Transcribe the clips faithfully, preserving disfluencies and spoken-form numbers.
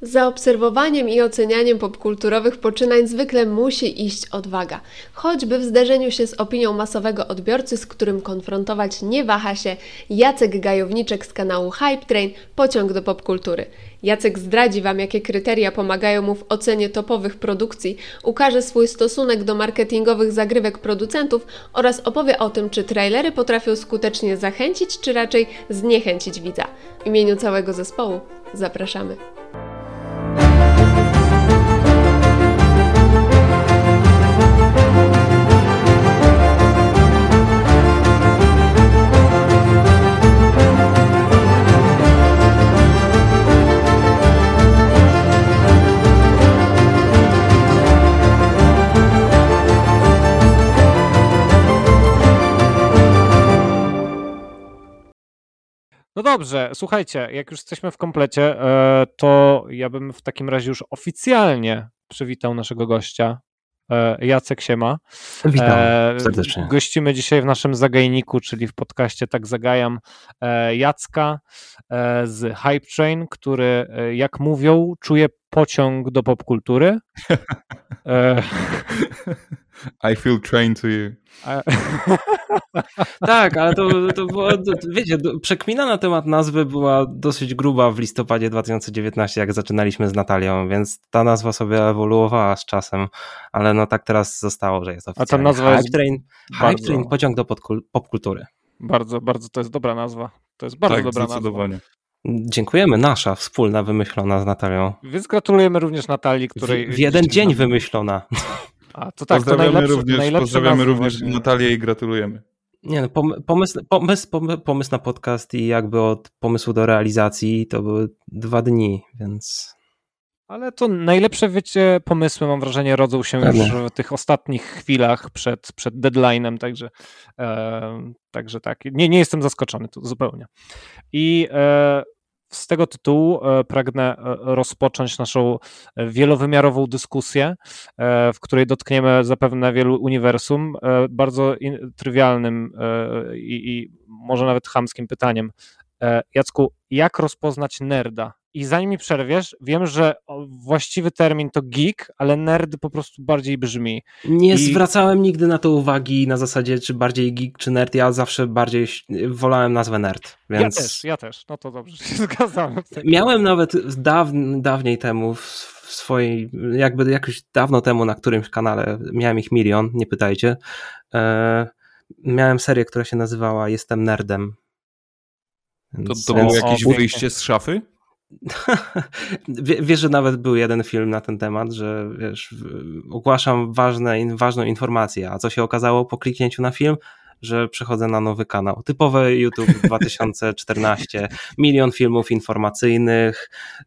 Za obserwowaniem i ocenianiem popkulturowych poczynań zwykle musi iść odwaga, choćby w zderzeniu się z opinią masowego odbiorcy, z którym konfrontować nie waha się Jacek Gajowniczek z kanału Hype Train Pociąg do popkultury. Jacek zdradzi Wam, jakie kryteria pomagają mu w ocenie topowych produkcji, ukaże swój stosunek do marketingowych zagrywek producentów oraz opowie o tym, czy trailery potrafią skutecznie zachęcić, czy raczej zniechęcić widza. W imieniu całego zespołu zapraszamy. No dobrze, słuchajcie, jak już jesteśmy w komplecie, to ja bym w takim razie już oficjalnie przywitał naszego gościa, Jacek Siema. Witam serdecznie. Gościmy dzisiaj w naszym zagajniku, czyli w podcaście Tak Zagajam, Jacka z Hype Train, który, jak mówią, czuje pociąg do popkultury. I feel trained to you. Tak, ale to, to było, to, wiecie, przekmina na temat nazwy była dosyć gruba w listopadzie dwa tysiące dziewiętnastego, jak zaczynaliśmy z Natalią, więc ta nazwa sobie ewoluowała z czasem, ale no tak teraz zostało, że jest oficjalnie. A ta nazwa Hype Train, Hype bardzo... Train Pociąg do popkultury. Bardzo, bardzo, to jest dobra nazwa. To jest bardzo tak, dobra zdecydowanie. nazwa. Dziękujemy, nasza wspólna, wymyślona z Natalią. Więc gratulujemy również Natalii, której... W, w jeden dzień nam... wymyślona. A, to tak, pozdrawiamy to najlepsze, również, najlepsze pozdrawiamy również właśnie. Natalię i gratulujemy. Nie no, pomysł, pomysł, pomysł na podcast i jakby od pomysłu do realizacji to były dwa dni, więc... Ale to najlepsze, wiecie, pomysły, mam wrażenie, rodzą się Pewnie. już w tych ostatnich chwilach przed, przed deadline'em, także, e, także tak, nie, nie jestem zaskoczony tu zupełnie. I e, z tego tytułu e, pragnę rozpocząć naszą wielowymiarową dyskusję, e, w której dotkniemy zapewne wielu uniwersum, e, bardzo in, trywialnym e, i, i może nawet chamskim pytaniem. E, Jacku, jak rozpoznać nerda? I zanim mi przerwiesz, wiem, że właściwy termin to geek, ale nerd po prostu bardziej brzmi. Nie I... zwracałem nigdy na to uwagi na zasadzie, czy bardziej geek, czy nerd. Ja zawsze bardziej wolałem nazwę nerd. Więc... Ja też, ja też. No to dobrze, się zgadzam. Miałem nawet daw, dawniej temu w swojej, jakby jakoś dawno temu na którymś kanale, miałem ich milion, nie pytajcie, e, miałem serię, która się nazywała Jestem nerdem. Więc... To, to było jakieś o, wyjście z szafy? Wiesz, że nawet był jeden film na ten temat, że wiesz, ogłaszam ważne, ważną informację, a co się okazało po kliknięciu na film? Że przechodzę na nowy kanał. Typowe YouTube dwa tysiące czternasty, milion filmów informacyjnych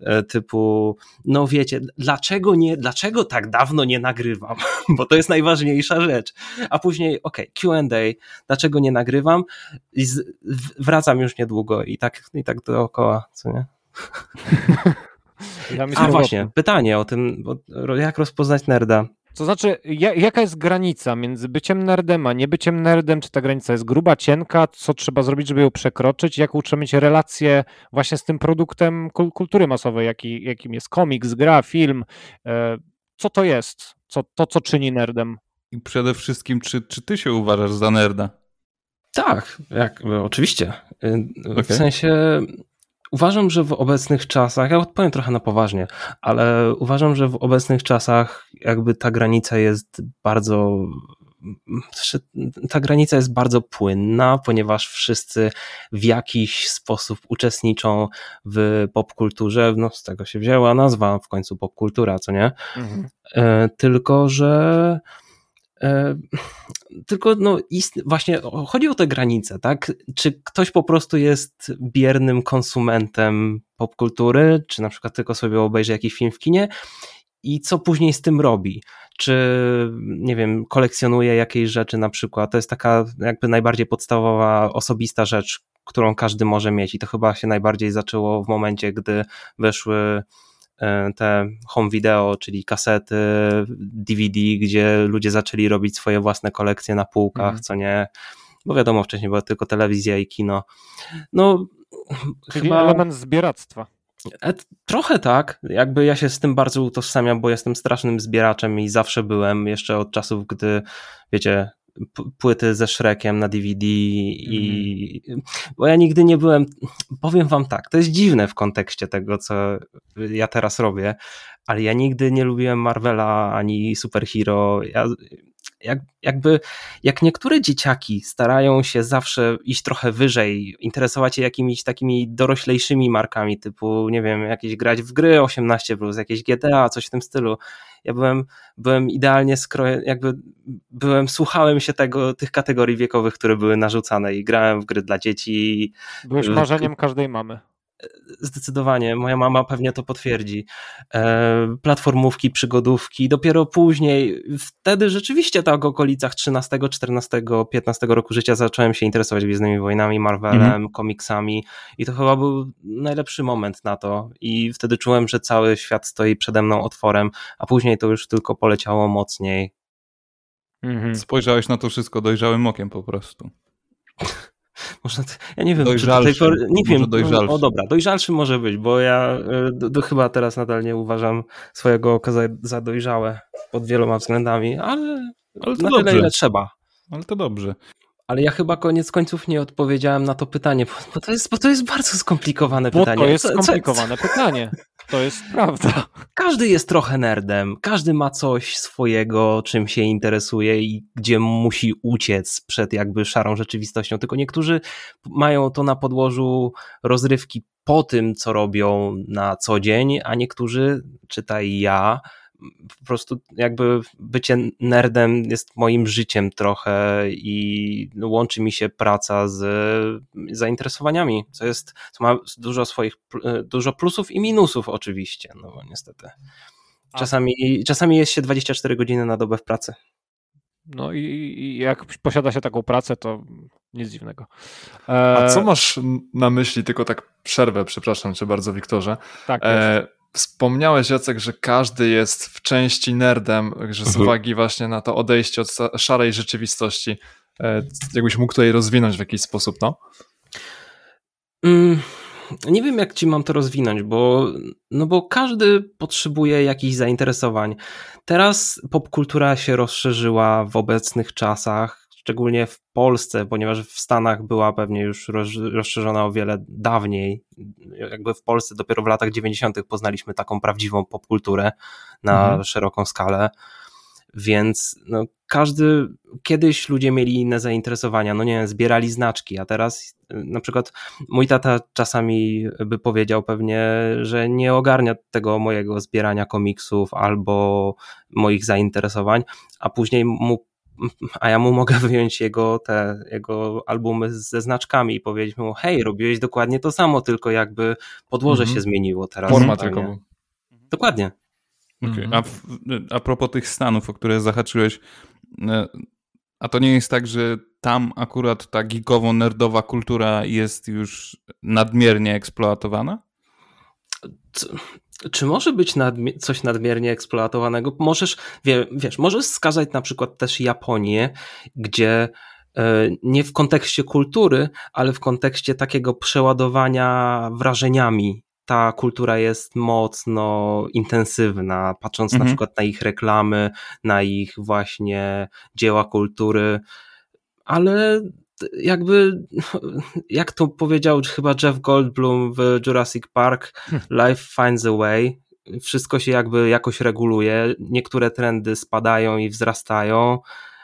typu, no wiecie, dlaczego nie, dlaczego tak dawno nie nagrywam? Bo to jest najważniejsza rzecz. A później, okej, okay, Q and A, dlaczego nie nagrywam? I z, wracam już niedługo i tak, i tak dookoła, co nie? Ja A właśnie, pytanie o tym, jak rozpoznać nerda. To znaczy, jaka jest granica między byciem nerdem, a nie byciem nerdem? Czy ta granica jest gruba, cienka? Co trzeba zrobić, żeby ją przekroczyć? Jaką trzeba mieć relację właśnie z tym produktem kultury masowej, jaki, jakim jest komiks, gra, film? Co to jest? Co, to, co czyni nerdem? I przede wszystkim, czy, czy ty się uważasz za nerda? Tak, jak, oczywiście. W okay. sensie... Uważam, że w obecnych czasach, ja odpowiem trochę na poważnie, ale uważam, że w obecnych czasach jakby ta granica jest bardzo, ta granica jest bardzo płynna, ponieważ wszyscy w jakiś sposób uczestniczą w popkulturze, no z tego się wzięła nazwa w końcu popkultura, co nie? Mhm. E, tylko, że E, tylko no ist- właśnie chodzi o te granice, tak? Czy ktoś po prostu jest biernym konsumentem popkultury, czy na przykład tylko sobie obejrzy jakiś film w kinie i co później z tym robi? Czy, nie wiem, kolekcjonuje jakieś rzeczy na przykład, to jest taka jakby najbardziej podstawowa, osobista rzecz, którą każdy może mieć i to chyba się najbardziej zaczęło w momencie, gdy weszły te home video, czyli kasety, D V D, gdzie ludzie zaczęli robić swoje własne kolekcje na półkach, mm. co nie, bo wiadomo, wcześniej była tylko telewizja i kino. No, czyli chyba... element zbieractwa. Trochę tak, jakby ja się z tym bardzo utożsamiam, bo jestem strasznym zbieraczem i zawsze byłem, jeszcze od czasów, gdy, wiecie, płyty ze Shrekiem na D V D i mm. bo ja nigdy nie byłem, powiem wam tak, to jest dziwne w kontekście tego, co ja teraz robię, ale ja nigdy nie lubiłem Marvela ani superhero. Ja, jak, jakby jak niektóre dzieciaki starają się zawsze iść trochę wyżej, interesować się jakimiś takimi doroślejszymi markami, typu, nie wiem, jakieś grać w gry osiemnaście plus, jakieś G T A, coś w tym stylu. Ja byłem, byłem idealnie skrojony, jakby byłem, słuchałem się tego, tych kategorii wiekowych, które były narzucane i grałem w gry dla dzieci. Byłeś marzeniem każdej mamy. Zdecydowanie, moja mama pewnie to potwierdzi. E, platformówki, przygodówki, dopiero później, wtedy rzeczywiście tak w okolicach trzynastego, czternastego, piętnastego roku życia zacząłem się interesować Gwiezdnymi Wojnami, Marvelem, mhm. komiksami i to chyba był najlepszy moment na to i wtedy czułem, że cały świat stoi przede mną otworem, a później to już tylko poleciało mocniej. Mhm. Spojrzałeś na to wszystko dojrzałym okiem po prostu. Może, ja nie wiem, czy do tej pory, nie wiem, no, o dobra, dojrzalszy może być, bo ja do, do chyba teraz nadal nie uważam swojego oka za, za dojrzałe pod wieloma względami, ale, ale to na dobrze. Tyle, ile trzeba. Ale to dobrze. Ale ja chyba koniec końców nie odpowiedziałem na to pytanie, bo to jest, bo to jest bardzo skomplikowane bo pytanie. To jest skomplikowane co, co? pytanie. To jest prawda. Każdy jest trochę nerdem, każdy ma coś swojego, czym się interesuje i gdzie musi uciec przed jakby szarą rzeczywistością, tylko niektórzy mają to na podłożu rozrywki po tym, co robią na co dzień, a niektórzy, czytaj ja, po prostu jakby bycie nerdem jest moim życiem trochę i łączy mi się praca z zainteresowaniami, co jest, co ma dużo swoich, dużo plusów i minusów oczywiście, no bo niestety. Czasami, czasami jest się dwadzieścia cztery godziny na dobę w pracy. No i, i jak posiada się taką pracę, to nic dziwnego. E... A co masz na myśli, tylko tak przerwę, przepraszam cię bardzo, Wiktorze. Tak jest. E... Wspomniałeś, Jacek, że każdy jest w części nerdem, że z uwagi właśnie na to odejście od szarej rzeczywistości. Jakbyś mógł tutaj rozwinąć w jakiś sposób, no? Mm, nie wiem, jak ci mam to rozwinąć, bo, no bo każdy potrzebuje jakichś zainteresowań. Teraz popkultura się rozszerzyła w obecnych czasach, szczególnie w Polsce, ponieważ w Stanach była pewnie już rozszerzona o wiele dawniej. Jakby w Polsce dopiero w latach dziewięćdziesiątych poznaliśmy taką prawdziwą popkulturę na mhm. szeroką skalę, więc no, każdy, kiedyś ludzie mieli inne zainteresowania, no nie wiem, zbierali znaczki, a teraz na przykład mój tata czasami by powiedział pewnie, że nie ogarnia tego mojego zbierania komiksów albo moich zainteresowań, a później mu a ja mu mogę wyjąć jego te jego albumy ze znaczkami i powiedzieć mu, hej, robiłeś dokładnie to samo, tylko jakby podłoże mm-hmm. się zmieniło teraz. Forma tylko. Dokładnie. Okay. A, w, a propos tych Stanów, o które zahaczyłeś, a to nie jest tak, że tam akurat ta geekowo-nerdowa kultura jest już nadmiernie eksploatowana? Co? Czy może być nadmi- coś nadmiernie eksploatowanego? Możesz, wie, wiesz, możesz wskazać na przykład też Japonię, gdzie e, nie w kontekście kultury, ale w kontekście takiego przeładowania wrażeniami. Ta kultura jest mocno intensywna, patrząc mhm. na przykład na ich reklamy, na ich właśnie dzieła kultury, ale jakby, jak to powiedział chyba Jeff Goldblum w Jurassic Park, life finds a way, wszystko się jakby jakoś reguluje, niektóre trendy spadają i wzrastają,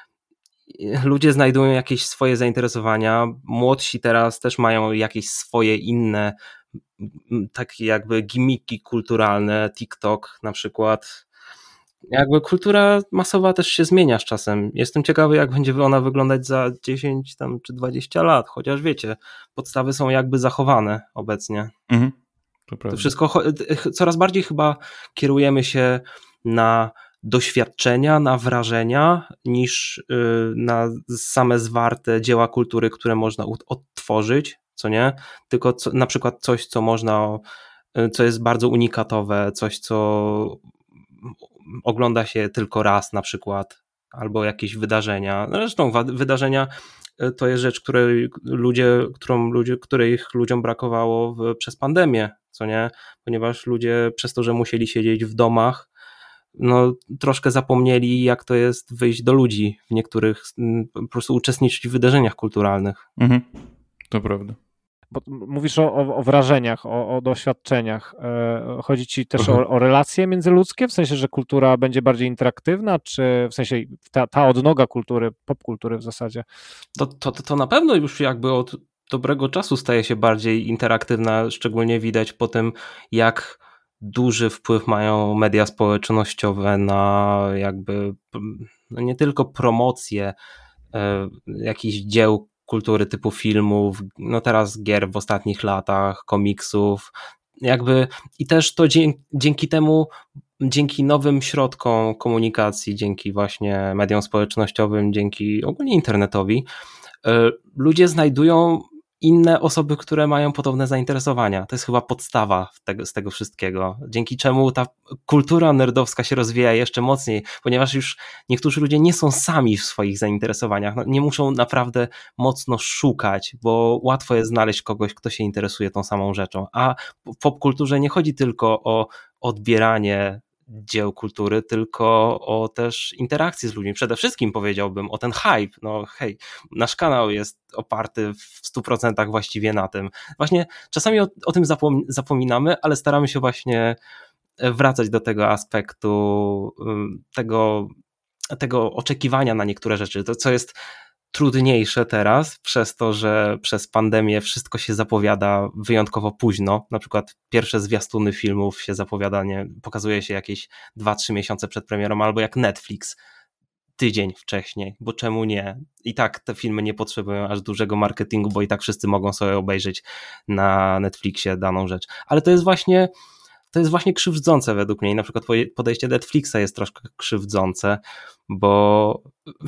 ludzie znajdują jakieś swoje zainteresowania, młodsi teraz też mają jakieś swoje inne takie jakby gimmiki kulturalne, TikTok na przykład. Jakby kultura masowa też się zmienia z czasem. Jestem ciekawy, jak będzie ona wyglądać za dziesięć tam, czy dwadzieścia lat, chociaż wiecie, podstawy są jakby zachowane obecnie. Mhm. To, to wszystko, coraz bardziej chyba kierujemy się na doświadczenia, na wrażenia, niż na same zwarte dzieła kultury, które można odtworzyć, co nie? Tylko co, na przykład coś, co można, co jest bardzo unikatowe, coś, co ogląda się tylko raz na przykład, albo jakieś wydarzenia. Zresztą wydarzenia to jest rzecz, której ludzie, którą ludzie, których ludziom brakowało w, przez pandemię, co nie? Ponieważ ludzie przez to, że musieli siedzieć w domach, no troszkę zapomnieli, jak to jest wyjść do ludzi w niektórych, po prostu uczestniczyć w wydarzeniach kulturalnych. Mhm. To prawda. Bo mówisz o, o, o wrażeniach, o, o doświadczeniach. Chodzi ci też mhm. o, o relacje międzyludzkie, w sensie, że kultura będzie bardziej interaktywna, czy w sensie ta, ta odnoga kultury, popkultury w zasadzie? To, to, to na pewno już jakby od dobrego czasu staje się bardziej interaktywna, szczególnie widać po tym, jak duży wpływ mają media społecznościowe na jakby no nie tylko promocję e, jakichś dzieł kultury typu filmów, no teraz gier w ostatnich latach, komiksów, jakby i też to dzięki, dzięki temu, dzięki nowym środkom komunikacji, dzięki właśnie mediom społecznościowym, dzięki ogólnie internetowi, e, ludzie znajdują inne osoby, które mają podobne zainteresowania. To jest chyba podstawa tego, z tego wszystkiego, dzięki czemu ta kultura nerdowska się rozwija jeszcze mocniej, ponieważ już niektórzy ludzie nie są sami w swoich zainteresowaniach, no, nie muszą naprawdę mocno szukać, bo łatwo jest znaleźć kogoś, kto się interesuje tą samą rzeczą, a w popkulturze nie chodzi tylko o odbieranie dzieł kultury, tylko o też interakcję z ludźmi. Przede wszystkim powiedziałbym o ten hype. No hej, nasz kanał jest oparty w stu procentach właściwie na tym. Właśnie czasami o, o tym zapom- zapominamy, ale staramy się właśnie wracać do tego aspektu, tego, tego oczekiwania na niektóre rzeczy. To, co jest trudniejsze teraz przez to, że przez pandemię wszystko się zapowiada wyjątkowo późno. Na przykład pierwsze zwiastuny filmów się zapowiada, nie, pokazuje się jakieś dwa trzy miesiące przed premierą, albo jak Netflix tydzień wcześniej, bo czemu nie? I tak te filmy nie potrzebują aż dużego marketingu, bo i tak wszyscy mogą sobie obejrzeć na Netflixie daną rzecz. Ale to jest właśnie To jest właśnie krzywdzące według mnie. I na przykład podejście Netflixa jest troszkę krzywdzące, bo,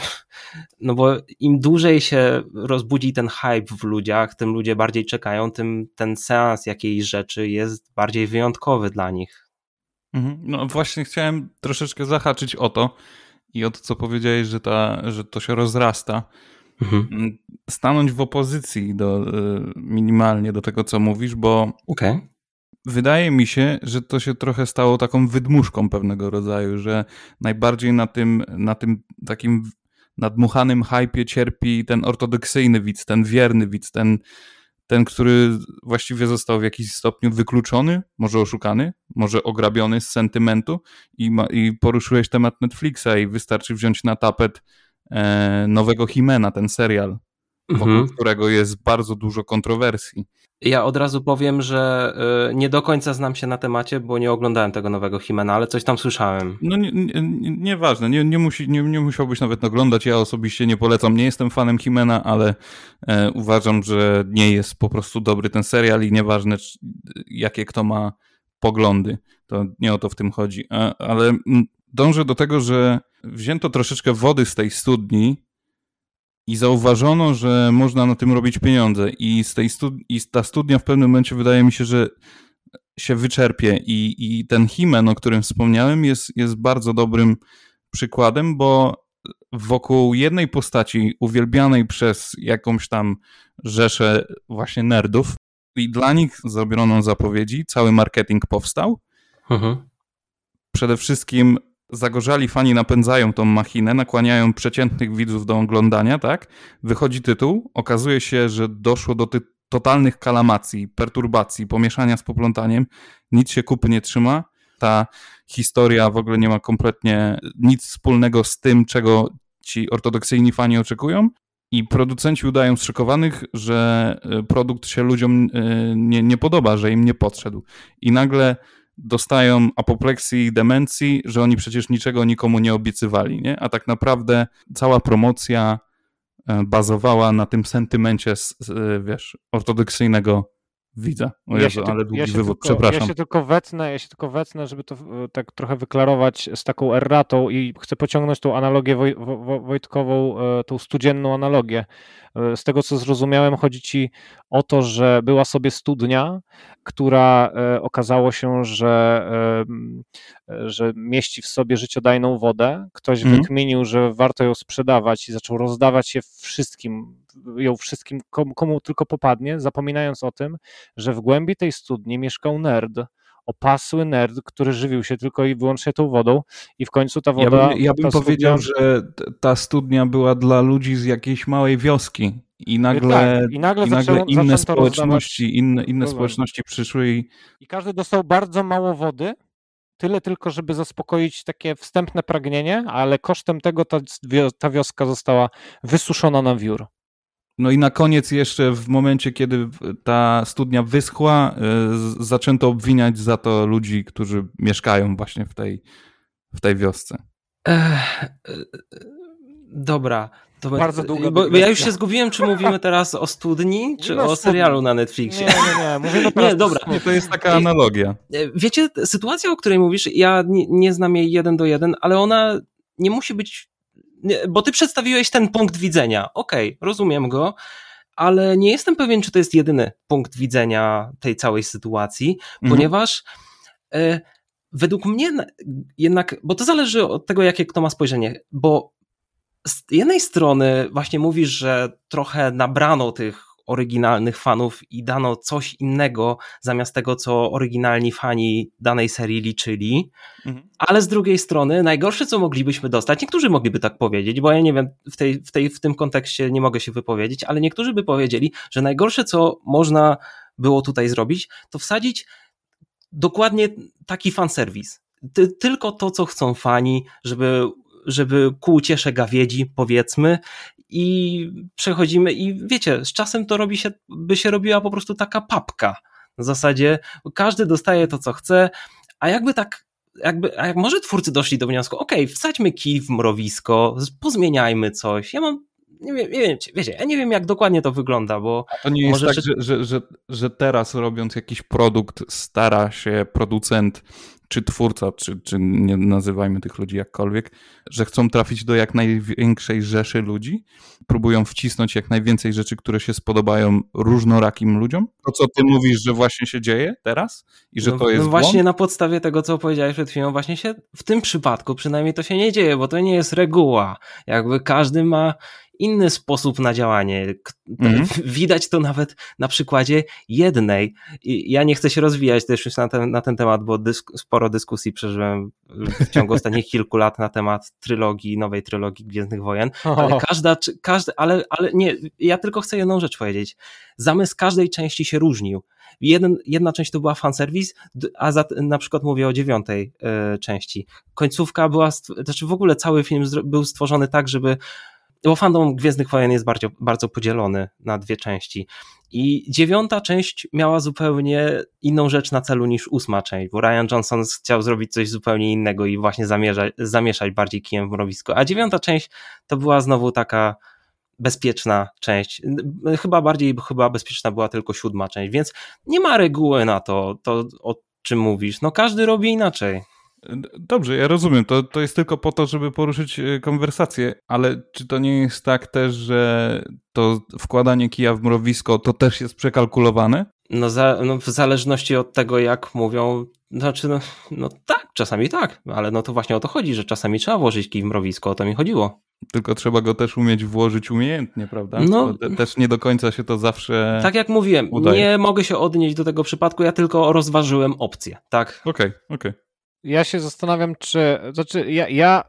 no bo im dłużej się rozbudzi ten hype w ludziach, tym ludzie bardziej czekają, tym ten seans jakiejś rzeczy jest bardziej wyjątkowy dla nich. Mhm. No właśnie chciałem troszeczkę zahaczyć o to i o to, co powiedziałeś, że, ta, że to się rozrasta. Mhm. Stanąć w opozycji do, minimalnie do tego, co mówisz, bo okej. Okay. Wydaje mi się, że to się trochę stało taką wydmuszką pewnego rodzaju, że najbardziej na tym, na tym takim nadmuchanym hypie cierpi ten ortodoksyjny widz, ten wierny widz, ten, ten, który właściwie został w jakiś stopniu wykluczony, może oszukany, może ograbiony z sentymentu i, ma, i poruszyłeś temat Netflixa i wystarczy wziąć na tapet e, nowego He-Mana, ten serial, wokół mhm. którego jest bardzo dużo kontrowersji. Ja od razu powiem, że y, nie do końca znam się na temacie, bo nie oglądałem tego nowego He-Mana, ale coś tam słyszałem. No nieważne, nie, nie, nieważne. nie, nie, musi, nie, nie musiałbyś nawet oglądać, ja osobiście nie polecam, nie jestem fanem He-Mana, ale e, uważam, że nie jest po prostu dobry ten serial i nieważne czy, jakie kto ma poglądy, to nie o to w tym chodzi, e, ale dążę do tego, że wzięto troszeczkę wody z tej studni i zauważono, że można na tym robić pieniądze i, z tej stud- i ta studnia w pewnym momencie wydaje mi się, że się wyczerpie i, i ten He-Man, o którym wspomniałem, jest, jest bardzo dobrym przykładem, bo wokół jednej postaci uwielbianej przez jakąś tam rzeszę właśnie nerdów i dla nich zrobiono zapowiedzi, cały marketing powstał. Mhm. Przede wszystkim zagorzali fani napędzają tą machinę, nakłaniają przeciętnych widzów do oglądania, tak? Wychodzi tytuł, okazuje się, że doszło do ty- totalnych kalamacji, perturbacji, pomieszania z poplątaniem, nic się kupy nie trzyma, ta historia w ogóle nie ma kompletnie nic wspólnego z tym, czego ci ortodoksyjni fani oczekują i producenci udają zszokowanych, że produkt się ludziom nie, nie podoba, że im nie podszedł i nagle dostają apopleksji i demencji, że oni przecież niczego nikomu nie obiecywali, nie? A tak naprawdę cała promocja bazowała na tym sentymencie, z, z, wiesz, ortodoksyjnego widza. O Jezu, ja ale długi ja wywód, tylko, przepraszam. Ja się tylko wetnę, ja się tylko wetnę, żeby to tak trochę wyklarować z taką erratą i chcę pociągnąć tą analogię Woj, Wo, Wojtkową, tą studzienną analogię. Z tego, co zrozumiałem, chodzi ci o to, że była sobie studnia, która okazało się, że, że mieści w sobie życiodajną wodę. Ktoś hmm. wykminił, że warto ją sprzedawać i zaczął rozdawać je wszystkim, ją wszystkim, komu, komu tylko popadnie, zapominając o tym, że w głębi tej studni mieszkał nerd, opasły nerd, który żywił się tylko i wyłącznie tą wodą i w końcu ta woda... Ja bym, ja bym powiedział, studnia... że ta studnia była dla ludzi z jakiejś małej wioski i nagle, tak, i nagle, i nagle zaczęło, inne społeczności, rozdawać... inne, inne społeczności przyszły i... I każdy dostał bardzo mało wody, tyle tylko, żeby zaspokoić takie wstępne pragnienie, ale kosztem tego ta, ta wioska została wysuszona na wiór. No i na koniec jeszcze w momencie, kiedy ta studnia wyschła, y, zaczęto obwiniać za to ludzi, którzy mieszkają właśnie w tej, w tej wiosce. Ech, dobra. To Bardzo długa bo, bo ja już się zgubiłem, czy mówimy teraz o studni, czy no, o serialu na Netflixie. Nie, nie, nie. Mówimy teraz nie, dobra. Nie, to jest taka analogia. Wiecie, sytuacja, o której mówisz, ja nie, nie znam jej jeden do jeden, ale ona nie musi być, nie, bo ty przedstawiłeś ten punkt widzenia. Okej, okay, rozumiem go, ale nie jestem pewien, czy to jest jedyny punkt widzenia tej całej sytuacji, mhm. ponieważ e, według mnie jednak, bo to zależy od tego, jakie kto ma spojrzenie, bo z jednej strony właśnie mówisz, że trochę nabrano tych oryginalnych fanów i dano coś innego zamiast tego, co oryginalni fani danej serii liczyli, mhm. ale z drugiej strony najgorsze, co moglibyśmy dostać, niektórzy mogliby tak powiedzieć, bo ja nie wiem, w, tej, w, tej, w tym kontekście nie mogę się wypowiedzieć, ale niektórzy by powiedzieli, że najgorsze, co można było tutaj zrobić, to wsadzić dokładnie taki fanserwis. Ty, tylko to, co chcą fani, żeby żeby ku uciesze gawiedzi, powiedzmy, i przechodzimy i wiecie, z czasem to robi się, by się robiła po prostu taka papka. W zasadzie każdy dostaje to, co chce, a jakby tak, jakby, a jak może twórcy doszli do wniosku, okej, okay, wsadźmy kij w mrowisko, pozmieniajmy coś. Ja mam, nie wiem, nie wiem, wiecie, ja nie wiem, jak dokładnie to wygląda, bo... A to nie jest może tak, czy... że, że, że, że teraz robiąc jakiś produkt stara się producent czy twórca, czy, czy nie nazywajmy tych ludzi jakkolwiek, że chcą trafić do jak największej rzeszy ludzi, próbują wcisnąć jak najwięcej rzeczy, które się spodobają różnorakim ludziom. To, co ty mówisz, że właśnie się dzieje teraz i że no, to jest no właśnie błąd? Na podstawie tego, co powiedziałeś przed chwilą, właśnie się w tym przypadku przynajmniej to się nie dzieje, bo to nie jest reguła. Jakby każdy ma inny sposób na działanie. Mhm. Widać to nawet na przykładzie jednej. I ja nie chcę się rozwijać też już na ten, na ten temat, bo dysk, sporo dyskusji przeżyłem w ciągu ostatnich kilku lat na temat trylogii, nowej trylogii Gwiezdnych Wojen, ale każda, każda ale, ale nie, ja tylko chcę jedną rzecz powiedzieć. Zamysł każdej części się różnił. Jeden, jedna część to była fanserwis, a za, na przykład mówię o dziewiątej y, części. Końcówka była, znaczy w ogóle cały film był stworzony tak, żeby bo fandom Gwiezdnych Wojen jest bardzo, bardzo podzielony na dwie części i dziewiąta część miała zupełnie inną rzecz na celu niż ósma część, bo Rian Johnson chciał zrobić coś zupełnie innego i właśnie zamierzać, zamieszać bardziej kijem w mrowisko, a dziewiąta część to była znowu taka bezpieczna część, chyba bardziej chyba bezpieczna była tylko siódma część, więc nie ma reguły na to, to o czym mówisz, no każdy robi inaczej. Dobrze, ja rozumiem, to, to jest tylko po to, żeby poruszyć konwersację, ale czy to nie jest tak też, że to wkładanie kija w mrowisko to też jest przekalkulowane? No, za, no w zależności od tego, jak mówią, znaczy no, no tak, czasami tak, ale no to właśnie o to chodzi, że czasami trzeba włożyć kij w mrowisko, o to mi chodziło. Tylko trzeba go też umieć włożyć umiejętnie, prawda? No, te, też nie do końca się to zawsze tak jak mówiłem, udaje. Nie mogę się odnieść do tego przypadku, ja tylko rozważyłem opcję, tak? Okej, okay, okej. Okay. Ja się zastanawiam, czy... Znaczy, ja, ja,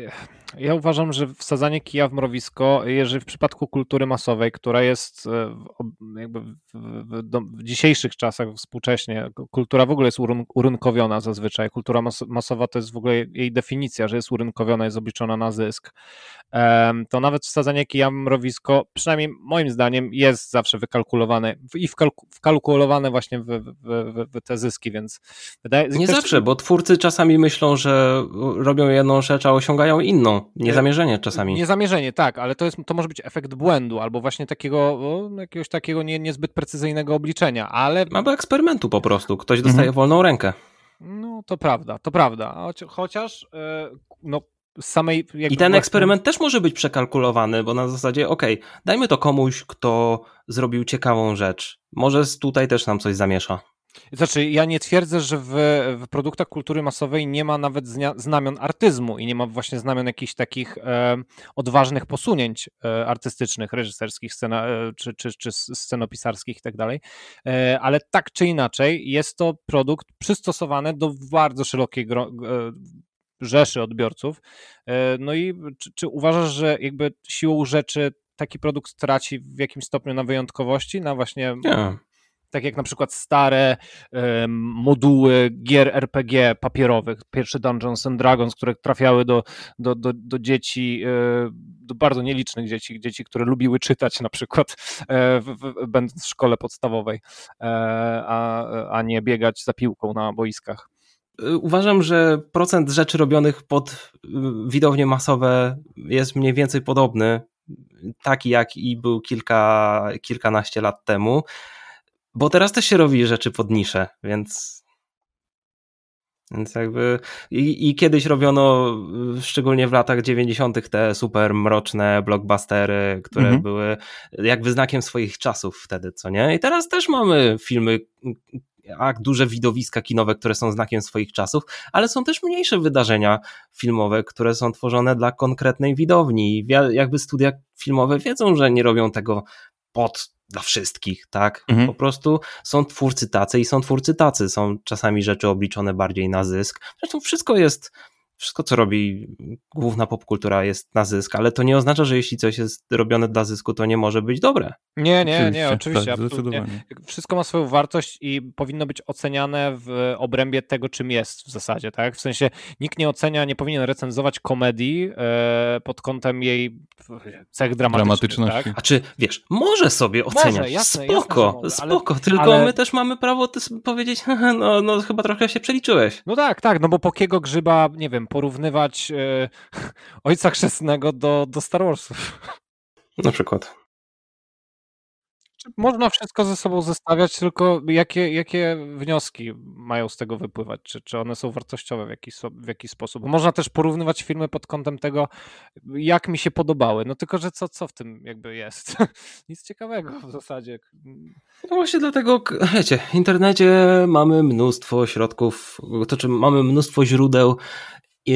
ja uważam, że wsadzanie kija w mrowisko, jeżeli w przypadku kultury masowej, która jest jakby w, w, w dzisiejszych czasach, współcześnie, kultura w ogóle jest urynkowiona zazwyczaj. Kultura mas, masowa to jest w ogóle jej definicja, że jest urynkowiona, jest obliczona na zysk. To nawet wsadzanie kija w mrowisko, przynajmniej moim zdaniem, jest zawsze wykalkulowane i wkalku, wkalkulowane właśnie w, w, w, w te zyski, więc... Wydaje, nie też... zawsze, bo twórcy czasami myślą, że robią jedną rzecz, a osiągają inną. Niezamierzenie czasami. Niezamierzenie, tak, ale to, jest, to może być efekt błędu albo właśnie takiego jakiegoś takiego nie, niezbyt precyzyjnego obliczenia, ale... Albo eksperymentu po prostu. Ktoś dostaje mhm. wolną rękę. No to prawda, to prawda. Chociaż no z samej... I ten eksperyment też może być przekalkulowany, bo na zasadzie okej, okay, dajmy to komuś, kto zrobił ciekawą rzecz. Może tutaj też nam coś zamiesza. Znaczy, ja nie twierdzę, że w, w produktach kultury masowej nie ma nawet znia, znamion artyzmu i nie ma właśnie znamion jakichś takich e, odważnych posunięć e, artystycznych, reżyserskich, scena, e, czy, czy, czy scenopisarskich i tak dalej, e, ale tak czy inaczej jest to produkt przystosowany do bardzo szerokiej gro, e, rzeszy odbiorców. E, no i czy, czy uważasz, że jakby siłą rzeczy taki produkt traci w jakimś stopniu na wyjątkowości, na właśnie... Nie. Tak jak na przykład stare um, moduły gier er pe gie papierowych, pierwsze Dungeons and Dragons, które trafiały do, do, do, do dzieci, e, do bardzo nielicznych dzieci, dzieci, które lubiły czytać na przykład, e, w, w, będąc w szkole podstawowej, e, a, a nie biegać za piłką na boiskach. Uważam, że procent rzeczy robionych pod widownie masowe jest mniej więcej podobny, taki jak i był kilka, kilkanaście lat temu. Bo teraz też się robi rzeczy pod niszę, więc, więc jakby i, i kiedyś robiono, szczególnie w latach dziewięćdziesiątych te super mroczne blockbustery, które mhm. były jakby znakiem swoich czasów wtedy, co nie? I teraz też mamy filmy, jak duże widowiska kinowe, które są znakiem swoich czasów, ale są też mniejsze wydarzenia filmowe, które są tworzone dla konkretnej widowni i jakby studia filmowe wiedzą, że nie robią tego pod dla wszystkich, tak? Mhm. Po prostu są twórcy tacy i są twórcy tacy. Są czasami rzeczy obliczone bardziej na zysk. Zresztą wszystko jest, wszystko co robi główna popkultura jest na zysk, ale to nie oznacza, że jeśli coś jest robione dla zysku, to nie może być dobre. Nie, nie, oczywiście, nie, oczywiście, tak, absolutnie. Wszystko ma swoją wartość i powinno być oceniane w obrębie tego, czym jest w zasadzie, tak? W sensie nikt nie ocenia, nie powinien recenzować komedii e, pod kątem jej cech dramatycznych, tak? A czy, wiesz, może sobie oceniać, może, jasne, spoko, jasne, może, spoko, ale, tylko ale... my też mamy prawo powiedzieć, no, no chyba trochę się przeliczyłeś. No tak, tak, no bo po kiego grzyba, nie wiem, porównywać e, Ojca Chrzestnego do, do Star Warsów. Na przykład. Można wszystko ze sobą zestawiać, tylko jakie, jakie wnioski mają z tego wypływać? Czy, czy one są wartościowe w jakiś, w jakiś sposób? Można też porównywać filmy pod kątem tego, jak mi się podobały. No tylko, że co, co w tym jakby jest? Nic ciekawego w zasadzie. No właśnie dlatego, wiecie, w internecie mamy mnóstwo środków, to czy mamy mnóstwo źródeł i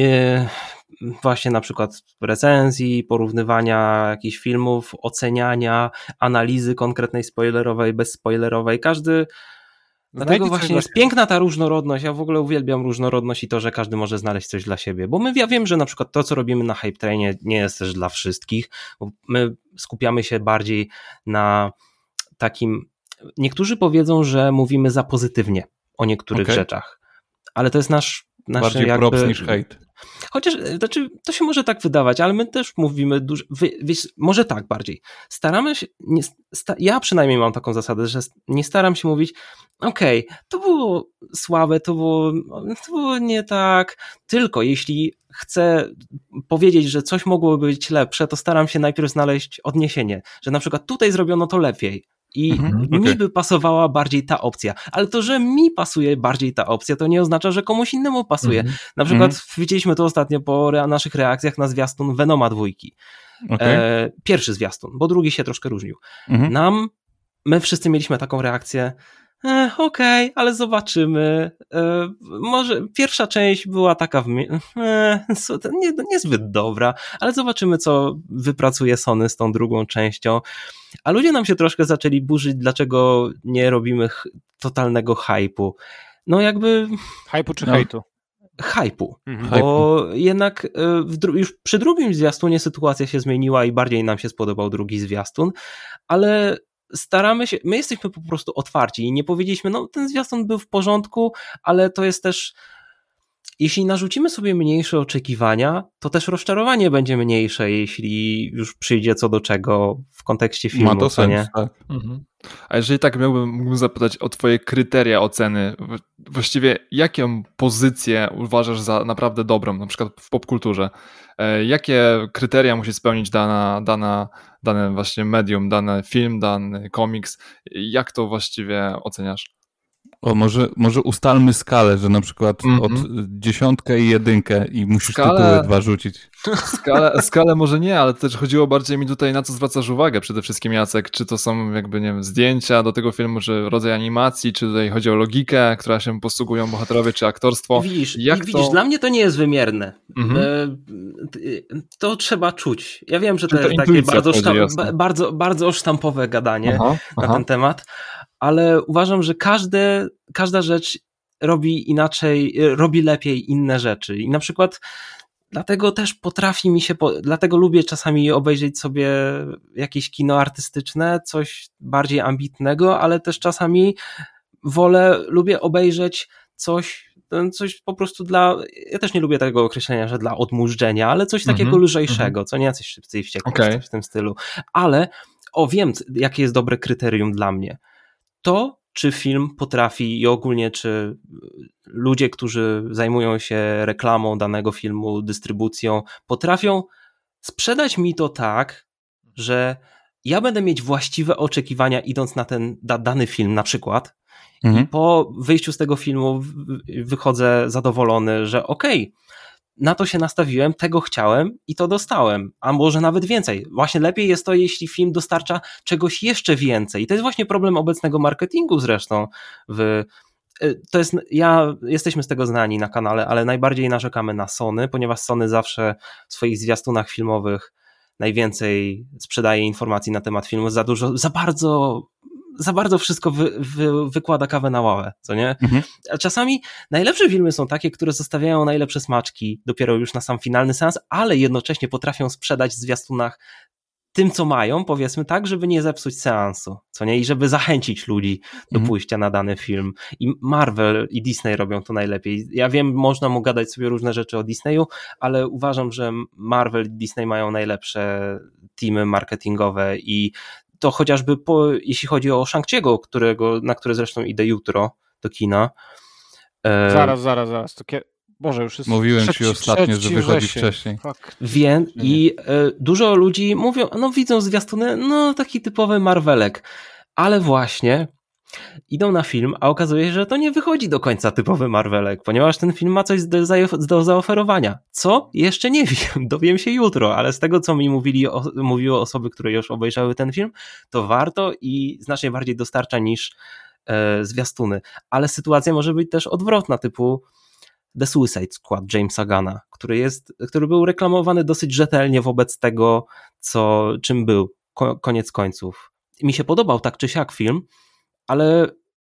właśnie na przykład recenzji, porównywania jakichś filmów, oceniania, analizy konkretnej spoilerowej, bezspoilerowej. Każdy, dlatego właśnie jest piękna ta różnorodność. Ja w ogóle uwielbiam różnorodność i to, że każdy może znaleźć coś dla siebie, bo my, ja wiem, że na przykład to, co robimy na Hype Trainie nie jest też dla wszystkich, bo my skupiamy się bardziej na takim, niektórzy powiedzą, że mówimy za pozytywnie o niektórych okay. rzeczach, ale to jest nasz bardziej jakby, props niż hejt. Chociaż znaczy, to się może tak wydawać, ale my też mówimy dużo, wiesz, może tak bardziej. Staramy się, nie, sta, ja przynajmniej mam taką zasadę, że nie staram się mówić, okej, okay, to było słabe, to było, to było nie tak, tylko jeśli chcę powiedzieć, że coś mogłoby być lepsze, to staram się najpierw znaleźć odniesienie, że na przykład tutaj zrobiono to lepiej. I mhm, mi okay. by pasowała bardziej ta opcja. Ale to, że mi pasuje bardziej ta opcja, to nie oznacza, że komuś innemu pasuje. Mhm. Na przykład mhm. widzieliśmy to ostatnio po rea- naszych reakcjach na zwiastun Venoma dwójki. Okay. E, pierwszy zwiastun, bo drugi się troszkę różnił. Mhm. Nam, my wszyscy mieliśmy taką reakcję, e, okej, okay, ale zobaczymy. E, może pierwsza część była taka w mi- e, nie, niezbyt dobra, ale zobaczymy, co wypracuje Sony z tą drugą częścią. A ludzie nam się troszkę zaczęli burzyć, dlaczego nie robimy ch- totalnego hype'u. No jakby... Hype'u czy no. hejtu? Hype'u, mhm. bo hype'u. Jednak w dru- już przy drugim zwiastunie sytuacja się zmieniła i bardziej nam się spodobał drugi zwiastun, ale staramy się, my jesteśmy po prostu otwarci i nie powiedzieliśmy, no ten zwiastun był w porządku, ale to jest też... Jeśli narzucimy sobie mniejsze oczekiwania, to też rozczarowanie będzie mniejsze, jeśli już przyjdzie co do czego w kontekście filmu. Ma to sens, nie? Tak. Mhm. A jeżeli tak miałbym, mógłbym zapytać o twoje kryteria oceny, właściwie jaką pozycję uważasz za naprawdę dobrą, na przykład w popkulturze? Jakie kryteria musi spełnić dana, dana, dane właśnie medium, dany film, dany komiks? Jak to właściwie oceniasz? O, może, może ustalmy skalę, że na przykład Mhm. od dziesiątkę i jedynkę i musisz Skalę- tytuły dwa rzucić. Skalę, skalę może nie, ale też chodziło bardziej mi tutaj, na co zwracasz uwagę przede wszystkim, Jacek, czy to są jakby, nie wiem, zdjęcia do tego filmu, czy rodzaj animacji, czy tutaj chodzi o logikę, która się posługują bohaterowie, czy aktorstwo. Widzisz, Jak i to- widzisz, dla mnie to nie jest wymierne. Mhm. E, To trzeba czuć. Ja wiem, że to Czyli to jest takie intuicja bardzo, wchodzi, sztam, jasne. ba- bardzo, bardzo sztampowe gadanie Aha, na aha. ten temat, ale uważam, że każde, każda rzecz robi inaczej, robi lepiej inne rzeczy. I na przykład dlatego też potrafi mi się, po, dlatego lubię czasami obejrzeć sobie jakieś kino artystyczne, coś bardziej ambitnego, ale też czasami wolę, lubię obejrzeć coś, coś po prostu dla, ja też nie lubię tego określenia, że dla odmurzenia, ale coś takiego Mhm, lżejszego, co nie jacyś szybcy i wściekli, Okej. coś w tym stylu. Ale o, wiem, jakie jest dobre kryterium dla mnie. To, czy film potrafi i ogólnie, czy ludzie, którzy zajmują się reklamą danego filmu, dystrybucją, potrafią sprzedać mi to tak, że ja będę mieć właściwe oczekiwania idąc na ten da, dany film na przykład Mhm. i po wyjściu z tego filmu w- wychodzę zadowolony, że okej, na to się nastawiłem, tego chciałem i to dostałem, a może nawet więcej. Właśnie lepiej jest to, jeśli film dostarcza czegoś jeszcze więcej. I to jest właśnie problem obecnego marketingu zresztą. W, to jest, ja, jesteśmy z tego znani na kanale, ale najbardziej narzekamy na Sony, ponieważ Sony zawsze w swoich zwiastunach filmowych najwięcej sprzedaje informacji na temat filmu, za dużo, za bardzo za bardzo wszystko wy, wy, wykłada kawę na ławę, co nie? Mhm. A czasami najlepsze filmy są takie, które zostawiają najlepsze smaczki dopiero już na sam finalny seans, ale jednocześnie potrafią sprzedać w zwiastunach tym, co mają, powiedzmy tak, żeby nie zepsuć seansu, co nie? I żeby zachęcić ludzi do Mhm. pójścia na dany film. I Marvel i Disney robią to najlepiej. Ja wiem, można mu gadać sobie różne rzeczy o Disneyu, ale uważam, że Marvel i Disney mają najlepsze teamy marketingowe i to chociażby po, jeśli chodzi o Shang-Chi'ego, którego, na które zresztą idę jutro do kina. E, Zaraz, zaraz, zaraz. To kie... Boże, już jest Mówiłem trzeci, ci ostatnio, że trzeci wychodzi wrzesień. wcześniej. Fuck. Wiem i e, dużo ludzi mówią, no widzą zwiastuny, no taki typowy Marvelek, ale właśnie idą na film, a okazuje się, że to nie wychodzi do końca typowy Marvelek, ponieważ ten film ma coś do, za, do zaoferowania. Co? Jeszcze nie wiem, dowiem się jutro, ale z tego, co mi mówili, o, mówiły osoby, które już obejrzały ten film, to warto i znacznie bardziej dostarcza niż e, zwiastuny. Ale sytuacja może być też odwrotna, typu The Suicide Squad Jamesa Gunna, który, jest, który był reklamowany dosyć rzetelnie wobec tego, co, czym był, ko, koniec końców. Mi się podobał tak czy siak film, ale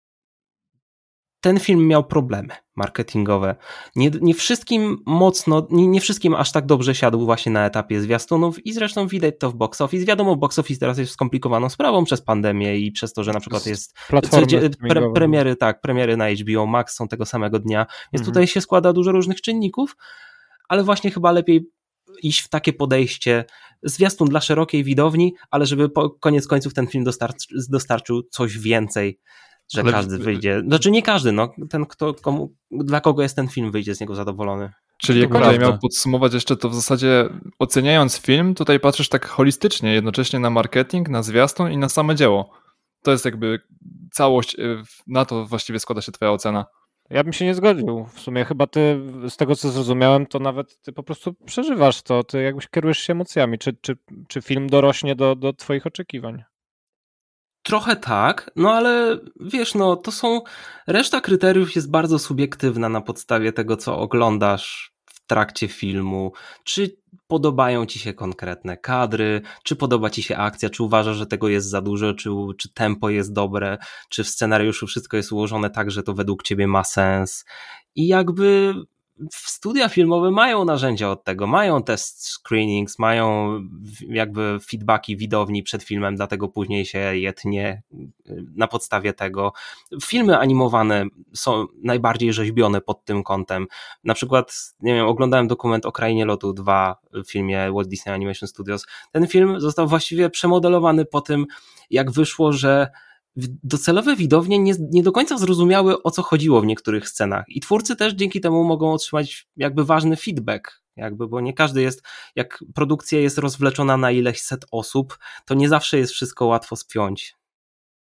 ten film miał problemy marketingowe. Nie, nie wszystkim mocno, nie, nie wszystkim aż tak dobrze siadł właśnie na etapie zwiastunów i zresztą widać to w box office. Wiadomo, box office teraz jest skomplikowaną sprawą przez pandemię i przez to, że na przykład jest Platformy codzie- pre, streamingowe. premiery, tak, premiery na H B O Max są tego samego dnia, więc Mhm. tutaj się składa dużo różnych czynników, ale właśnie chyba lepiej iść w takie podejście, zwiastun dla szerokiej widowni, ale żeby po koniec końców ten film dostarczy, dostarczył coś więcej, że Ale- każdy wyjdzie, znaczy nie każdy, no ten kto, komu, dla kogo jest ten film, wyjdzie z niego zadowolony. Czyli To jakbym prawda. miał podsumować jeszcze, to w zasadzie oceniając film, tutaj patrzysz tak holistycznie, jednocześnie na marketing, na zwiastun i na same dzieło. To jest jakby całość, y, na to właściwie składa się twoja ocena. Ja bym się nie zgodził. W sumie chyba ty, z tego co zrozumiałem, to nawet ty po prostu przeżywasz to, ty jakbyś kierujesz się emocjami. Czy, czy, czy film dorośnie do, do twoich oczekiwań? Trochę tak, no ale wiesz, no to są, reszta kryteriów jest bardzo subiektywna na podstawie tego, co oglądasz w trakcie filmu, czy podobają ci się konkretne kadry, czy podoba ci się akcja, czy uważasz, że tego jest za dużo, czy, czy tempo jest dobre, czy w scenariuszu wszystko jest ułożone tak, że to według ciebie ma sens i jakby studia filmowe mają narzędzia od tego, mają test screenings, mają jakby feedbacki widowni przed filmem, dlatego później się je tnie na podstawie tego. Filmy animowane są najbardziej rzeźbione pod tym kątem. Na przykład, nie wiem, oglądałem dokument o Krainie Lotu dwa w filmie Walt Disney Animation Studios. Ten film został właściwie przemodelowany po tym, jak wyszło, że docelowe widownie nie, nie do końca zrozumiały, o co chodziło w niektórych scenach i twórcy też dzięki temu mogą otrzymać jakby ważny feedback, jakby, bo nie każdy jest, jak produkcja jest rozwleczona na ileś set osób, to nie zawsze jest wszystko łatwo spiąć.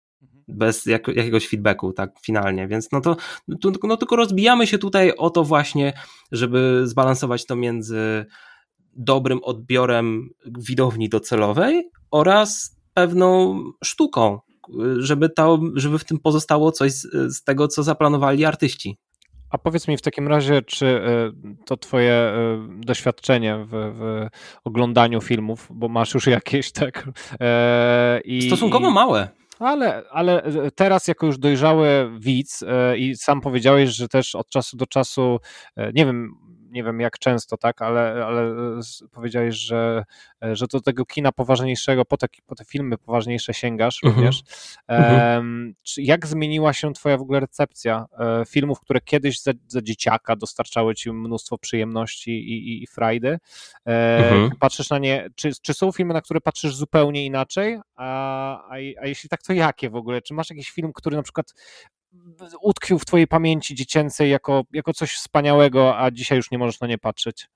bez jak, jakiegoś feedbacku, tak finalnie, więc no to tu, no tylko rozbijamy się tutaj o to właśnie, żeby zbalansować to między dobrym odbiorem widowni docelowej oraz pewną sztuką, żeby, to, żeby w tym pozostało coś z, z tego, co zaplanowali artyści. A powiedz mi w takim razie, czy to twoje doświadczenie w, w oglądaniu filmów, bo masz już jakieś, tak? I, Stosunkowo i... małe. Ale, ale teraz jako już dojrzały widz i sam powiedziałeś, że też od czasu do czasu, nie wiem, nie wiem jak często, tak, ale, ale powiedziałeś, że, że do tego kina poważniejszego, po te, po te filmy poważniejsze sięgasz uh-huh. również. Uh-huh. Um, czy, jak zmieniła się twoja w ogóle recepcja e, filmów, które kiedyś za, za dzieciaka dostarczały ci mnóstwo przyjemności i, i, i frajdy? E, uh-huh. Patrzysz na nie, czy, czy są filmy, na które patrzysz zupełnie inaczej? A, a, a jeśli tak, to jakie w ogóle? Czy masz jakiś film, który na przykład utkwił w twojej pamięci dziecięcej jako, jako coś wspaniałego, a dzisiaj już nie możesz na nie patrzeć?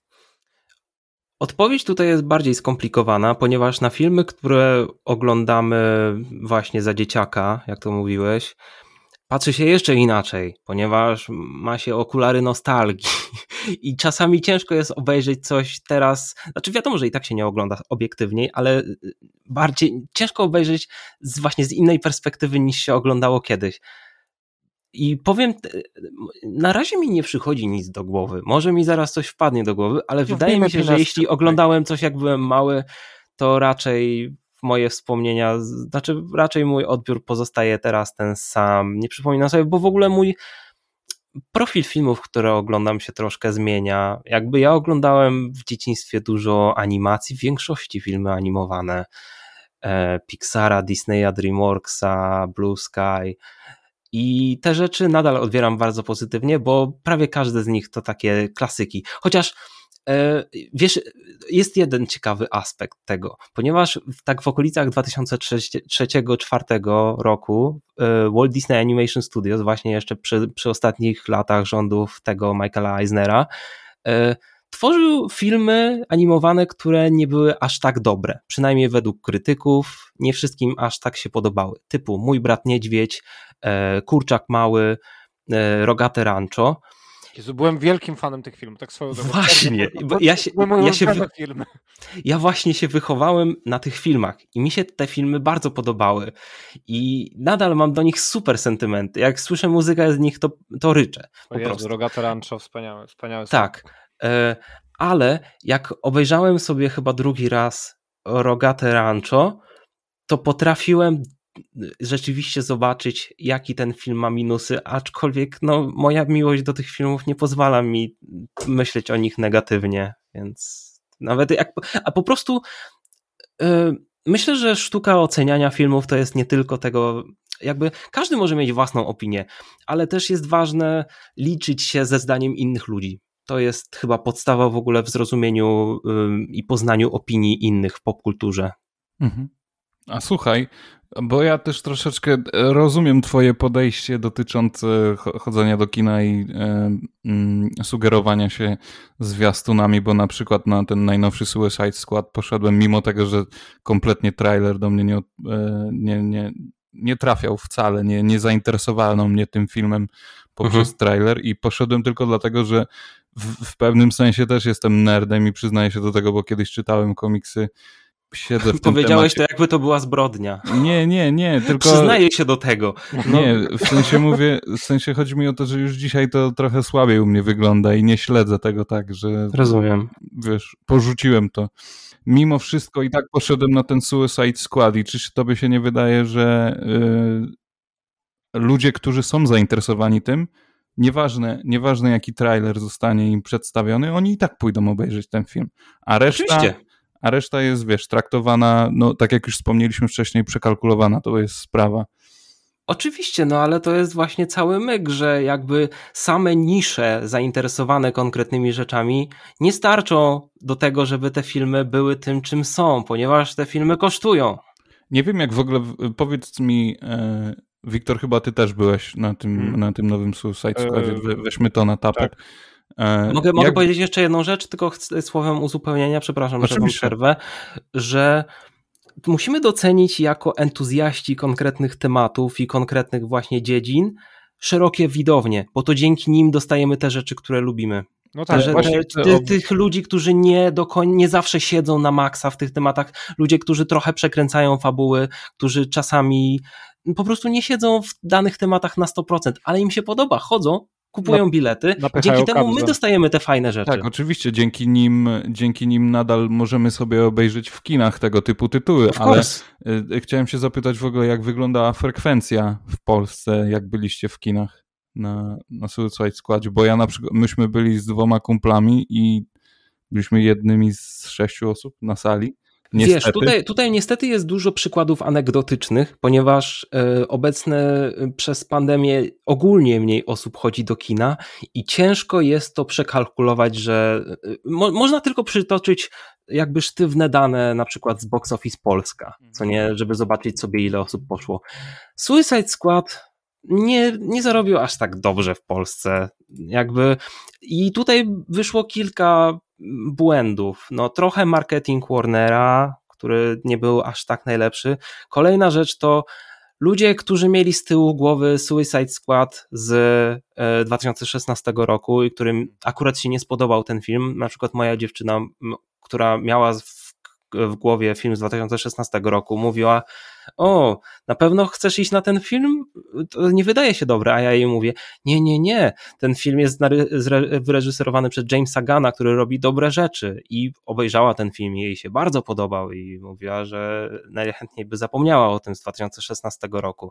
Odpowiedź tutaj jest bardziej skomplikowana, ponieważ na filmy, które oglądamy właśnie za dzieciaka, jak to mówiłeś, patrzy się jeszcze inaczej, ponieważ ma się okulary nostalgii i czasami ciężko jest obejrzeć coś teraz, znaczy wiadomo, że i tak się nie ogląda obiektywniej, ale bardziej ciężko obejrzeć z, właśnie z innej perspektywy niż się oglądało kiedyś. I powiem, na razie mi nie przychodzi nic do głowy. Może mi zaraz coś wpadnie do głowy, ale no wydaje mi się, że jeśli oglądałem coś jak byłem mały, to raczej moje wspomnienia, znaczy raczej mój odbiór pozostaje teraz ten sam. Nie przypominam sobie, bo w ogóle mój profil filmów, które oglądam, się troszkę zmienia. Jakby ja oglądałem w dzieciństwie dużo animacji, w większości filmy animowane. Pixara, Disneya, DreamWorksa, Blue Sky. I te rzeczy nadal odbieram bardzo pozytywnie, bo prawie każde z nich to takie klasyki. Chociaż wiesz, jest jeden ciekawy aspekt tego, ponieważ tak w okolicach dwa tysiące trzeciego do dwa tysiące czwartego roku Walt Disney Animation Studios, właśnie jeszcze przy, przy ostatnich latach rządów tego Michaela Eisnera, tworzył filmy animowane, które nie były aż tak dobre, przynajmniej według krytyków, nie wszystkim aż tak się podobały, typu Mój brat niedźwiedź, Kurczak mały, Rogate Rancho. Jezu, byłem wielkim fanem tych filmów, tak swoją drogą. Właśnie, bo ja się, ja, się wy... ja właśnie się wychowałem na tych filmach i mi się te filmy bardzo podobały i nadal mam do nich super sentymenty. Jak słyszę muzykę z nich, to, to ryczę. Po o Jezu, prostu. Rogate Rancho, wspaniałe, wspaniałe. Tak, e, ale jak obejrzałem sobie chyba drugi raz Rogate Rancho, to potrafiłem rzeczywiście zobaczyć, jaki ten film ma minusy, aczkolwiek no, moja miłość do tych filmów nie pozwala mi myśleć o nich negatywnie, więc nawet jak, a po prostu yy, myślę, że sztuka oceniania filmów to jest nie tylko tego, jakby każdy może mieć własną opinię, ale też jest ważne liczyć się ze zdaniem innych ludzi. To jest chyba podstawa w ogóle w zrozumieniu yy, i poznaniu opinii innych w popkulturze. Mhm. A słuchaj, bo ja też troszeczkę rozumiem twoje podejście dotyczące chodzenia do kina i e, mm, sugerowania się zwiastunami, bo na przykład na ten najnowszy Suicide Squad poszedłem mimo tego, że kompletnie trailer do mnie nie, e, nie, nie, nie trafiał wcale, nie, nie zainteresowano mnie tym filmem poprzez mhm. trailer i poszedłem tylko dlatego, że w, w pewnym sensie też jestem nerdem i przyznaję się do tego, bo kiedyś czytałem komiksy. Siedzę w tym Powiedziałeś temacie. To jakby to była zbrodnia. Nie, nie, nie, tylko... Przyznaję się do tego. No. Nie, w sensie mówię, w sensie chodzi mi o to, że już dzisiaj to trochę słabiej u mnie wygląda i nie śledzę tego tak, że... Rozumiem. Wiesz, porzuciłem to. Mimo wszystko i tak poszedłem na ten Suicide Squad i czy tobie się nie wydaje, że yy, ludzie, którzy są zainteresowani tym, nieważne, nieważne jaki trailer zostanie im przedstawiony, oni i tak pójdą obejrzeć ten film. A reszta... Oczywiście. A reszta jest, wiesz, traktowana, no tak jak już wspomnieliśmy wcześniej, przekalkulowana, to jest sprawa. Oczywiście, no ale to jest właśnie cały myk, że jakby same nisze zainteresowane konkretnymi rzeczami nie starczą do tego, żeby te filmy były tym, czym są, ponieważ te filmy kosztują. Nie wiem jak w ogóle, powiedz mi, e, Wiktor, chyba ty też byłeś na tym, hmm. na tym nowym Suicide Squadzie, We, weźmy to na tapet. Tak. Mogę, mogę jak... powiedzieć jeszcze jedną rzecz, tylko słowem uzupełnienia, przepraszam, że wam przerwę, że musimy docenić jako entuzjaści konkretnych tematów i konkretnych właśnie dziedzin szerokie widownie, bo to dzięki nim dostajemy te rzeczy, które lubimy. No tak, że właśnie te, ty, tych ludzi, którzy nie, do koń, nie zawsze siedzą na maksa w tych tematach, ludzie, którzy trochę przekręcają fabuły, którzy czasami po prostu nie siedzą w danych tematach na sto procent, ale im się podoba, chodzą, kupują na, bilety, dzięki temu kabzę. my dostajemy te fajne rzeczy. Tak, oczywiście, dzięki nim, dzięki nim nadal możemy sobie obejrzeć w kinach tego typu tytuły, Of ale course. y, chciałem się zapytać w ogóle, jak wyglądała frekwencja w Polsce, jak byliście w kinach na, na Suicide Squadzie, bo ja na przykład, myśmy byli z dwoma kumplami i byliśmy jednymi z sześciu osób na sali. Niestety. Wiesz, tutaj, tutaj niestety jest dużo przykładów anegdotycznych, ponieważ y, obecne y, przez pandemię ogólnie mniej osób chodzi do kina i ciężko jest to przekalkulować, że y, mo, można tylko przytoczyć jakby sztywne dane na przykład z Box Office Polska, co nie, żeby zobaczyć sobie ile osób poszło. Suicide Squad nie, nie zarobił aż tak dobrze w Polsce, jakby i tutaj wyszło kilka błędów. No trochę marketing Warnera, który nie był aż tak najlepszy. Kolejna rzecz to ludzie, którzy mieli z tyłu głowy Suicide Squad z dwa tysiące szesnastego roku i którym akurat się nie spodobał ten film, na przykład moja dziewczyna, która miała w, w głowie film z dwa tysiące szesnastego roku, mówiła: o, na pewno chcesz iść na ten film? To nie wydaje się dobre, a ja jej mówię: nie, nie, nie, ten film jest wyreżyserowany przez Jamesa Gunna, który robi dobre rzeczy, i obejrzała ten film i jej się bardzo podobał i mówiła, że najchętniej by zapomniała o tym z dwa tysiące szesnastego roku.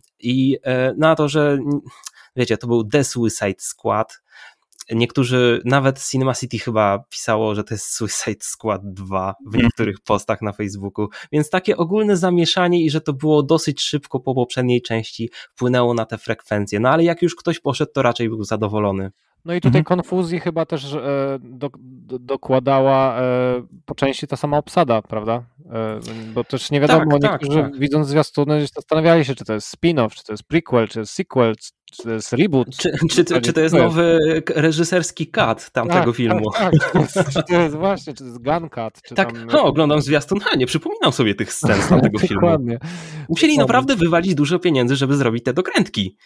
I na to, że wiecie, to był The Suicide Squad. Niektórzy, nawet Cinema City chyba pisało, że to jest Suicide Squad dwa w niektórych postach na Facebooku, więc takie ogólne zamieszanie i że to było dosyć szybko po poprzedniej części wpłynęło na te frekwencje, no ale jak już ktoś poszedł, to raczej był zadowolony. No i tutaj Mhm. konfuzji chyba też e, do, do, dokładała e, po części ta sama obsada, prawda? E, bo też nie wiadomo, Tak, niektórzy tak, tak. widząc zwiastuny zastanawiali się, czy to jest spin-off, czy to jest prequel, czy to jest sequel, czy to jest reboot. Czy, czy, to, czy to jest nowy reżyserski cut tamtego tak, filmu? Tak, tak. Czy, to jest, czy to jest właśnie, czy to jest gun cut, czy Tak, tam... no, oglądam zwiastun, a nie przypominam sobie tych scen z tamtego filmu. Dokładnie. Musieli Dokładnie. naprawdę wywalić dużo pieniędzy, żeby zrobić te dokrętki.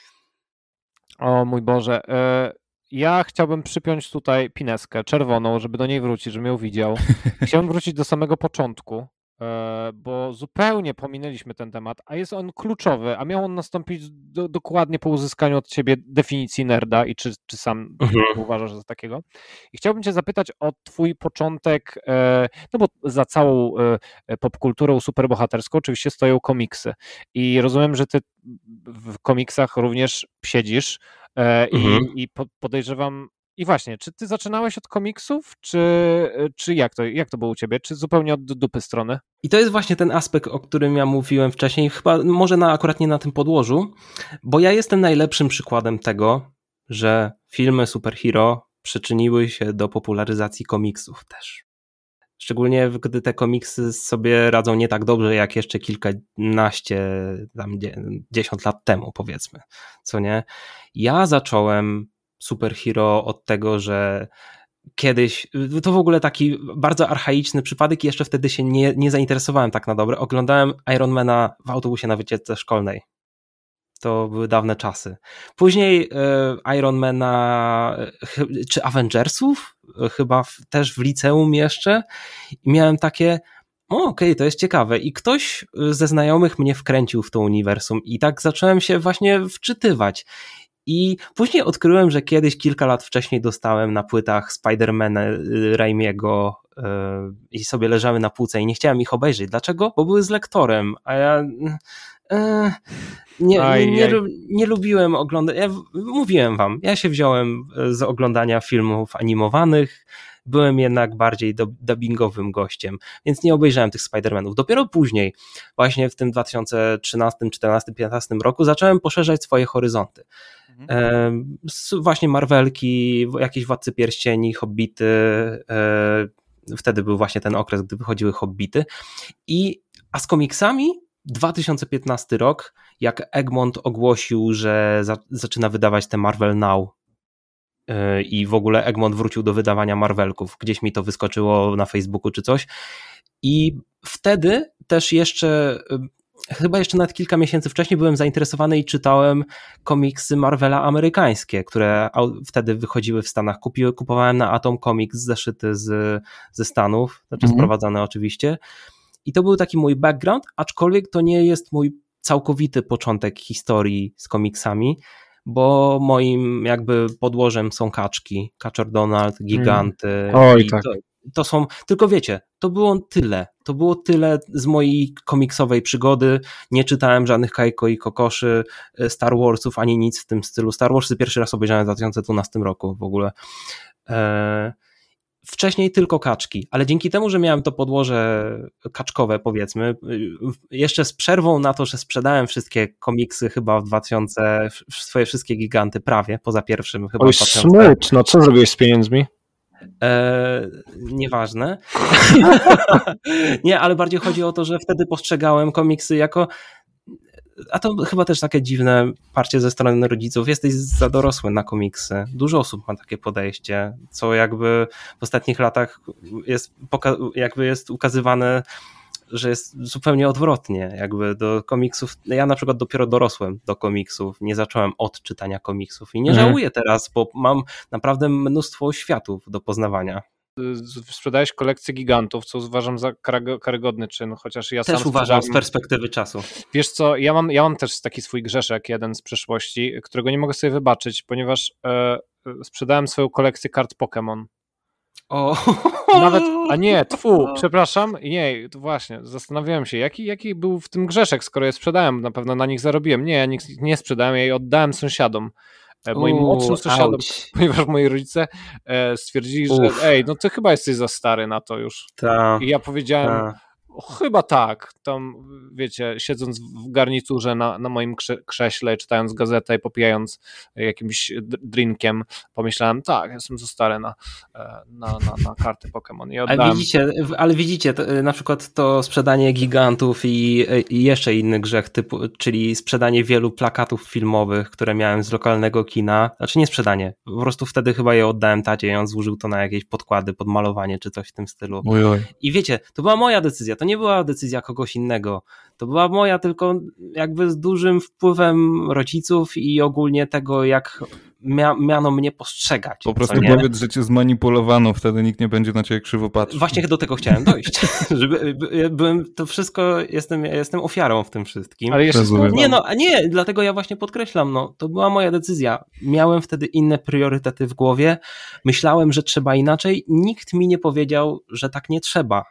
O mój Boże. E, ja chciałbym przypiąć tutaj pineskę czerwoną, żeby do niej wrócić, żebym ją widział. Chciałbym wrócić do samego początku, e, bo zupełnie pominęliśmy ten temat, a jest on kluczowy, a miał on nastąpić do, dokładnie po uzyskaniu od ciebie definicji nerda i czy, czy sam Mhm. uważasz za takiego. I chciałbym cię zapytać o twój początek, e, no bo za całą e, popkulturą superbohaterską oczywiście stoją komiksy i rozumiem, że ty w komiksach również siedzisz, e, Mhm. i, i po- podejrzewam. I właśnie, czy ty zaczynałeś od komiksów, czy, czy jak to, jak to było u ciebie? Czy zupełnie od dupy strony? I to jest właśnie ten aspekt, o którym ja mówiłem wcześniej, chyba może na, akurat nie na tym podłożu, bo ja jestem najlepszym przykładem tego, że filmy superhero przyczyniły się do popularyzacji komiksów też. Szczególnie gdy te komiksy sobie radzą nie tak dobrze jak jeszcze kilkanaście, tam dziesiąt lat temu, powiedzmy, co nie? Ja zacząłem superhero od tego, że kiedyś, to w ogóle taki bardzo archaiczny przypadek i jeszcze wtedy się nie, nie zainteresowałem tak na dobre. Oglądałem Ironmana w autobusie na wycieczce szkolnej. To były dawne czasy. Później e, Ironmana e, czy Avengersów, e, chyba w, też w liceum jeszcze, i miałem takie: o, okej, okay, to jest ciekawe. I ktoś ze znajomych mnie wkręcił w to uniwersum i tak zacząłem się właśnie wczytywać. I później odkryłem, że kiedyś, kilka lat wcześniej, dostałem na płytach Spidermana Raimiego yy, i sobie leżały na półce i nie chciałem ich obejrzeć. Dlaczego? Bo były z lektorem, a ja yy, nie, Aj, nie, nie, aj. nie lubiłem oglądać. Ja mówiłem wam, ja się wziąłem z oglądania filmów animowanych, byłem jednak bardziej do, dubbingowym gościem, więc nie obejrzałem tych Spider-Manów. Dopiero później, właśnie w tym dwa tysiące trzynastym, czternastym, piętnastym roku zacząłem poszerzać swoje horyzonty. E, właśnie Marvelki, jakieś Władcy Pierścieni, Hobbity, e, wtedy był właśnie ten okres, gdy wychodziły Hobbity. I, a z komiksami dwa tysiące piętnasty rok, jak Egmont ogłosił, że za, zaczyna wydawać te Marvel Now, i w ogóle Egmont wrócił do wydawania Marvelków. Gdzieś mi to wyskoczyło na Facebooku czy coś. I wtedy też jeszcze, chyba jeszcze nawet kilka miesięcy wcześniej byłem zainteresowany i czytałem komiksy Marvela amerykańskie, które wtedy wychodziły w Stanach. Kupiły, kupowałem na Atom Comics zeszyty z, ze Stanów, znaczy mhm. sprowadzane oczywiście. I to był taki mój background, aczkolwiek to nie jest mój całkowity początek historii z komiksami, bo moim jakby podłożem są kaczki, Kaczor Donald, Giganty. Mm. Oj, tak. To, to są, tylko wiecie, to było tyle, to było tyle z mojej komiksowej przygody, nie czytałem żadnych Kajko i Kokoszy, Star Warsów, ani nic w tym stylu. Star Warsy pierwszy raz obejrzałem w dwa tysiące dwunastym roku w ogóle. Eee, Wcześniej tylko kaczki, ale dzięki temu, że miałem to podłoże kaczkowe, powiedzmy, jeszcze z przerwą na to, że sprzedałem wszystkie komiksy chyba w dwa tysiące, swoje wszystkie giganty prawie, poza pierwszym chyba. Oj, smutno, co zrobiłeś z pieniędzmi? Eee, nieważne. Nie, ale bardziej chodzi o to, że wtedy postrzegałem komiksy jako, a to chyba też takie dziwne parcie ze strony rodziców, jesteś za dorosły na komiksy. Dużo osób ma takie podejście, co jakby w ostatnich latach jest, jakby jest ukazywane, że jest zupełnie odwrotnie, jakby do komiksów. Ja na przykład dopiero dorosłem do komiksów, nie zacząłem od czytania komiksów i nie mhm. żałuję teraz, bo mam naprawdę mnóstwo światów do poznawania. Sprzedałeś kolekcję gigantów, co uważam za karygodny czyn, chociaż ja też sam uważam z perspektywy czasu. Wiesz co, ja mam, ja mam też taki swój grzeszek, jeden z przeszłości, którego nie mogę sobie wybaczyć, ponieważ e, sprzedałem swoją kolekcję kart Pokémon. O. Nawet, a nie, tfu, przepraszam, nie, to właśnie, zastanawiałem się, jaki, jaki był w tym grzeszek, skoro je sprzedałem, na pewno na nich zarobiłem. Nie, ja nich nie sprzedałem, ja je oddałem sąsiadom. Moim Uuu, młodszym sąsiadom, ouch. Ponieważ moi rodzice e, stwierdzili, Uf. że ej, no ty chyba jesteś za stary na to już. Ta, I ja powiedziałem, ta. o, chyba tak. Tam, wiecie, siedząc w garniturze na, na moim krze- krześle, czytając gazetę i popijając jakimś drinkiem, pomyślałem, tak, jestem za stary na, na, na, na karty Pokémon. I oddałem. Ale widzicie, ale widzicie to, na przykład to sprzedanie gigantów i, i jeszcze inny grzech, typu, czyli sprzedanie wielu plakatów filmowych, które miałem z lokalnego kina. Znaczy nie sprzedanie, po prostu wtedy chyba je oddałem tacie i on zużył to na jakieś podkłady, podmalowanie czy coś w tym stylu. Oj, oj. I wiecie, to była moja decyzja. To nie była decyzja kogoś innego. To była moja tylko jakby z dużym wpływem rodziców i ogólnie tego, jak mia- miano mnie postrzegać. Po prostu powiedz, że cię zmanipulowano, wtedy nikt nie będzie na ciebie krzywo patrzył. Właśnie do tego chciałem dojść. Żeby, byłem, to wszystko, jestem, jestem ofiarą w tym wszystkim. Ale jeszcze nie, no, nie, dlatego ja właśnie podkreślam, no, to była moja decyzja. Miałem wtedy inne priorytety w głowie. Myślałem, że trzeba inaczej. Nikt mi nie powiedział, że tak nie trzeba.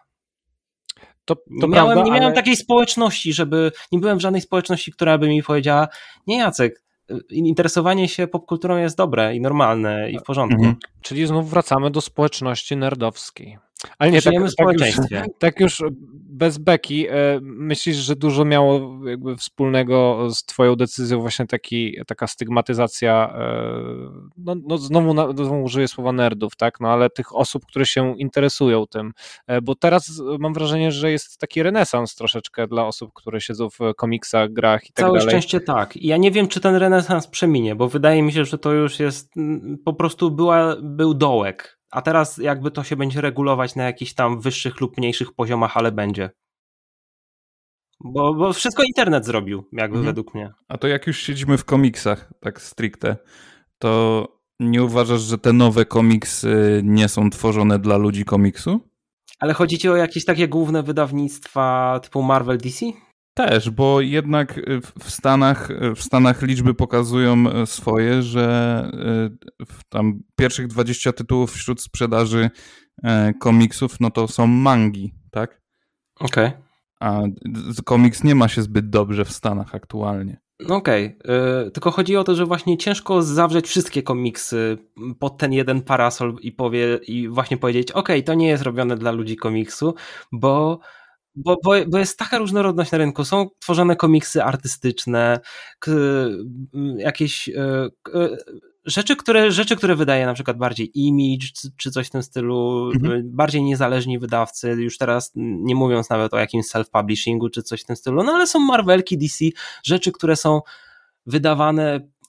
To, to nie miałem, prawda, nie miałem ale... takiej społeczności, żeby, nie byłem w żadnej społeczności, która by mi powiedziała, nie Jacek, interesowanie się popkulturą jest dobre i normalne i w porządku. Mhm. Czyli znów wracamy do społeczności nerdowskiej. Ale nie, Żyjemy tak, w społeczeństwie. Tak już, tak już bez beki, myślisz, że dużo miało jakby wspólnego z twoją decyzją właśnie taki, taka stygmatyzacja, no, no znowu, znowu użyję słowa nerdów, tak, no ale tych osób, które się interesują tym, bo teraz mam wrażenie, że jest taki renesans troszeczkę dla osób, które siedzą w komiksach, grach i tak Całe dalej. Całe szczęście tak. I ja nie wiem, czy ten renesans przeminie, bo wydaje mi się, że to już jest, po prostu była, był dołek. A teraz jakby to się będzie regulować na jakichś tam wyższych lub mniejszych poziomach, ale będzie. Bo, bo wszystko internet zrobił, jakby mhm. według mnie. A to jak już siedzimy w komiksach, tak stricte, to nie uważasz, że te nowe komiksy nie są tworzone dla ludzi komiksu? Ale chodzi ci o jakieś takie główne wydawnictwa typu Marvel, D C? Też, bo jednak w Stanach, w Stanach liczby pokazują swoje, że w tam pierwszych dwadzieścia tytułów wśród sprzedaży komiksów, no to są mangi, tak? Okej. Okay. A komiks nie ma się zbyt dobrze w Stanach aktualnie. Okej, okay. Yy, tylko chodzi o to, że właśnie ciężko zawrzeć wszystkie komiksy pod ten jeden parasol i, powie, i właśnie powiedzieć, okej, okay, to nie jest robione dla ludzi komiksu, bo Bo, bo, bo jest taka różnorodność na rynku. Są tworzone komiksy artystyczne, k, jakieś k, rzeczy, które, rzeczy, które wydaje na przykład bardziej Image, czy coś w tym stylu, mhm. bardziej niezależni wydawcy, już teraz nie mówiąc nawet o jakimś self-publishingu, czy coś w tym stylu, no ale są Marvelki, D C, rzeczy, które są wydawane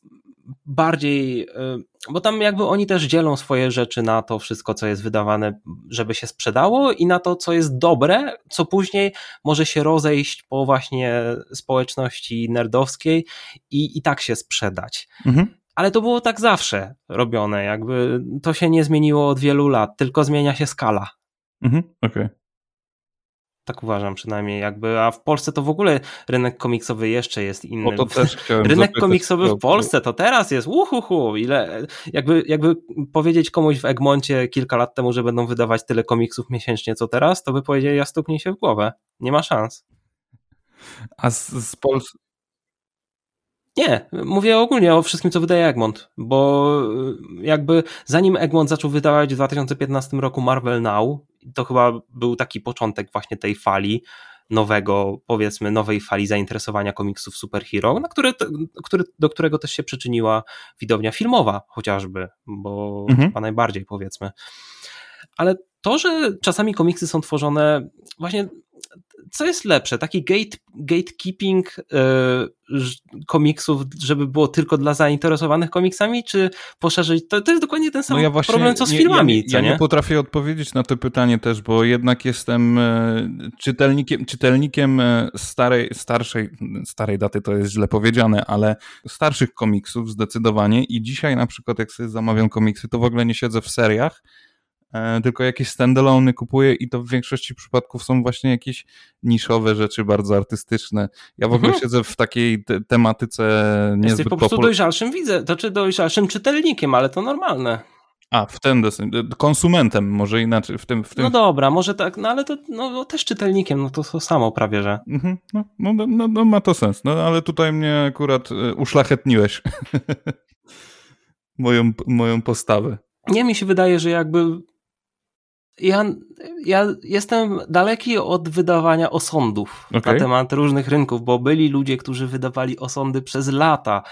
bardziej, bo tam jakby oni też dzielą swoje rzeczy na to wszystko, co jest wydawane, żeby się sprzedało i na to, co jest dobre, co później może się rozejść po właśnie społeczności nerdowskiej i, i tak się sprzedać. Mhm. Ale to było tak zawsze robione, jakby to się nie zmieniło od wielu lat, tylko zmienia się skala. Mhm, okej. Okay. Tak uważam przynajmniej, jakby, a w Polsce to w ogóle rynek komiksowy jeszcze jest inny. O to też chciałem rynek zapytać, komiksowy w Polsce to teraz jest uhuhu, ile, jakby, jakby powiedzieć komuś w Egmoncie kilka lat temu, że będą wydawać tyle komiksów miesięcznie co teraz, to by powiedzieli, ja stuknij się w głowę, nie ma szans. A z, z Polski? Nie, mówię ogólnie o wszystkim, co wydaje Egmont, bo jakby zanim Egmont zaczął wydawać w dwa tysiące piętnastym roku Marvel Now, to chyba był taki początek właśnie tej fali nowego, powiedzmy nowej fali zainteresowania komiksów superhero, na które, który, do którego też się przyczyniła widownia filmowa chociażby, bo mhm. chyba najbardziej powiedzmy. Ale to, że czasami komiksy są tworzone właśnie, co jest lepsze, taki gate, gatekeeping yy, komiksów, żeby było tylko dla zainteresowanych komiksami, czy poszerzyć, to, to jest dokładnie ten sam no ja właśnie, problem, co z nie, filmami. Ja, co, ja nie? nie potrafię odpowiedzieć na to pytanie też, bo jednak jestem czytelnikiem, czytelnikiem starej, starszej, starej daty to jest źle powiedziane, ale starszych komiksów zdecydowanie i dzisiaj na przykład jak sobie zamawiam komiksy, to w ogóle nie siedzę w seriach, tylko jakieś standalone kupuję i to w większości przypadków są właśnie jakieś niszowe rzeczy, bardzo artystyczne. Ja w ogóle mhm. siedzę w takiej te- tematyce niezbyt Jesteś po prostu popul- dojrzalszym widzę, to czy dojrzalszym czytelnikiem, ale to normalne. A, w ten deseń, konsumentem może inaczej. W tym, w tym... No dobra, może tak, no ale to no, też czytelnikiem, no to to samo prawie, że. Mhm. No, no, no, no ma to sens, no ale tutaj mnie akurat uszlachetniłeś moją, moją postawę. Nie, mi się wydaje, że jakby Ja, ja jestem daleki od wydawania osądów okay. na temat różnych rynków, bo byli ludzie, którzy wydawali osądy przez lata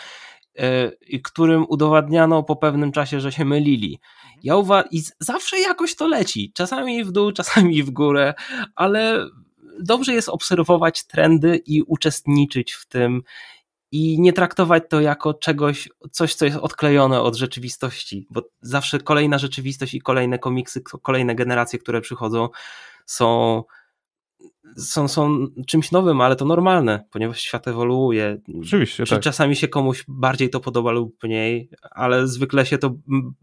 i yy, którym udowadniano po pewnym czasie, że się mylili. Ja uwa- I zawsze jakoś to leci, czasami w dół, czasami w górę, ale dobrze jest obserwować trendy i uczestniczyć w tym i nie traktować to jako czegoś, coś, co jest odklejone od rzeczywistości, bo zawsze kolejna rzeczywistość i kolejne komiksy, kolejne generacje, które przychodzą, są, są, są czymś nowym, ale to normalne, ponieważ świat ewoluuje. Oczywiście, tak. Czasami się komuś bardziej to podoba lub mniej, ale zwykle się to,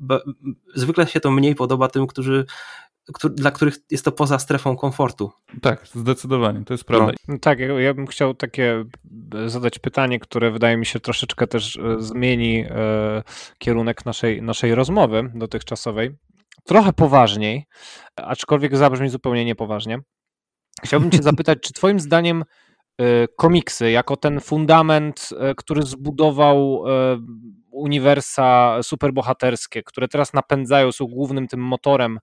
zwykle się to mniej podoba tym, którzy dla których jest to poza strefą komfortu. Tak, zdecydowanie, to jest prawda. No, tak, ja bym chciał takie zadać pytanie, które wydaje mi się troszeczkę też zmieni e, kierunek naszej, naszej rozmowy dotychczasowej. Trochę poważniej, aczkolwiek zabrzmi zupełnie niepoważnie. Chciałbym cię zapytać, czy twoim zdaniem e, komiksy, jako ten fundament, e, który zbudował e, uniwersa superbohaterskie, które teraz napędzają, są głównym tym motorem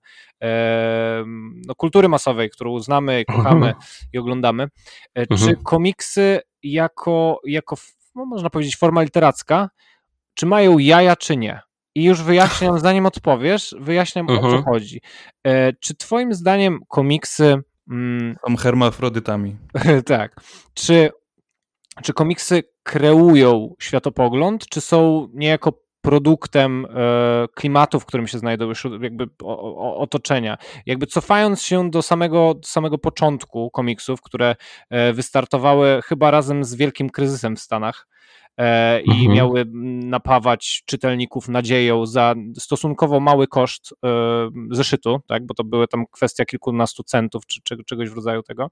e, no, kultury masowej, którą znamy, kochamy mhm. i oglądamy. E, mhm. Czy komiksy jako, jako no, można powiedzieć forma literacka, czy mają jaja, czy nie? I już wyjaśniam, zanim odpowiesz, wyjaśniam mhm. o co chodzi. E, czy twoim zdaniem komiksy mm, są hermafrodytami? Tak. Czy Czy komiksy kreują światopogląd, czy są niejako produktem e, klimatu, w którym się znajdują, jakby o, o, otoczenia? Jakby cofając się do samego, do samego początku komiksów, które e, wystartowały chyba razem z wielkim kryzysem w Stanach e, i mhm. miały napawać czytelników nadzieją za stosunkowo mały koszt e, zeszytu, tak, bo to były tam kwestia kilkunastu centów, czy, czy czegoś w rodzaju tego,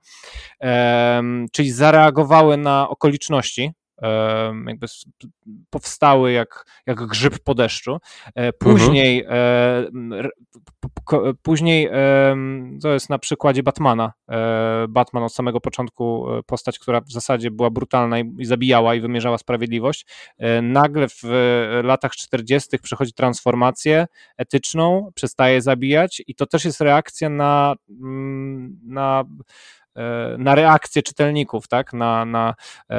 e, czyli zareagowały na okoliczności, jakby powstały jak, jak grzyb po deszczu. Później, mhm. e, później e, to jest na przykładzie Batmana. E, Batman od samego początku postać, która w zasadzie była brutalna i, i zabijała i wymierzała sprawiedliwość. E, nagle w latach czterdziestych przechodzi transformację etyczną, przestaje zabijać i to też jest reakcja na, na na reakcje czytelników, tak? na, na,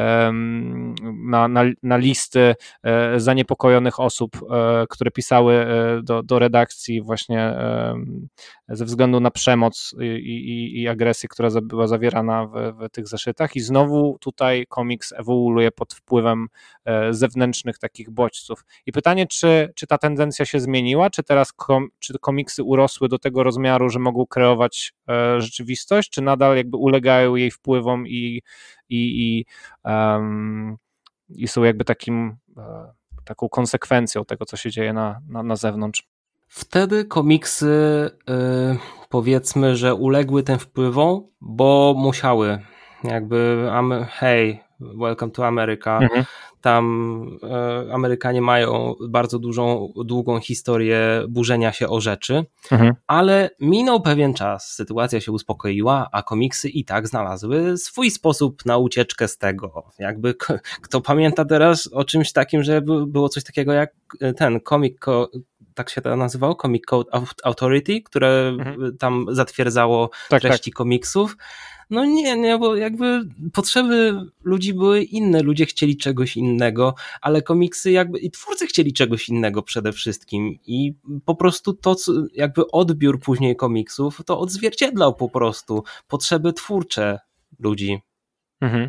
na, na, na listy zaniepokojonych osób, które pisały do, do redakcji właśnie ze względu na przemoc i, i, i agresję, która była zawierana w, w tych zeszytach i znowu tutaj komiks ewoluuje pod wpływem zewnętrznych takich bodźców. I pytanie, czy, czy ta tendencja się zmieniła, czy teraz kom, czy komiksy urosły do tego rozmiaru, że mogą kreować e, rzeczywistość, czy nadal jakby ulegają jej wpływom i, i, i, um, i są jakby takim, e, taką konsekwencją tego, co się dzieje na, na, na zewnątrz. Wtedy komiksy yy, powiedzmy, że uległy tym wpływom, bo musiały. Jakby, um, hej, welcome to America. Mhm. Tam y, Amerykanie mają bardzo dużą, długą historię burzenia się o rzeczy, mhm. ale minął pewien czas, sytuacja się uspokoiła, a komiksy i tak znalazły swój sposób na ucieczkę z tego. Jakby kto pamięta teraz o czymś takim, że było coś takiego jak ten Comic Co- tak się to nazywało, Comic Code Authority, które mhm. tam zatwierdzało tak, treści tak. komiksów. No nie, nie, bo jakby potrzeby ludzi były inne, ludzie chcieli czegoś innego, ale komiksy jakby i twórcy chcieli czegoś innego przede wszystkim i po prostu to, co, jakby odbiór później komiksów, to odzwierciedlał po prostu potrzeby twórcze ludzi. Mhm.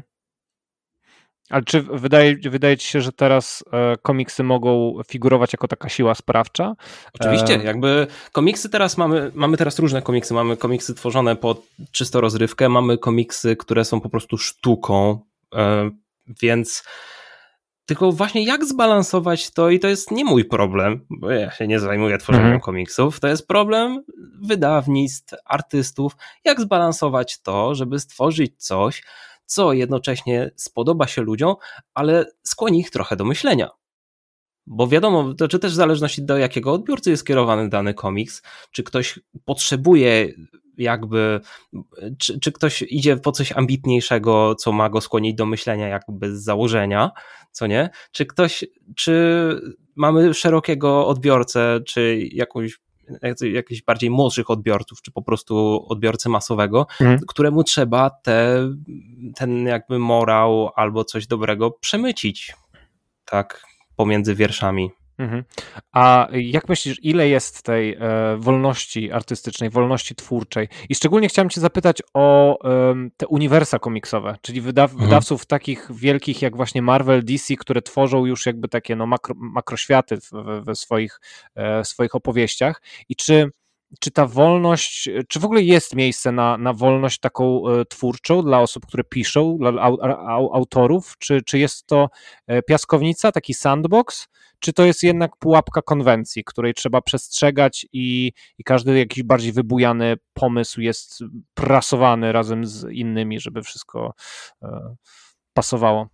Ale czy wydaje, wydaje ci się, że teraz e, komiksy mogą figurować jako taka siła sprawcza? Oczywiście, e... jakby komiksy teraz mamy, mamy teraz różne komiksy, mamy komiksy tworzone pod czysto rozrywkę, mamy komiksy, które są po prostu sztuką, e, więc tylko właśnie jak zbalansować to i to jest nie mój problem, bo ja się nie zajmuję tworzeniem mhm. komiksów, to jest problem wydawnictw, artystów, jak zbalansować to, żeby stworzyć coś, co jednocześnie spodoba się ludziom, ale skłoni ich trochę do myślenia. Bo wiadomo, to czy też w zależności do jakiego odbiorcy jest skierowany dany komiks, czy ktoś potrzebuje jakby, czy, czy ktoś idzie po coś ambitniejszego, co ma go skłonić do myślenia jakby z założenia, co nie? Czy ktoś, czy mamy szerokiego odbiorcę, czy jakąś jakichś bardziej młodszych odbiorców, czy po prostu odbiorcy masowego, mhm. któremu trzeba te, ten jakby morał albo coś dobrego przemycić, tak, pomiędzy wierszami. Mhm. A jak myślisz, ile jest tej e, wolności artystycznej, wolności twórczej? I szczególnie chciałem cię zapytać o e, te uniwersa komiksowe, czyli wydaw, mhm. wydawców takich wielkich jak właśnie Marvel, D C, które tworzą już jakby takie no, makro, makroświaty we, we swoich, e, swoich opowieściach. I czy Czy ta wolność, czy w ogóle jest miejsce na, na wolność taką e, twórczą dla osób, które piszą, dla au, au, autorów? Czy, czy jest to e, piaskownica, taki sandbox? Czy to jest jednak pułapka konwencji, której trzeba przestrzegać i, i każdy jakiś bardziej wybujany pomysł jest prasowany razem z innymi, żeby wszystko e, pasowało?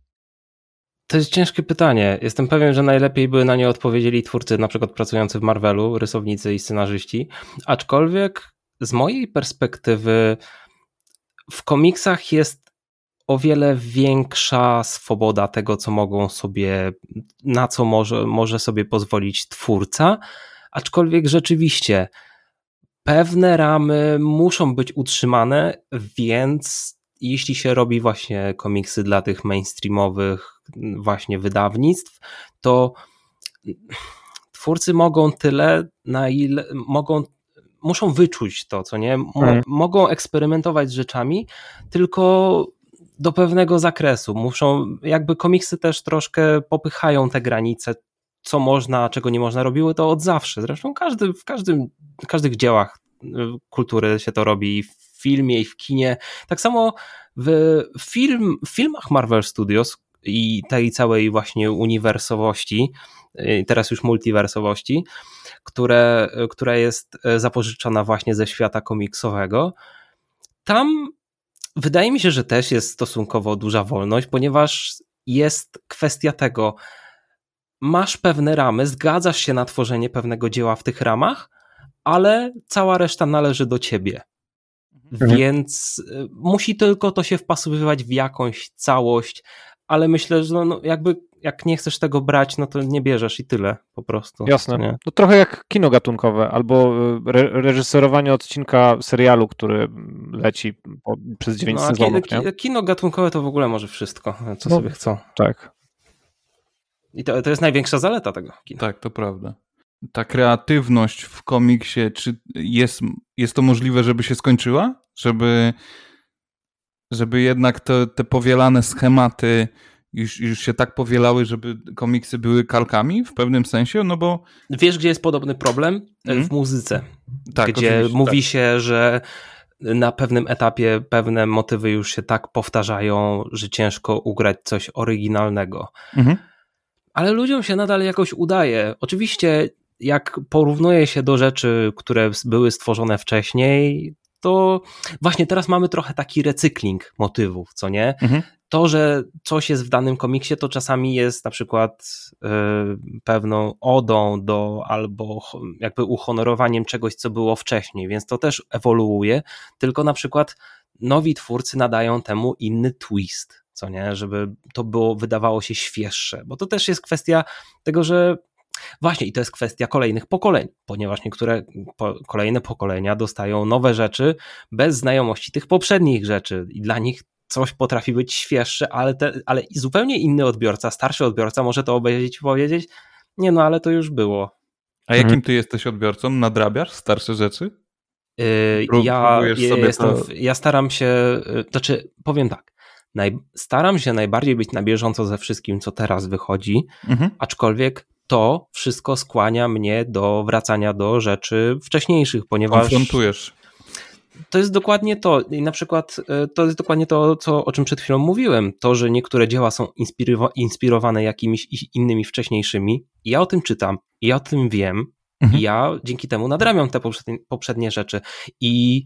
To jest ciężkie pytanie. Jestem pewien, że najlepiej by na nie odpowiedzieli twórcy, na przykład pracujący w Marvelu, rysownicy i scenarzyści. Aczkolwiek z mojej perspektywy w komiksach jest o wiele większa swoboda tego, co mogą sobie, na co może, może sobie pozwolić twórca. Aczkolwiek rzeczywiście pewne ramy muszą być utrzymane, więc jeśli się robi właśnie komiksy dla tych mainstreamowych właśnie wydawnictw, to twórcy mogą tyle, na ile mogą, muszą wyczuć to, co nie, M- hmm. mogą eksperymentować z rzeczami, tylko do pewnego zakresu. Muszą, jakby komiksy też troszkę popychają te granice, co można, czego nie można, robiły to od zawsze. Zresztą każdy, w każdym, w każdych dziełach kultury się to robi, w filmie i w kinie. Tak samo w, film, w filmach Marvel Studios i tej całej właśnie uniwersowości, teraz już multiwersowości, które, która jest zapożyczona właśnie ze świata komiksowego, tam wydaje mi się, że też jest stosunkowo duża wolność, ponieważ jest kwestia tego, masz pewne ramy, zgadzasz się na tworzenie pewnego dzieła w tych ramach, ale cała reszta należy do ciebie. Mhm. Więc musi tylko to się wpasowywać w jakąś całość, ale myślę, że no, no jakby jak nie chcesz tego brać, no to nie bierzesz i tyle po prostu. Jasne. Nie? No trochę jak kino gatunkowe, albo re- reżyserowanie odcinka serialu, który leci po, przez dziewięć no, sezonów. ki- Nie? Kino gatunkowe to w ogóle może wszystko, co No, sobie chcą. Tak. I to, to jest największa zaleta tego kina. Tak, to prawda. Ta kreatywność w komiksie, czy jest, jest to możliwe, żeby się skończyła? Żeby, żeby jednak te, te powielane schematy już, już się tak powielały, żeby komiksy były kalkami w pewnym sensie? No bo... Wiesz, gdzie jest podobny problem? Mm. W muzyce. Tak, gdzie oczywiście, mówi tak. się, że na pewnym etapie pewne motywy już się tak powtarzają, że ciężko ugrać coś oryginalnego. Mhm. Ale ludziom się nadal jakoś udaje. Oczywiście jak porównuje się do rzeczy, które były stworzone wcześniej, to właśnie teraz mamy trochę taki recykling motywów, co nie? Mhm. To, że coś jest w danym komiksie, to czasami jest na przykład y, pewną odą do albo jakby uhonorowaniem czegoś, co było wcześniej, więc to też ewoluuje, tylko na przykład nowi twórcy nadają temu inny twist, co nie? Żeby to było, wydawało się świeższe, bo to też jest kwestia tego, że właśnie i to jest kwestia kolejnych pokoleń, ponieważ niektóre po, kolejne pokolenia dostają nowe rzeczy bez znajomości tych poprzednich rzeczy i dla nich coś potrafi być świeższe, ale, te, ale zupełnie inny odbiorca, starszy odbiorca może to obejrzeć i powiedzieć, nie no, ale to już było. A jakim ty jesteś odbiorcą? Nadrabiasz starsze rzeczy? Yy, Prób- ja, próbujesz ja, sobie jestem, to- w- ja staram się, yy, znaczy powiem tak, naj, staram się najbardziej być na bieżąco ze wszystkim, co teraz wychodzi, Mhm. aczkolwiek to wszystko skłania mnie do wracania do rzeczy wcześniejszych, ponieważ Konfrontujesz. to jest dokładnie to i na przykład y, to jest dokładnie to, co, o czym przed chwilą mówiłem, to, że niektóre dzieła są inspirowa- inspirowane jakimiś i- innymi wcześniejszymi, ja o tym czytam, ja o tym wiem, Mhm. i ja dzięki temu nadrabiam te poprzednie, poprzednie rzeczy i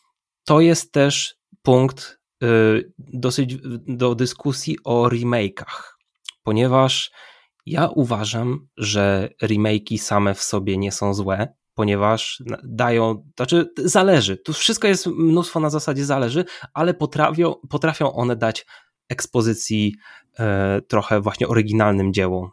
to jest też punkt y, dosyć do dyskusji o remake'ach, ponieważ ja uważam, że remake'i same w sobie nie są złe, ponieważ dają, znaczy zależy, tu wszystko jest mnóstwo na zasadzie zależy, ale potrafią, potrafią one dać ekspozycji e, trochę właśnie oryginalnym dziełom.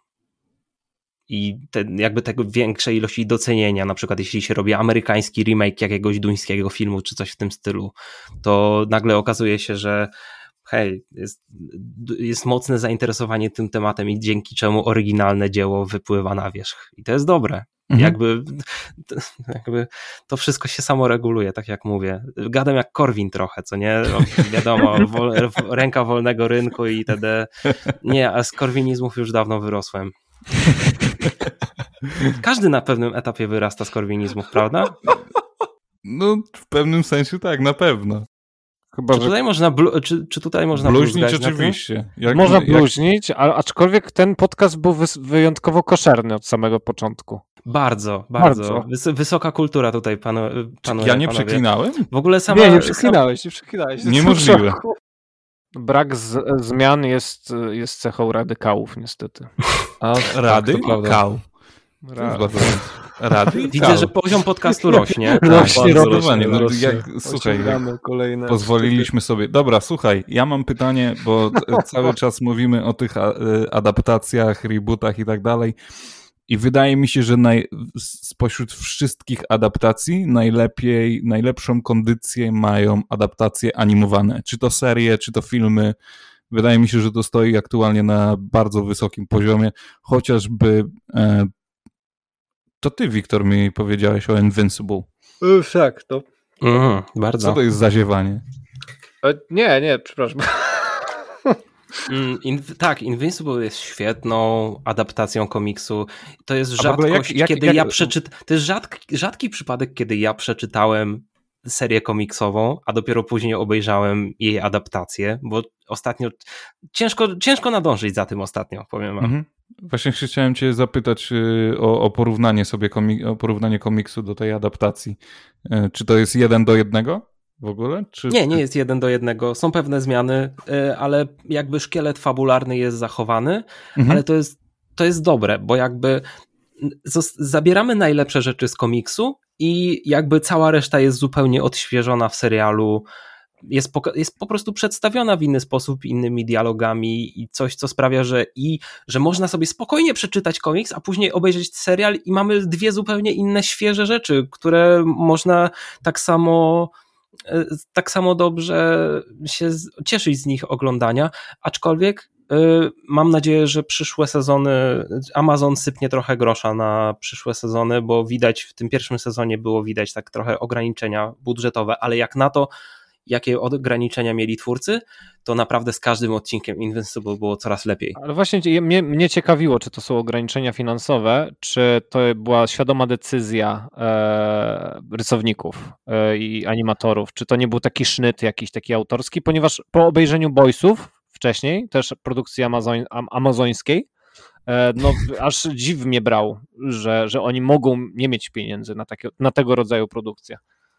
I te, jakby tego większej ilości docenienia, na przykład jeśli się robi amerykański remake jakiegoś duńskiego filmu, czy coś w tym stylu, to nagle okazuje się, że hej, jest, jest mocne zainteresowanie tym tematem i dzięki czemu oryginalne dzieło wypływa na wierzch. I to jest dobre. Mhm. Jakby, jakby to wszystko się samo reguluje, tak jak mówię. Gadam jak Korwin trochę, co nie? No, wiadomo, wol, ręka wolnego rynku i itd. Nie, a z korwinizmów już dawno wyrosłem. Każdy na pewnym etapie wyrasta z korwinizmów, prawda? No, w pewnym sensie tak, na pewno. Chyba, Czy że tutaj można, blu, czy, czy tutaj można Bluźnić bluzgać na tym? oczywiście. Jak, można jak, bluźnić, a, aczkolwiek ten podcast był wys- wyjątkowo koszerny od samego początku. Bardzo, bardzo. Bardzo. Wys- wysoka kultura tutaj panu, panuje. Ja nie panowie. przeklinałem? W ogóle sama... Nie, nie przeklinałeś, nie przeklinałeś. Niemożliwe. Brak z, zmian jest, jest cechą radykałów, niestety. A rady? to prawda. Kał. To jest bardzo- Rady? Widzę, Kał. że poziom podcastu rośnie. Rośnie, bardzo rośnie, no, rośnie. jak, słuchaj, jak Osiągamy kolejne pozwoliliśmy sobie. Dobra, słuchaj, ja mam pytanie, bo t- cały czas mówimy o tych a, y, adaptacjach, rebootach i tak dalej. I wydaje mi się, że naj, spośród wszystkich adaptacji najlepiej, najlepszą kondycję mają adaptacje animowane. Czy to serie, czy to filmy. Wydaje mi się, że to stoi aktualnie na bardzo wysokim poziomie, chociażby e, to ty, Wiktor, mi powiedziałeś o Invincible. Uff, tak, to... Mhm, bardzo. Co to jest zaziewanie? E, Nie, nie, przepraszam. Mm, in, tak, Invincible jest świetną adaptacją komiksu. To jest A w ogóle rzadkość, jak- jak- kiedy jak- ja przeczytałem. To jest rzadki, rzadki przypadek, kiedy ja przeczytałem serię komiksową, a dopiero później obejrzałem jej adaptację, bo ostatnio ciężko, ciężko nadążyć za tym ostatnio, powiem wam. Mhm. Właśnie chciałem cię zapytać y, o, o porównanie sobie komik- o porównanie komiksu do tej adaptacji. Y, Czy to jest jeden do jednego w ogóle? Czy... Nie, nie jest jeden do jednego. Są pewne zmiany, y, ale jakby szkielet fabularny jest zachowany, Mhm. ale to jest, to jest dobre, bo jakby zos- zabieramy najlepsze rzeczy z komiksu i jakby cała reszta jest zupełnie odświeżona w serialu jest po, jest po prostu przedstawiona w inny sposób, innymi dialogami i coś, co sprawia, że i że można sobie spokojnie przeczytać komiks, a później obejrzeć serial i mamy dwie zupełnie inne, świeże rzeczy, które można tak samo tak samo dobrze się cieszyć z nich oglądania, aczkolwiek mam nadzieję, że przyszłe sezony, Amazon sypnie trochę grosza na przyszłe sezony, bo widać, w tym pierwszym sezonie było widać tak trochę ograniczenia budżetowe, ale jak na to, jakie ograniczenia mieli twórcy, to naprawdę z każdym odcinkiem Invincible było coraz lepiej. Ale właśnie mnie, mnie ciekawiło, czy to są ograniczenia finansowe, czy to była świadoma decyzja e, rysowników e, i animatorów, czy to nie był taki sznyt jakiś taki autorski, ponieważ po obejrzeniu Boysów wcześniej, też produkcji amazoń, am, amazońskiej, e, no aż dziw mnie brał, że, że oni mogą nie mieć pieniędzy na, takie, na tego rodzaju produkcje.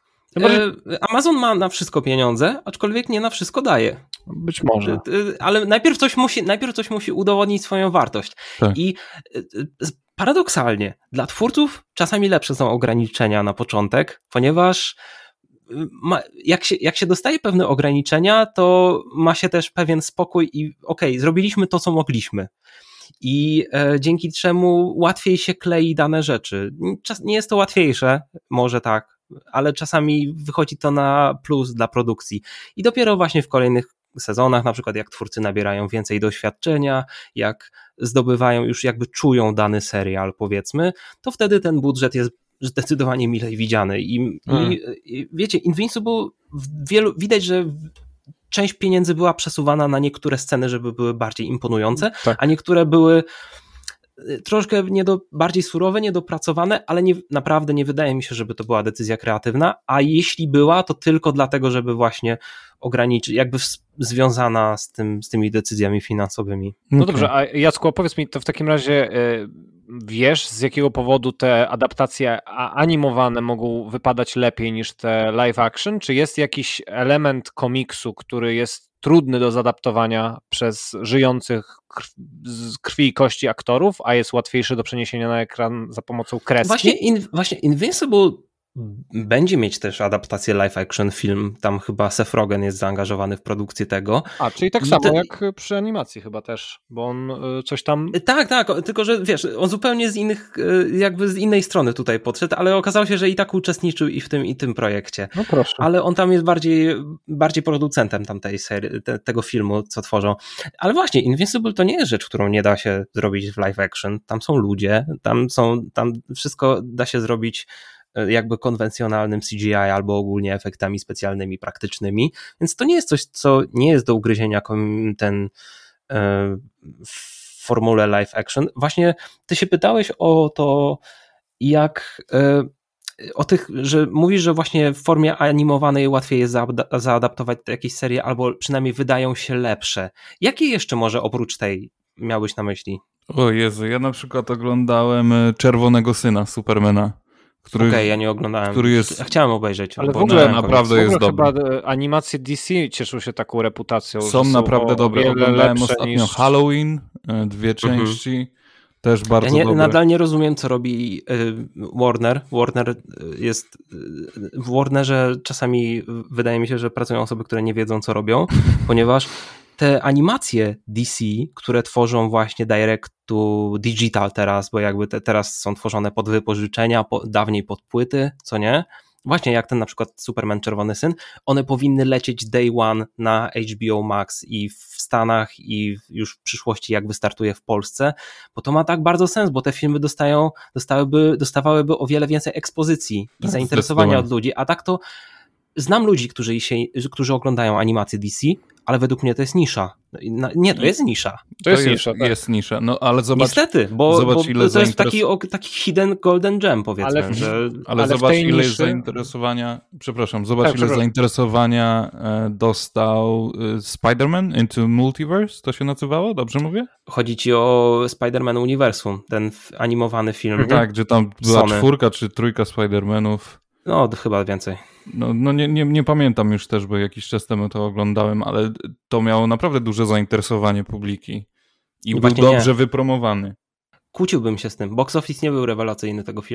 Amazon ma na wszystko pieniądze, aczkolwiek nie na wszystko daje. Być może. Ale najpierw coś musi, najpierw coś musi udowodnić swoją wartość. Tak. I paradoksalnie, dla twórców czasami lepsze są ograniczenia na początek, ponieważ ma, jak, się, jak się dostaje pewne ograniczenia, to ma się też pewien spokój i okej, okay, zrobiliśmy to, co mogliśmy. I e, dzięki czemu łatwiej się klei dane rzeczy. Czas, nie jest to łatwiejsze, może tak, ale czasami wychodzi to na plus dla produkcji. I dopiero właśnie w kolejnych sezonach, na przykład jak twórcy nabierają więcej doświadczenia, jak zdobywają, już jakby czują dany serial, powiedzmy, to wtedy ten budżet jest zdecydowanie milej widziany. I, hmm. i, i wiecie, Invincible w wielu, widać, że część pieniędzy była przesuwana na niektóre sceny, żeby były bardziej imponujące, tak. a niektóre były troszkę niedo, bardziej surowe, niedopracowane, ale nie, naprawdę nie wydaje mi się, żeby to była decyzja kreatywna, a jeśli była, to tylko dlatego, żeby właśnie ograniczyć, jakby w, związana z, tym, z tymi decyzjami finansowymi. No okay. Dobrze, a Jacku, opowiedz mi to w takim razie, wiesz, z jakiego powodu te adaptacje animowane mogą wypadać lepiej niż te live action? Czy jest jakiś element komiksu, który jest trudny do zaadaptowania przez żyjących z krwi i kości aktorów, a jest łatwiejszy do przeniesienia na ekran za pomocą kreski? Właśnie, in, właśnie Invincible będzie mieć też adaptację live action film, tam chyba Seth Rogen jest zaangażowany w produkcję tego. A, czyli tak samo Te... jak przy animacji chyba też, bo on coś tam... Tak, tak, tylko że wiesz, on zupełnie z innych, jakby z innej strony tutaj podszedł, ale okazało się, że i tak uczestniczył i w tym i tym projekcie. No proszę. Ale on tam jest bardziej, bardziej producentem tamtej serii, te, tego filmu, co tworzą. Ale właśnie, Invincible to nie jest rzecz, którą nie da się zrobić w live action. Tam są ludzie, tam są, tam wszystko da się zrobić jakby konwencjonalnym C G I albo ogólnie efektami specjalnymi, praktycznymi, więc to nie jest coś, co nie jest do ugryzienia ten w formule live action. Właśnie ty się pytałeś o to, jak o tych, że mówisz, że właśnie w formie animowanej łatwiej jest zaadaptować jakieś serie, albo przynajmniej wydają się lepsze. Jakie jeszcze może oprócz tej miałbyś na myśli? O Jezu, ja na przykład oglądałem Czerwonego Syna Supermana. Okej, okay, ja nie oglądałem. Który jest... Chciałem obejrzeć. Ale w ogóle naprawdę w ogóle jest dobry. Chyba animacje D C cieszą się taką reputacją. Są naprawdę dobre. Oglądałem ostatnio niż... Halloween, dwie części. Mhm. Też bardzo ja nie, dobre. Nadal nie rozumiem, co robi Warner. Warner jest... W Warnerze czasami wydaje mi się, że pracują osoby, które nie wiedzą, co robią, ponieważ te animacje D C, które tworzą właśnie direct to digital teraz, bo jakby te teraz są tworzone pod wypożyczenia, po, dawniej pod płyty, co nie? Właśnie jak ten na przykład Superman Czerwony Syn, one powinny lecieć day one na H B O Max i w Stanach i już w przyszłości jak wystartuje w Polsce, bo to ma tak bardzo sens, bo te filmy dostają, dostałyby, dostawałyby o wiele więcej ekspozycji i tak, zainteresowania od ludzi, a tak to znam ludzi, którzy, się, którzy oglądają animacje D C, ale według mnie to jest nisza. Nie, to jest nisza. To jest, to jest nisza, tak. Jest nisza, no ale zobacz... Niestety, bo, zobacz, bo ile to jest zainteres... taki, taki hidden golden gem, powiedzmy. Ale, że... ale, ale zobacz, ile niszy... zainteresowania... Przepraszam, zobacz, tak, ile przepraszam. zainteresowania dostał Spider-Man Into Multiverse, to się nazywało? Dobrze mówię? Chodzi ci o Spider-Man Uniwersum, ten animowany film. Mhm. Tak, gdzie tam była Sony. czwórka czy trójka Spider-Manów. No, chyba więcej. No, no nie, nie, nie pamiętam już też, bo jakiś czas temu to oglądałem, ale to miało naprawdę duże zainteresowanie publiki i, I był dobrze nie. wypromowany. Kłóciłbym się z tym. Box office nie był rewelacyjny tego filmu.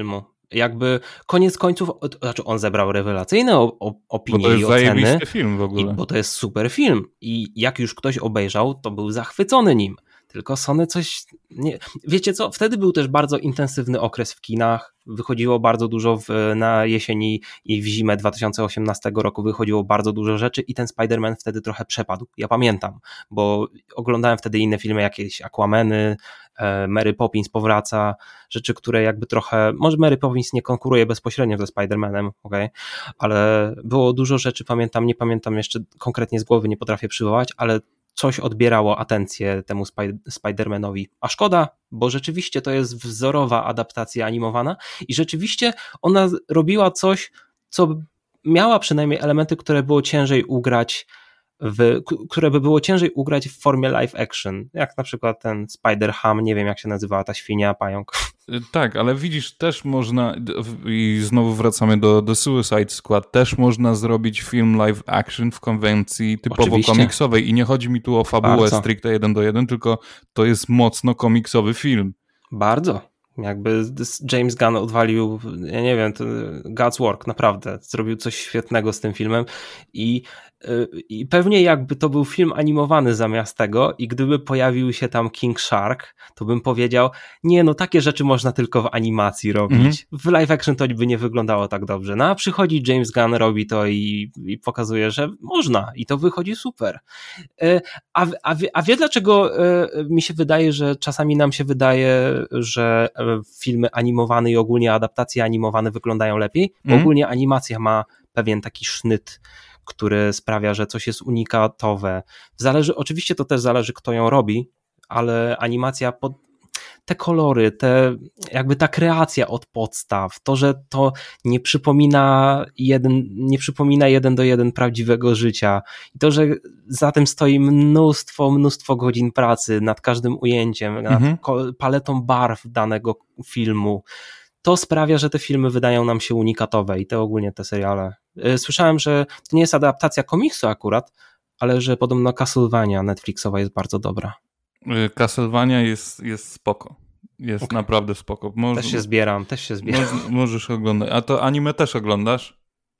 Jakby koniec końców, znaczy on zebrał rewelacyjne opinie bo to jest i oceny. zajebisty film w ogóle. I, bo to jest super film. I jak już ktoś obejrzał, to był zachwycony nim. Tylko Sony coś... Nie... Wiecie co, wtedy był też bardzo intensywny okres w kinach. Wychodziło bardzo dużo w, na jesieni i w zimę dwa tysiące osiemnastego roku wychodziło bardzo dużo rzeczy i ten Spider-Man wtedy trochę przepadł. Ja pamiętam, bo oglądałem wtedy inne filmy, jakieś Aquameny, Mary Poppins powraca, rzeczy, które jakby trochę... Może Mary Poppins nie konkuruje bezpośrednio ze Spider-Manem, okay? Ale było dużo rzeczy, pamiętam, nie pamiętam jeszcze konkretnie z głowy, nie potrafię przywołać, ale coś odbierało atencję temu Spy- Spider-Manowi. A szkoda, bo rzeczywiście to jest wzorowa adaptacja animowana i rzeczywiście ona robiła coś, co miała przynajmniej elementy, które było ciężej ugrać w, które by było ciężej ugrać w formie live action, jak na przykład ten Spider-Ham, nie wiem jak się nazywała ta świnia, pająk. Tak, ale widzisz, też można, i znowu wracamy do, do Suicide Squad, też można zrobić film live action w konwencji typowo Oczywiście. komiksowej i nie chodzi mi tu o fabułę Bardzo. stricte jeden do jeden, tylko to jest mocno komiksowy film. Bardzo. Jakby James Gunn odwalił, ja nie wiem, to God's work, naprawdę. Zrobił coś świetnego z tym filmem i, i pewnie jakby to był film animowany zamiast tego i gdyby pojawił się tam King Shark, to bym powiedział, nie no, takie rzeczy można tylko w animacji robić. Mhm. W live action to by nie wyglądało tak dobrze. No a przychodzi James Gunn, robi to i, i pokazuje, że można i to wychodzi super. A, a, wie, a wie dlaczego mi się wydaje, że czasami nam się wydaje, że filmy animowane i ogólnie adaptacje animowane wyglądają lepiej, bo mm. ogólnie animacja ma pewien taki sznyt, który sprawia, że coś jest unikatowe. Zależy, oczywiście to też zależy, kto ją robi, ale animacja, pod, te kolory, te, jakby ta kreacja od podstaw, to, że to nie przypomina jeden, nie przypomina jeden do jeden prawdziwego życia i to, że za tym stoi mnóstwo, mnóstwo godzin pracy nad każdym ujęciem, nad mm-hmm. paletą barw danego filmu, to sprawia, że te filmy wydają nam się unikatowe i te ogólnie te seriale. Słyszałem, że to nie jest adaptacja komiksu akurat, ale że podobno Castlevania Netflixowa jest bardzo dobra. Castlevania jest, jest spoko. Jest okay. naprawdę spoko. Może, też się zbieram, też się zbieram. Możesz, możesz oglądać. A to anime też oglądasz?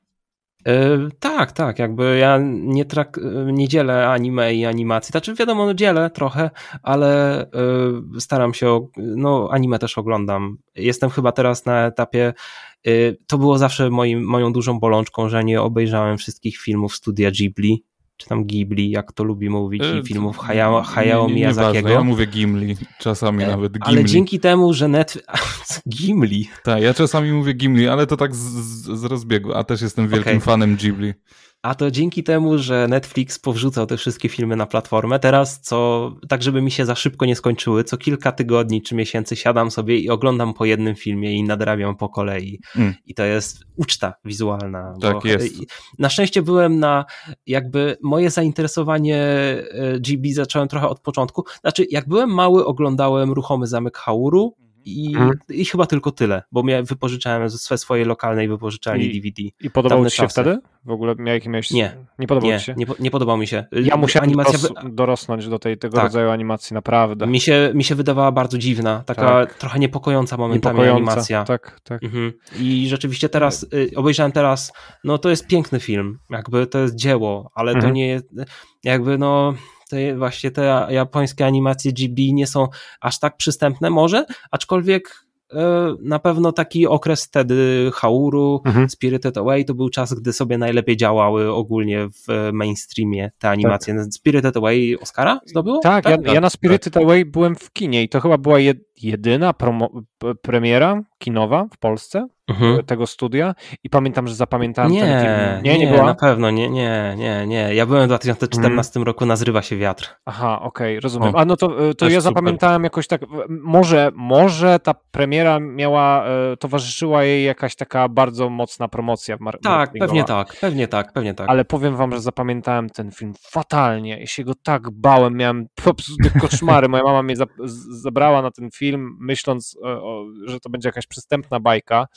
Yy, tak, tak, jakby ja nie, trak, nie dzielę anime i animacji, znaczy wiadomo, no dzielę trochę, ale yy, staram się, no anime też oglądam. Jestem chyba teraz na etapie, yy, to było zawsze moim, moją dużą bolączką, że nie obejrzałem wszystkich filmów studia Ghibli, czy tam Ghibli, jak to lubi mówić, i filmów Hayao, Hayao Miyazakiego. Ja mówię Gimli, czasami e, nawet Gimli. Ale dzięki temu, że Netflix... Gimli? Tak, ja czasami mówię Gimli, ale to tak z, z rozbiegu, a też jestem wielkim okay. fanem Ghibli. A to dzięki temu, że Netflix powrzucał te wszystkie filmy na platformę, teraz co, tak żeby mi się za szybko nie skończyły, co kilka tygodni czy miesięcy siadam sobie i oglądam po jednym filmie i nadrabiam po kolei. Mm. I to jest uczta wizualna. Tak bo jest. Na szczęście byłem na, jakby moje zainteresowanie Ghibli zacząłem trochę od początku. Znaczy, jak byłem mały, oglądałem Ruchomy Zamek Hauru, I, hmm. i chyba tylko tyle, bo miałem, wypożyczałem ze swojej lokalnej wypożyczalni I, D V D. I podobał ci się czasy. Wtedy? W ogóle miałeś, miałeś... Nie. Nie podobał nie, ci się? Nie, nie podobał mi się. Ja musiałem Animacja... doros- dorosnąć do tej, tego tak. rodzaju animacji, naprawdę. Mi się, mi się wydawała bardzo dziwna, taka tak. trochę niepokojąca momentami niepokojąca. animacja. Tak, tak. Mhm. I rzeczywiście teraz, y, obejrzałem teraz, no to jest piękny film, jakby to jest dzieło, ale mhm. to nie jest, jakby no... Te, właśnie te japońskie animacje Ghibli nie są aż tak przystępne może, aczkolwiek na pewno taki okres wtedy Hauru, mhm. Spirited Away to był czas, gdy sobie najlepiej działały ogólnie w mainstreamie te animacje. Tak. Spirited Away Oscara zdobyło? Tak, tak? Ja, ja na Spirited tak. Away byłem w kinie i to chyba była jedyna promo- premiera kinowa w Polsce mhm. tego studia i pamiętam, że zapamiętałem nie, ten film. Nie, nie, nie była? Na pewno, nie, nie, nie, nie. Ja byłem w dwa tysiące czternastym hmm. roku na Zrywa się wiatr. Aha, okej, okay, rozumiem. O, A no to, to ja super. zapamiętałem jakoś tak, może, może ta premiera miała, e, towarzyszyła jej jakaś taka bardzo mocna promocja. Mar- tak, pewnie tak, pewnie tak, pewnie tak. Ale powiem wam, że zapamiętałem ten film fatalnie i się go tak bałem, miałem po prostu koszmary. Moja mama mnie za- zabrała na ten film, myśląc, o, że to będzie jakaś przystępna bajka.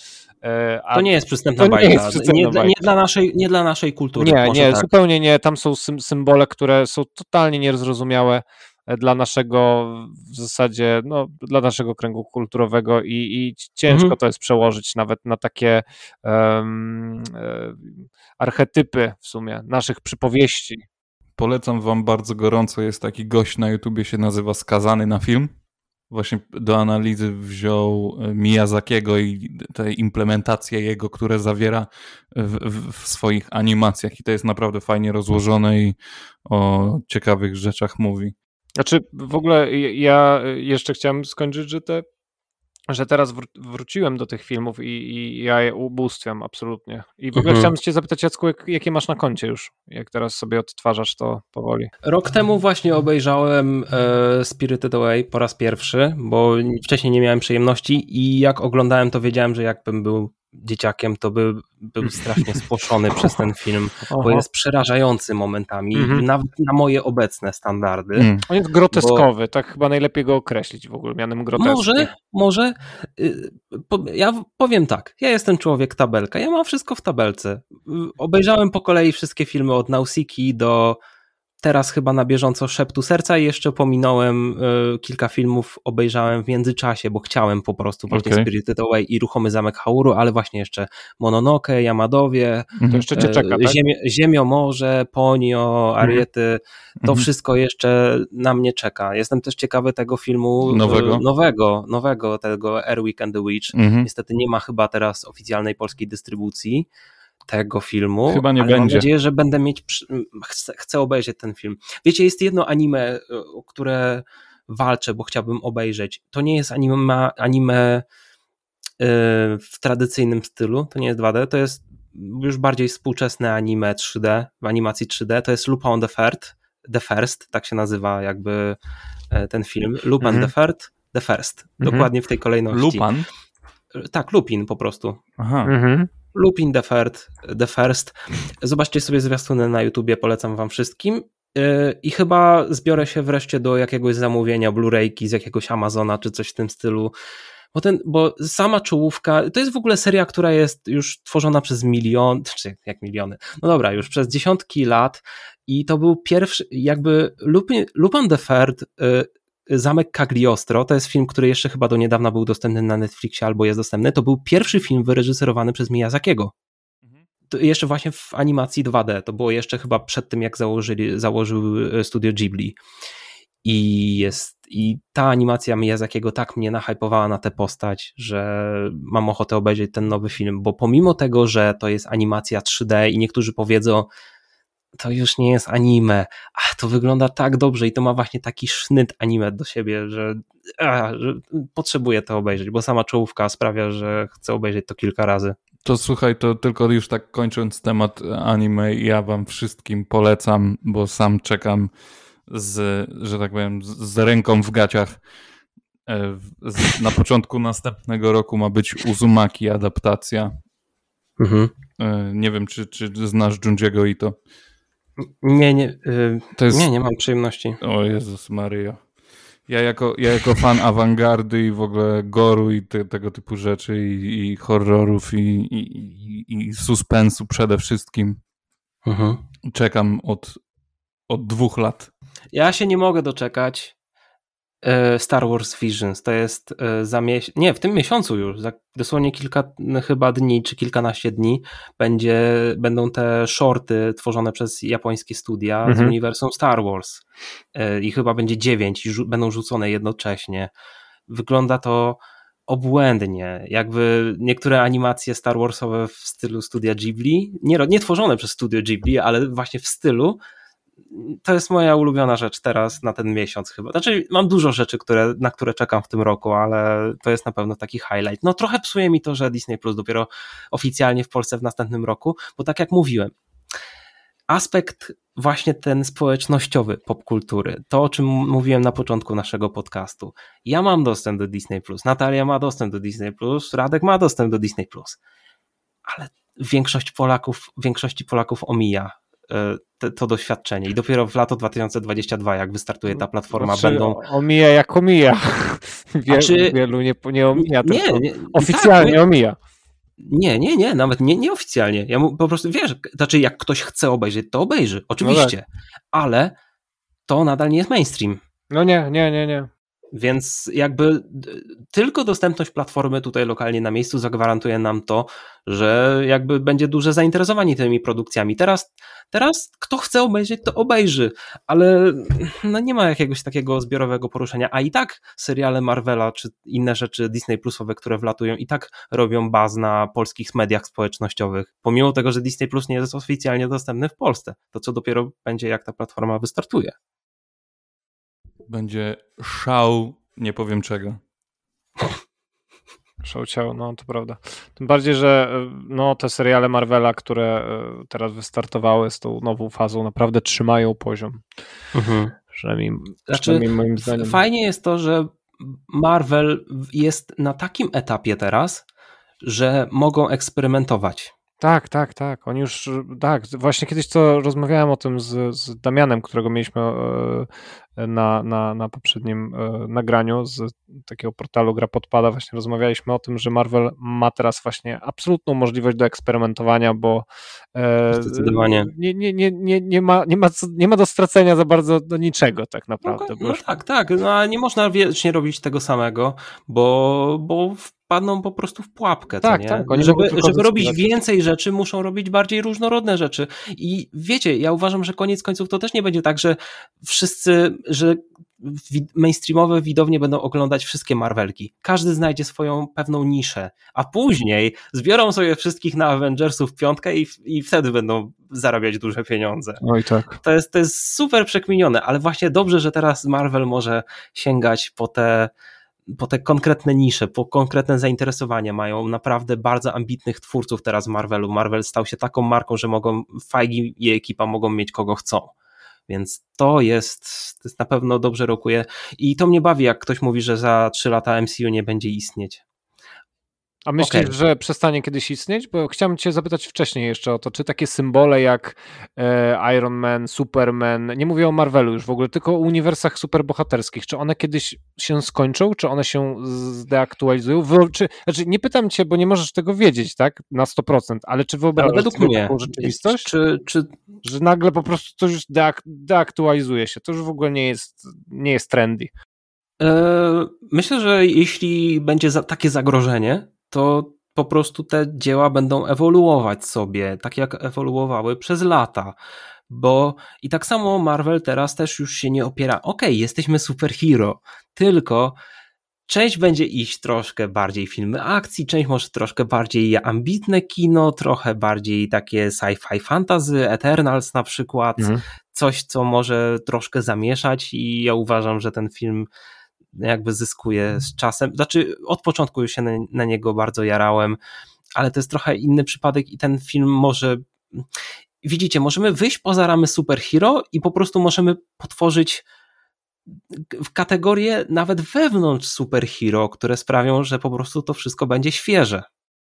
A to nie jest przystępna to bajka. Nie, jest przystępna nie, bajka. nie, dla naszej, nie dla naszej kultury. Nie, nie, tak. zupełnie nie. Tam są symbole, które są totalnie niezrozumiałe. dla naszego w zasadzie, no dla naszego kręgu kulturowego i, i ciężko mhm. to jest przełożyć nawet na takie um, archetypy w sumie naszych przypowieści. Polecam wam bardzo gorąco, jest taki gość na YouTubie, się nazywa Skazany na film. Właśnie do analizy wziął Miyazakiego i te implementacje jego, które zawiera w, w, w swoich animacjach i to jest naprawdę fajnie rozłożone i o ciekawych rzeczach mówi. Znaczy w ogóle ja jeszcze chciałem skończyć, że te że teraz wró- wróciłem do tych filmów i, i ja je ubóstwiam absolutnie. I w ogóle Mhm. chciałem cię zapytać, Jacku, jak, jakie masz na koncie już, jak teraz sobie odtwarzasz to powoli. Rok temu właśnie obejrzałem e, Spirited Away po raz pierwszy, bo wcześniej nie miałem przyjemności i jak oglądałem, to wiedziałem, że jakbym był dzieciakiem, to by był strasznie spłoszony przez ten film, Oho. bo jest przerażający momentami, Mhm. nawet na moje obecne standardy. Mm. On jest groteskowy, bo... tak chyba najlepiej go określić w ogóle mianem grotesku. Może, może. y, po- Ja powiem tak, ja jestem człowiek tabelka, ja mam wszystko w tabelce. Y, Obejrzałem po kolei wszystkie filmy od Nausicaa do teraz chyba na bieżąco Szeptu Serca i jeszcze pominąłem y, kilka filmów, obejrzałem w międzyczasie, bo chciałem po prostu właśnie Okej. Spirited Away i Ruchomy Zamek Hauru, ale właśnie jeszcze Mononoke, Yamadowie, To jeszcze cię e, czeka, tak? Ziemio, Ziemiomorze, Ponio, Ariety, to Mhm. wszystko jeszcze na mnie czeka. Jestem też ciekawy tego filmu Nowego? e, nowego, nowego tego Airwick and the Witch. Mhm. Niestety nie ma chyba teraz oficjalnej polskiej dystrybucji tego filmu, Chyba nie ale mam będzie. nadzieję, że będę mieć, przy- chcę, chcę obejrzeć ten film. Wiecie, jest jedno anime, o które walczę, bo chciałbym obejrzeć. To nie jest anime, anime y, w tradycyjnym stylu, to nie jest dwa D, to jest już bardziej współczesne anime trzy D, w animacji trzy D, to jest Lupin the First, the First, tak się nazywa jakby e, ten film, Lupin Mhm. the First, the First, Mhm. dokładnie w tej kolejności. Lupan? Tak, Lupin po prostu. Aha. Mhm. Lupin the First, the First. Zobaczcie sobie zwiastuny na YouTubie, polecam wam wszystkim. Yy, I chyba zbiorę się wreszcie do jakiegoś zamówienia Blu-rayki z jakiegoś Amazona czy coś w tym stylu. Bo, ten, bo sama czołówka, to jest w ogóle seria, która jest już tworzona przez milion, czy jak miliony, no dobra, już przez dziesiątki lat i to był pierwszy, jakby Lupin, Lupin the Third, y, Zamek Cagliostro, to jest film, który jeszcze chyba do niedawna był dostępny na Netflixie albo jest dostępny, to był pierwszy film wyreżyserowany przez Miyazakiego. To jeszcze właśnie w animacji dwa D, to było jeszcze chyba przed tym, jak założyli, założył studio Ghibli. I jest i ta animacja Miyazakiego tak mnie nahypowała na tę postać, że mam ochotę obejrzeć ten nowy film, bo pomimo tego, że to jest animacja trzy D i niektórzy powiedzą, to już nie jest anime, a to wygląda tak dobrze i to ma właśnie taki sznyt anime do siebie, że, a, że potrzebuję to obejrzeć, bo sama czołówka sprawia, że chcę obejrzeć to kilka razy. To słuchaj, to tylko już tak kończąc temat anime, ja wam wszystkim polecam, bo sam czekam z, że tak powiem, z, z ręką w gaciach. E, z, na początku następnego roku ma być Uzumaki adaptacja. Mhm. E, nie wiem, czy, czy znasz Junjiego Ito. Nie, nie, yy, To jest... nie, nie mam przyjemności. O Jezus Maryjo. Ja jako, ja jako fan awangardy i w ogóle goru i te, tego typu rzeczy i, i horrorów i, i, i, i suspensu przede wszystkim Mhm. czekam od, od dwóch lat. Ja się nie mogę doczekać e, Star Wars Visions. To jest e, za miesiąc, nie, w tym miesiącu już, za dosłownie kilka no, chyba dni, czy kilkanaście dni będzie, będą te shorty tworzone przez japońskie studia Mhm. z uniwersum Star Wars. E, I chyba będzie dziewięć i rzu- będą rzucone jednocześnie. Wygląda to obłędnie. Jakby niektóre animacje Star Warsowe w stylu studia Ghibli, nie, nie tworzone przez studio Ghibli, ale właśnie w stylu, to jest moja ulubiona rzecz teraz na ten miesiąc chyba. Znaczy mam dużo rzeczy, które, na które czekam w tym roku, ale to jest na pewno taki highlight. No trochę psuje mi to, że Disney Plus dopiero oficjalnie w Polsce w następnym roku, bo tak jak mówiłem, aspekt właśnie ten społecznościowy popkultury, to o czym mówiłem na początku naszego podcastu. Ja mam dostęp do Disney Plus, Natalia ma dostęp do Disney Plus, Radek ma dostęp do Disney Plus, ale większość Polaków, większości Polaków omija Te, to doświadczenie i dopiero w lato dwa tysiące dwudziestym drugim, jak wystartuje ta platforma, Znaczy, będą... omija jak omija. Wie, czy... Wielu nie, nie omija, nie, tylko nie, oficjalnie tak, omija. Nie, nie, nie, nawet nie, nieoficjalnie. Ja mu po prostu, wiesz, znaczy jak ktoś chce obejrzeć, to obejrzy, oczywiście, no tak. Ale to nadal nie jest mainstream. No nie, nie, nie, nie. Więc jakby tylko dostępność platformy tutaj lokalnie na miejscu zagwarantuje nam to, że jakby będzie duże zainteresowanie tymi produkcjami. Teraz, teraz kto chce obejrzeć, to obejrzy, ale no nie ma jakiegoś takiego zbiorowego poruszenia, a i tak seriale Marvela czy inne rzeczy Disney Plusowe, które wlatują, i tak robią baz na polskich mediach społecznościowych, pomimo tego, że Disney Plus nie jest oficjalnie dostępny w Polsce. To co dopiero będzie, jak ta platforma wystartuje. Będzie szał, nie powiem czego. Szał ciał, no to prawda. Tym bardziej, że no, te seriale Marvela, które teraz wystartowały z tą nową fazą, naprawdę trzymają poziom. Mhm. Przynajmniej, znaczy, przynajmniej moim zdaniem. Fajnie jest to, że Marvel jest na takim etapie teraz, że mogą eksperymentować. Tak, tak, tak. Oni już, tak, właśnie kiedyś co rozmawiałem o tym z, z Damianem, którego mieliśmy na, na, na poprzednim nagraniu z takiego portalu Gra Podpada, właśnie rozmawialiśmy o tym, że Marvel ma teraz właśnie absolutną możliwość do eksperymentowania, bo zdecydowanie nie, nie, nie, nie, nie, ma, nie, ma, nie ma do stracenia za bardzo do niczego tak naprawdę. No, bo no tak, tak. No, nie można wiecznie robić tego samego, bo, bo wpadną po prostu w pułapkę. Tak, co nie? tak. Oni żeby żeby robić więcej rzeczy, muszą robić bardziej różnorodne rzeczy. I wiecie, ja uważam, że koniec końców to też nie będzie tak, że wszyscy, że mainstreamowe widownie będą oglądać wszystkie Marvelki. Każdy znajdzie swoją pewną niszę, a później zbiorą sobie wszystkich na Avengersów piątkę i, i wtedy będą zarabiać duże pieniądze. Oj tak. To jest, to jest super przekminione, ale właśnie dobrze, że teraz Marvel może sięgać po te po te konkretne nisze, po konkretne zainteresowania. Mają naprawdę bardzo ambitnych twórców teraz w Marvelu. Marvel stał się taką marką, że mogą Feige i ekipa mogą mieć kogo chcą. Więc to jest, to jest na pewno dobrze rokuje. I to mnie bawi, jak ktoś mówi, że za trzy lata M C U nie będzie istnieć. A myślisz, okay. że przestanie kiedyś istnieć? Bo chciałem cię zapytać wcześniej jeszcze o to, czy takie symbole jak e, Iron Man, Superman, nie mówię o Marvelu już w ogóle, tylko o uniwersach superbohaterskich, czy one kiedyś się skończą, czy one się zdeaktualizują? Wy, czy, znaczy nie pytam cię, bo nie możesz tego wiedzieć, tak, na sto procent, ale czy wyobrażasz ale sobie mnie, taką rzeczywistość? Czy, czy... Że nagle po prostu to już deak, deaktualizuje się, to już w ogóle nie jest, nie jest trendy. Myślę, że jeśli będzie za, takie zagrożenie, to po prostu te dzieła będą ewoluować sobie, tak jak ewoluowały przez lata, bo i tak samo Marvel teraz też już się nie opiera, okej, okay, jesteśmy superhero, tylko część będzie iść troszkę bardziej filmy akcji, część może troszkę bardziej ambitne kino, trochę bardziej takie sci-fi fantasy, Eternals na przykład, mhm. coś co może troszkę zamieszać i ja uważam, że ten film jakby zyskuje z czasem, znaczy od początku już się na, na niego bardzo jarałem, ale to jest trochę inny przypadek i ten film może, widzicie, możemy wyjść poza ramy superhero i po prostu możemy potworzyć w kategorie nawet wewnątrz superhero, które sprawią, że po prostu to wszystko będzie świeże.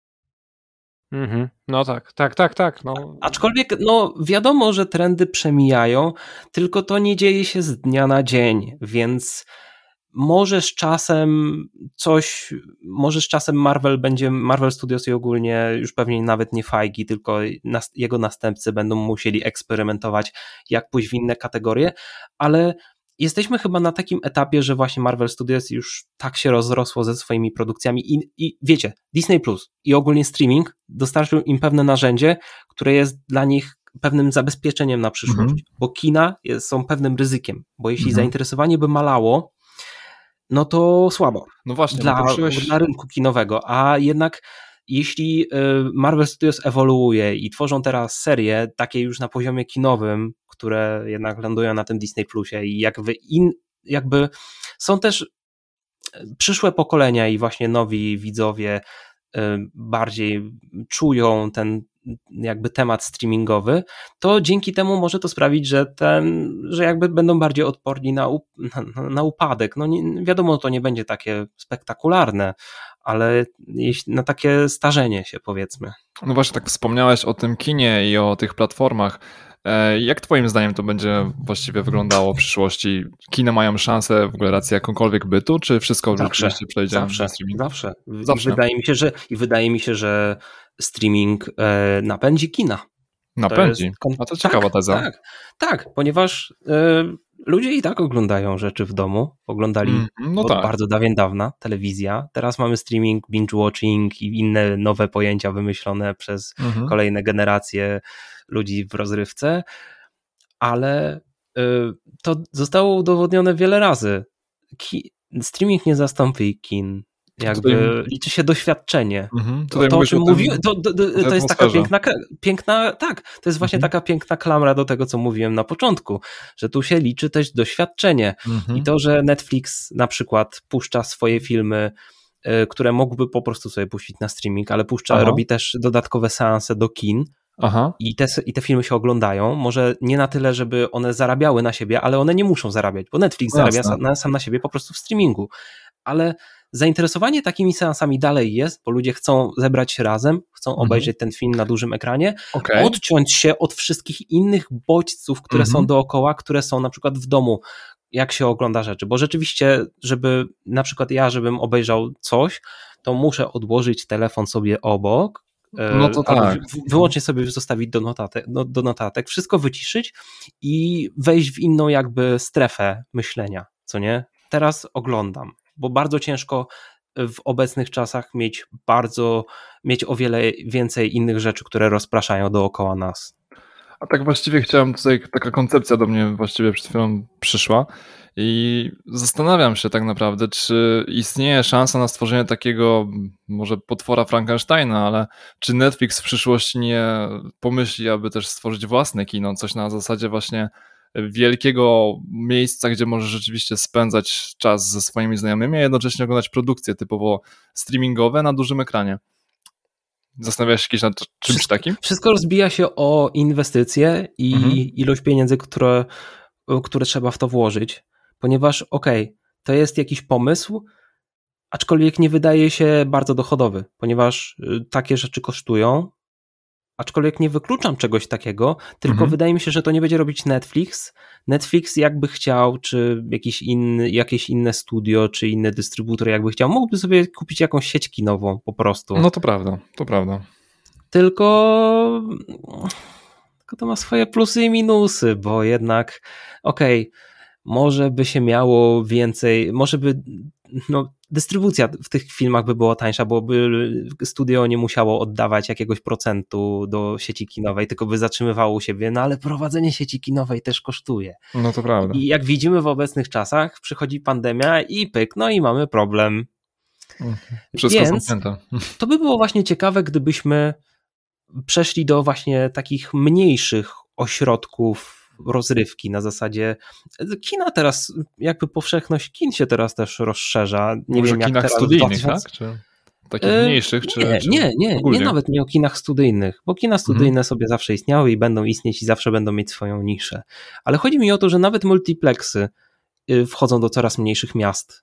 Mm-hmm. No tak, tak, tak, tak. No. Aczkolwiek no wiadomo, że trendy przemijają, tylko to nie dzieje się z dnia na dzień, więc może z czasem coś, może z czasem Marvel będzie, Marvel Studios i ogólnie już pewnie nawet nie Feige, tylko nas, jego następcy będą musieli eksperymentować, jak pójść w inne kategorie, ale jesteśmy chyba na takim etapie, że właśnie Marvel Studios już tak się rozrosło ze swoimi produkcjami i, i wiecie, Disney Plus i ogólnie streaming dostarczył im pewne narzędzie, które jest dla nich pewnym zabezpieczeniem na przyszłość, mhm. bo kina jest, są pewnym ryzykiem, bo jeśli mhm. zainteresowanie by malało, no to słabo. No właśnie, dla, przyszłeś... dla rynku kinowego, a jednak jeśli Marvel Studios ewoluuje i tworzą teraz serie takie już na poziomie kinowym, które jednak lądują na tym Disney Plusie i jakby, in, jakby są też przyszłe pokolenia i właśnie nowi widzowie bardziej czują ten jakby temat streamingowy, to dzięki temu może to sprawić, że ten, że jakby będą bardziej odporni na, na, na upadek. No nie, wiadomo, to nie będzie takie spektakularne, ale na takie starzenie się, powiedzmy. No właśnie, tak wspomniałeś o tym kinie i o tych platformach. Jak twoim zdaniem to będzie właściwie wyglądało w przyszłości? Kino mają szansę w ogóle rację jakąkolwiek bytu, czy wszystko rzeczywiście przejdzie zawsze, na streaming? Zawsze. zawsze. I wydaje mi się, że, i wydaje mi się, że streaming e, napędzi kina. Napędzi? To jest, A to ciekawa tak, teza. Tak, tak, ponieważ e, ludzie i tak oglądają rzeczy w domu. Oglądali Mm, no od tak. bardzo dawien dawna telewizja. Teraz mamy streaming, binge-watching i inne nowe pojęcia wymyślone przez Mhm. kolejne generacje ludzi w rozrywce, ale y, to zostało udowodnione wiele razy. Ki- streaming nie zastąpi kin. Jakby Tutaj- liczy się doświadczenie. Mhm. To, Tutaj to o mówisz czym o tym- mówiłem, to, to, to, o tej to jest taka atmosferze. piękna, piękna, tak, to jest właśnie Mhm. taka piękna klamra do tego, co mówiłem na początku, że tu się liczy też doświadczenie. Mhm. I to, że Netflix na przykład puszcza swoje filmy, y, które mógłby po prostu sobie puścić na streaming, ale puszcza, Aha. robi też dodatkowe seanse do kin Aha. i te, i te filmy się oglądają. Może nie na tyle, żeby one zarabiały na siebie, ale one nie muszą zarabiać, bo Netflix No zarabia jasne. sam na, sam na siebie po prostu w streamingu. Ale zainteresowanie takimi seansami dalej jest, bo ludzie chcą zebrać się razem, chcą Mhm. obejrzeć ten film na dużym ekranie, Okej. odciąć się od wszystkich innych bodźców, które Mhm. są dookoła, które są na przykład w domu, jak się ogląda rzeczy. Bo rzeczywiście, żeby na przykład ja, żebym obejrzał coś, to muszę odłożyć telefon sobie obok, e, No to albo tak. wy- wyłącznie sobie zostawić do notatek, no, do notatek, wszystko wyciszyć i wejść w inną jakby strefę myślenia, co nie? Teraz oglądam, bo bardzo ciężko w obecnych czasach mieć bardzo, mieć o wiele więcej innych rzeczy, które rozpraszają dookoła nas. A tak właściwie chciałem tutaj, taka koncepcja do mnie właściwie przed chwilą przyszła i zastanawiam się tak naprawdę, czy istnieje szansa na stworzenie takiego m, może potwora Frankensteina, ale czy Netflix w przyszłości nie pomyśli, aby też stworzyć własne kino, coś na zasadzie właśnie wielkiego miejsca, gdzie możesz rzeczywiście spędzać czas ze swoimi znajomymi, a jednocześnie oglądać produkcje typowo streamingowe na dużym ekranie. Zastanawiałeś się kiedyś nad czymś Wszystko- takim? Wszystko rozbija się o inwestycje i Mhm. ilość pieniędzy, które, które trzeba w to włożyć, ponieważ okej, to jest jakiś pomysł, aczkolwiek nie wydaje się bardzo dochodowy, ponieważ y, takie rzeczy kosztują, aczkolwiek nie wykluczam czegoś takiego, tylko Mhm. wydaje mi się, że to nie będzie robić Netflix. Netflix jakby chciał, czy jakiś inny, jakieś inne studio, czy inny dystrybutor jakby chciał, mógłby sobie kupić jakąś sieć kinową po prostu. No to prawda, to prawda. Tylko, tylko to ma swoje plusy i minusy, bo jednak okej, może by się miało więcej, może by no, dystrybucja w tych filmach by była tańsza, bo by studio nie musiało oddawać jakiegoś procentu do sieci kinowej, tylko by zatrzymywało u siebie, no ale prowadzenie sieci kinowej też kosztuje. No to prawda. I jak widzimy w obecnych czasach, przychodzi pandemia i pyk, no i mamy problem. Wszystko Więc- zamknięte. To by było właśnie ciekawe, gdybyśmy przeszli do właśnie takich mniejszych ośrodków rozrywki na zasadzie kina teraz, jakby powszechność kin się teraz też rozszerza. Nie Mówisz wiem o jak kinach teraz w studyjnych, dwa tysiące tak? Czy takich E, mniejszych? Czy, Nie, czy nie, nie, ogólnie? nie, nawet nie o kinach studyjnych, bo kina studyjne Mhm. sobie zawsze istniały i będą istnieć i zawsze będą mieć swoją niszę. Ale chodzi mi o to, że nawet multiplexy y, wchodzą do coraz mniejszych miast.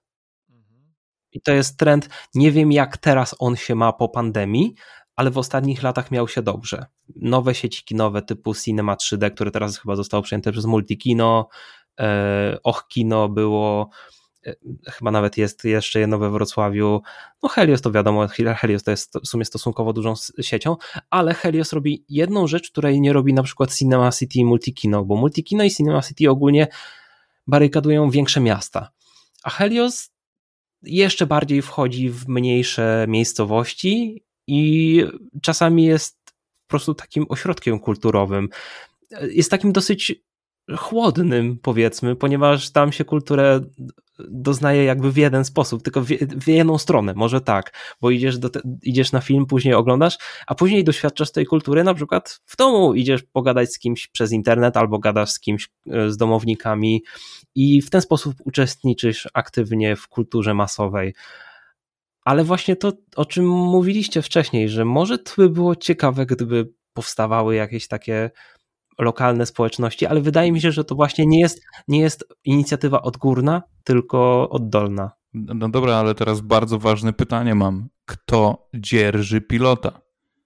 I to jest trend, nie wiem jak teraz on się ma po pandemii, ale w ostatnich latach miał się dobrze. Nowe sieci kinowe typu Cinema trzy D, które teraz chyba zostało przejęte przez Multikino, e, Och Kino było, e, chyba nawet jest jeszcze jedno we Wrocławiu. No Helios to wiadomo, Helios to jest w sumie stosunkowo dużą s- siecią, ale Helios robi jedną rzecz, której nie robi na przykład Cinema City i Multikino, bo Multikino i Cinema City ogólnie barykadują większe miasta, a Helios jeszcze bardziej wchodzi w mniejsze miejscowości i czasami jest po prostu takim ośrodkiem kulturowym. Jest takim dosyć chłodnym, powiedzmy, ponieważ tam się kulturę doznaje jakby w jeden sposób, tylko w, w jedną stronę, może tak, bo idziesz, do te, idziesz na film, później oglądasz, a później doświadczasz tej kultury na przykład w domu, idziesz pogadać z kimś przez internet albo gadasz z kimś, z domownikami i w ten sposób uczestniczysz aktywnie w kulturze masowej. Ale właśnie to, o czym mówiliście wcześniej, że może to by było ciekawe, gdyby powstawały jakieś takie lokalne społeczności, ale wydaje mi się, że to właśnie nie jest, nie jest inicjatywa odgórna, tylko oddolna. No dobra, ale teraz bardzo ważne pytanie mam. Kto dzierży pilota?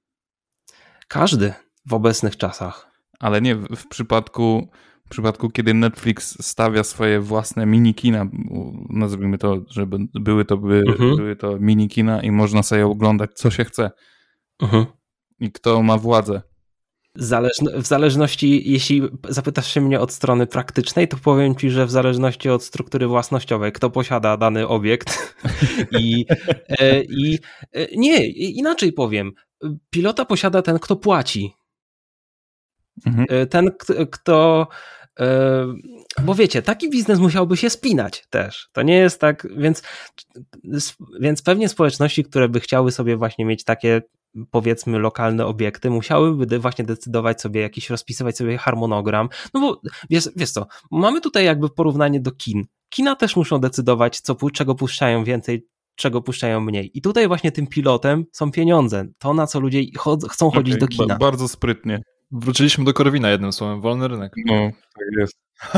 Każdy w obecnych czasach. Ale nie, w, w przypadku w przypadku, kiedy Netflix stawia swoje własne minikina, nazwijmy to, żeby były to, by, Mhm. były to minikina i można sobie oglądać, co się chce. Mhm. I kto ma władzę? Zależno, w zależności, jeśli zapytasz się mnie od strony praktycznej, to powiem ci, że w zależności od struktury własnościowej, kto posiada dany obiekt i, e, i e, nie, inaczej powiem, pilota posiada ten, kto płaci. Mhm. Ten, kto, bo wiecie, taki biznes musiałby się spinać też. To nie jest tak, więc, więc pewnie społeczności, które by chciały sobie właśnie mieć takie, powiedzmy, lokalne obiekty, musiałyby właśnie decydować sobie jakiś, rozpisywać sobie harmonogram. No bo wiesz, wiesz co, mamy tutaj jakby porównanie do kin. Kina też muszą decydować, co, czego puszczają więcej, czego puszczają mniej. I tutaj właśnie tym pilotem są pieniądze. To, na co ludzie chod- chcą chodzić okay, do kina. Ba- bardzo sprytnie. Wróciliśmy do Korwina jednym słowem, wolny rynek. No, tak jest.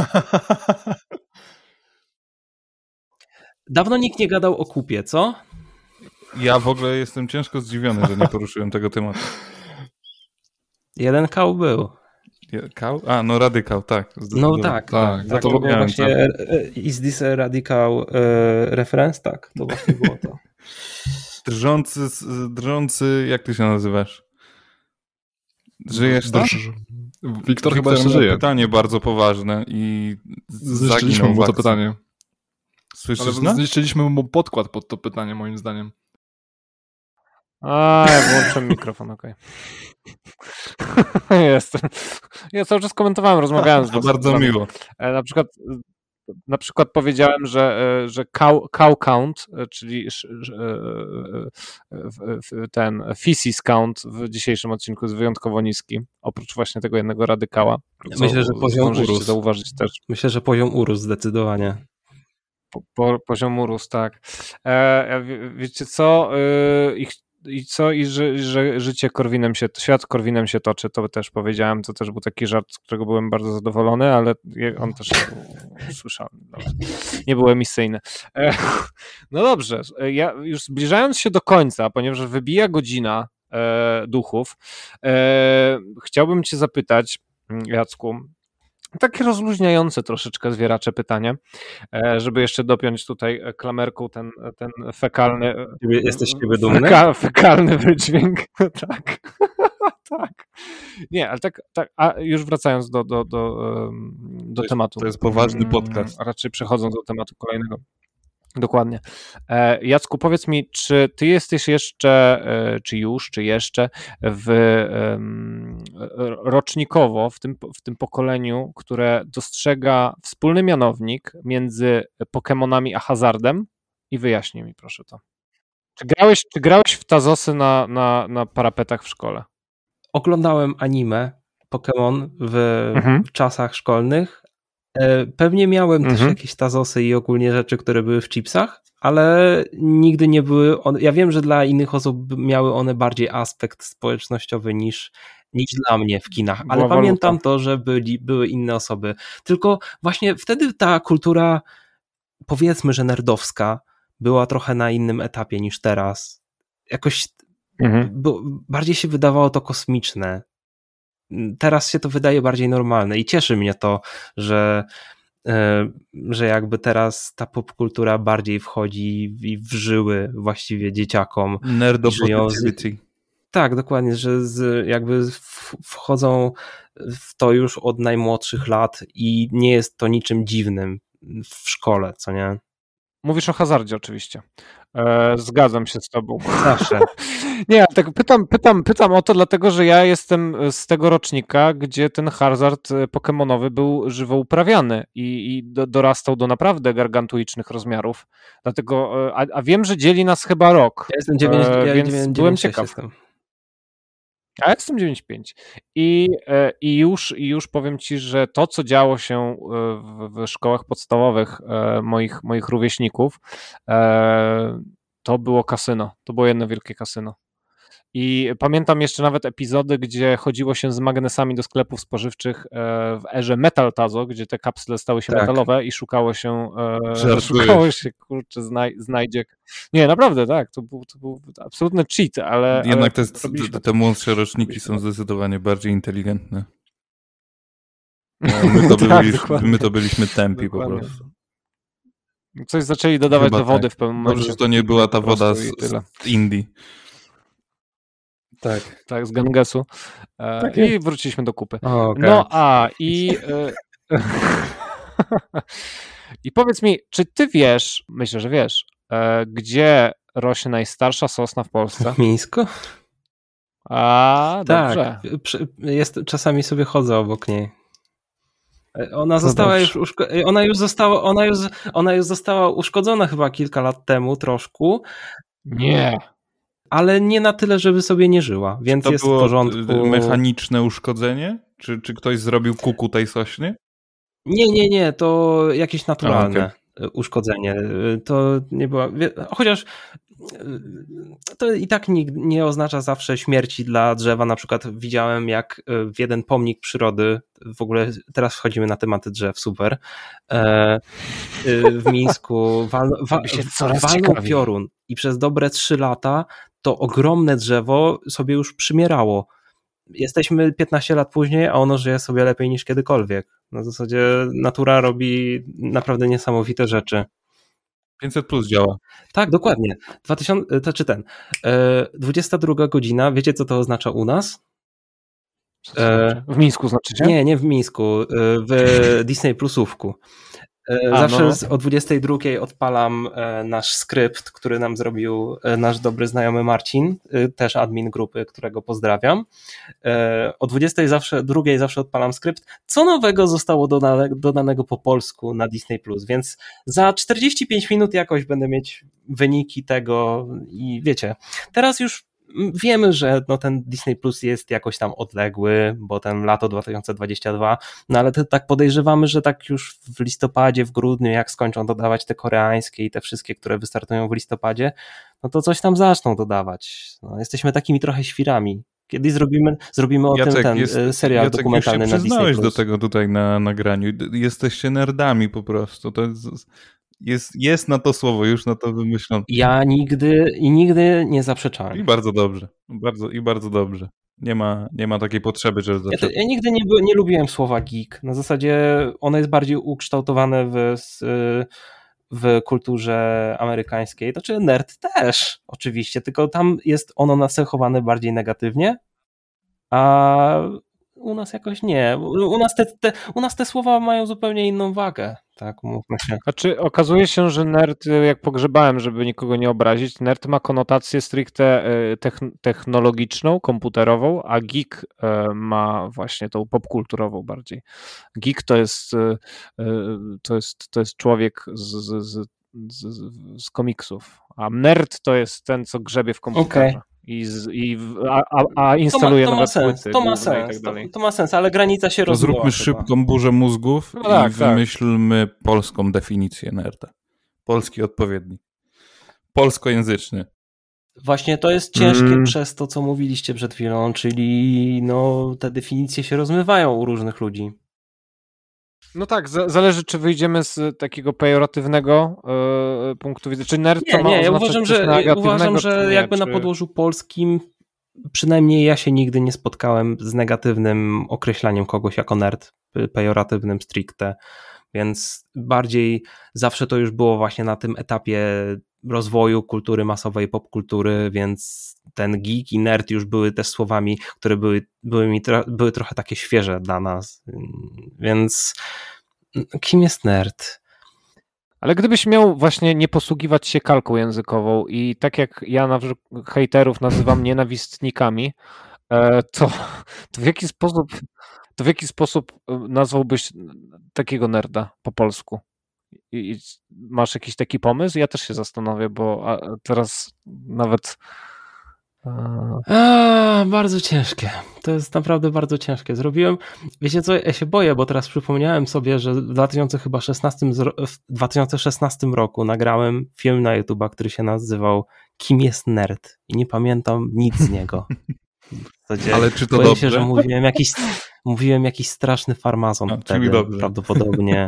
Dawno nikt nie gadał o kupie, co? Ja w ogóle jestem ciężko zdziwiony, że nie poruszyłem tego tematu. Jeden kał był. Kał? A, no radykał, tak. No tak, tak. tak. To było właśnie tak. Is this a radical uh, reference? Tak, to właśnie było to. Drżący, drżący, jak ty się nazywasz? Żyjesz tam? Wiktor, Wiktor chyba jeszcze żyje. Pytanie bardzo poważne i zniszczyliśmy mu to pytanie. Słyszysz, Ale no? zniszczyliśmy mu podkład pod to pytanie, moim zdaniem. A, ja włączyłem mikrofon, okej. Okay. Jestem. Ja cały czas komentowałem, rozmawiałem z was. Bardzo miło. Na przykład Na przykład powiedziałem, że, że cow, cow count, czyli ten feces count w dzisiejszym odcinku jest wyjątkowo niski, oprócz właśnie tego jednego radykała. Myślę, że poziom urósł. Zauważyć też. Myślę, że poziom urósł zdecydowanie. Po, po, poziom urósł, tak. E, wiecie co? E, ich I co? I że, że życie Korwinem się, świat Korwinem się toczy, to też powiedziałem, to też był taki żart, z którego byłem bardzo zadowolony, ale on też słyszałem. Nie był emisyjny. No dobrze, ja już zbliżając się do końca, ponieważ wybija godzina e, duchów, e, chciałbym cię zapytać, Jacku, takie rozluźniające troszeczkę zwieracze pytanie, żeby jeszcze dopiąć tutaj klamerką ten, ten fekalny... Jesteś z siebie dumny? Feka, fekalny wydźwięk. Tak. Tak. Nie, ale tak, tak, a już wracając do, do, do, do to jest, tematu. To jest poważny podcast. A raczej przechodząc do tematu kolejnego. Dokładnie. Jacku, powiedz mi, czy ty jesteś jeszcze, czy już, czy jeszcze w rocznikowo w tym, w tym pokoleniu, które dostrzega wspólny mianownik między Pokemonami a hazardem? I wyjaśnij mi proszę to. Czy grałeś, czy grałeś w Tazosy na, na, na parapetach w szkole? Oglądałem anime Pokémon w mhm. czasach szkolnych. Pewnie miałem mhm. też jakieś Tazosy i ogólnie rzeczy, które były w chipsach, ale nigdy nie były one, ja wiem, że dla innych osób miały one bardziej aspekt społecznościowy niż, niż dla mnie w kinach, ale Była pamiętam waluta. to, że byli, były inne osoby. Tylko właśnie wtedy ta kultura, powiedzmy, że nerdowska, była trochę na innym etapie niż teraz. Jakoś mhm. bo, bardziej się wydawało to kosmiczne. Teraz się to wydaje bardziej normalne i cieszy mnie to, że, że jakby teraz ta popkultura bardziej wchodzi w żyły właściwie dzieciakom. Nerdopositivity. Tak, dokładnie, że z, jakby wchodzą w to już od najmłodszych lat i nie jest to niczym dziwnym w szkole, co nie? Mówisz o hazardzie oczywiście. E, zgadzam się z tobą. Zawsze. Nie, tak pytam, pytam, pytam o to, dlatego że ja jestem z tego rocznika, gdzie ten hazard pokemonowy był żywo uprawiany i, i do, dorastał do naprawdę gargantuicznych rozmiarów. Dlatego, a, a wiem, że dzieli nas chyba rok. Ja jestem dziewięć, e, ja więc dziewięć, byłem dziewięć, ciekaw. Jestem. A ja jestem dziewięć pięć. I, i, już, I już powiem ci, że to, co działo się w, w szkołach podstawowych moich, moich rówieśników, to było kasyno. To było jedno wielkie kasyno. I pamiętam jeszcze nawet epizody, gdzie chodziło się z magnesami do sklepów spożywczych w erze Metal Tazo, gdzie te kapsle stały się tak. metalowe i szukało się szukało się, kurczę, znaj, znajdziek. Nie, naprawdę, tak, to był, to był absolutny cheat, ale... Jednak ale te, te, te młodsze roczniki są zdecydowanie bardziej inteligentne. My to, tak, byli, my to byliśmy tępi po prostu. Coś zaczęli dodawać Chyba do wody tak. w pewnym momencie. Dobrze, że to nie była ta woda z, z Indii. Tak. Tak, z Gangesu. E, Tak I jest. wróciliśmy do kupy. O, okej. No a i... E, I powiedz mi, czy ty wiesz, myślę, że wiesz, e, gdzie rośnie najstarsza sosna w Polsce? W Mińsku? A, dobrze. Tak, przy- jest, czasami sobie chodzę obok niej. Ona No została dobrze. już, uszko- ona już została, ona już, ona już została uszkodzona chyba kilka lat temu troszkę, Nie. ale nie na tyle, żeby sobie nie żyła, więc To jest w było porządku. mechaniczne uszkodzenie? Czy, czy ktoś zrobił kuku tej sośnie? Nie, nie, nie, to jakieś naturalne A, uszkodzenie. To nie była, wie- chociaż to i tak nie, nie oznacza zawsze śmierci dla drzewa. Na przykład widziałem, jak w jeden pomnik przyrody, w ogóle teraz wchodzimy na tematy drzew, super, e, w Mińsku wal, wa, Robi się coraz walnął ciekawiej. piorun i przez dobre trzy lata to ogromne drzewo sobie już przymierało. Jesteśmy piętnaście lat później, a ono żyje sobie lepiej niż kiedykolwiek. Na zasadzie natura robi naprawdę niesamowite rzeczy. pięćset plus działa. Tak, dokładnie. dwa tysiące, to czy ten. E, dwudziesta druga godzina, wiecie co to oznacza u nas? Co to znaczy? W Mińsku znaczy się? Nie, nie w Mińsku, e, w Disney Plusówku. E, A, Zawsze no. z- o dwudziestej drugiej odpalam e, nasz skrypt, który nam zrobił e, nasz dobry znajomy Marcin, e, też admin grupy, którego pozdrawiam. E, O dwudziestej zawsze, drugiej zawsze odpalam skrypt, co nowego zostało dodane, dodanego po polsku na Disney Plus, więc za czterdzieści pięć minut jakoś będę mieć wyniki tego i wiecie, teraz już mm, wiemy, że no ten Disney Plus jest jakoś tam odległy, bo ten lato dwa tysiące dwudziesty drugi, no ale to tak podejrzewamy, że tak już w listopadzie, w grudniu, jak skończą dodawać te koreańskie i te wszystkie, które wystartują w listopadzie, no to coś tam zaczną dodawać. No, jesteśmy takimi trochę świrami. Kiedyś zrobimy, zrobimy o Jacek, tym ten jest, e, serial Jacek, dokumentalny już się na Disney przyznałeś Plus. do tego tutaj na nagraniu. Jesteście nerdami po prostu. To jest, jest, jest na to słowo, już na to wymyślono. Ja nigdy i nigdy nie I zaprzeczałem. bardzo dobrze. Bardzo, I bardzo dobrze. Nie ma, nie ma takiej potrzeby, żeby Ja, to, zaprzeczać. ja nigdy nie, by- nie lubiłem słowa geek. Na zasadzie ono jest bardziej ukształtowane w, s- w kulturze amerykańskiej. To czy nerd też, oczywiście, tylko tam jest ono nacechowane bardziej negatywnie, a u nas jakoś nie. U u nas te, te, u nas te słowa mają zupełnie inną wagę. Tak, mówmy się. Znaczy, okazuje się, że nerd, jak pogrzebałem, żeby nikogo nie obrazić, nerd ma konotację stricte e, techn- technologiczną, komputerową, a geek e, ma właśnie tą popkulturową bardziej. Geek to jest, e, e, to jest, to jest człowiek z, z, z, z, z komiksów, a nerd to jest ten, co grzebie w komputerze. Okej. I, z, i w, a, a, a instaluje to ma, to ma nowe sens, płyty to ma główne i sens, tak to, dalej. to ma sens, ale granica się To rozmyła zróbmy chyba. szybką burzę mózgów No i tak, tak. wymyślmy polską definicję nerda. Polski odpowiedni. Polskojęzyczny. Właśnie to jest ciężkie Mm. przez to, co mówiliście przed chwilą, czyli no, te definicje się rozmywają u różnych ludzi. No tak, za, zależy, czy wyjdziemy z takiego pejoratywnego e, punktu widzenia. Czy nerd to Nie, ma nie, ja oznaczać uważam, coś że, negatywnego, uważam, czy że nie, jakby czy... na podłożu polskim przynajmniej ja się nigdy nie spotkałem z negatywnym określaniem kogoś jako nerd, pe- pejoratywnym stricte, więc bardziej zawsze to już było właśnie na tym etapie rozwoju kultury masowej, popkultury, więc ten geek i nerd już były też słowami, które były, były, mi tro, były trochę takie świeże dla nas, więc kim jest nerd? Ale gdybyś miał właśnie nie posługiwać się kalką językową i tak jak ja na przykład hejterów nazywam nienawistnikami, e, to, to w jaki sposób to w jaki sposób e, nazwałbyś takiego nerda po polsku? I, i masz jakiś taki pomysł? Ja też się zastanowię, bo a, teraz nawet e, A, bardzo ciężkie. To jest naprawdę bardzo ciężkie. Zrobiłem, wiecie co, ja się boję, bo teraz przypomniałem sobie, że w dwa tysiące szesnastym, zro- w dwa tysiące szesnastym roku nagrałem film na YouTube'a, który się nazywał Kim jest nerd? I nie pamiętam nic z niego. W zasadzie Ale czy to boję dobrze? się, że mówiłem jakiś, mówiłem jakiś straszny farmazon A, czyli wtedy, dobrze. prawdopodobnie.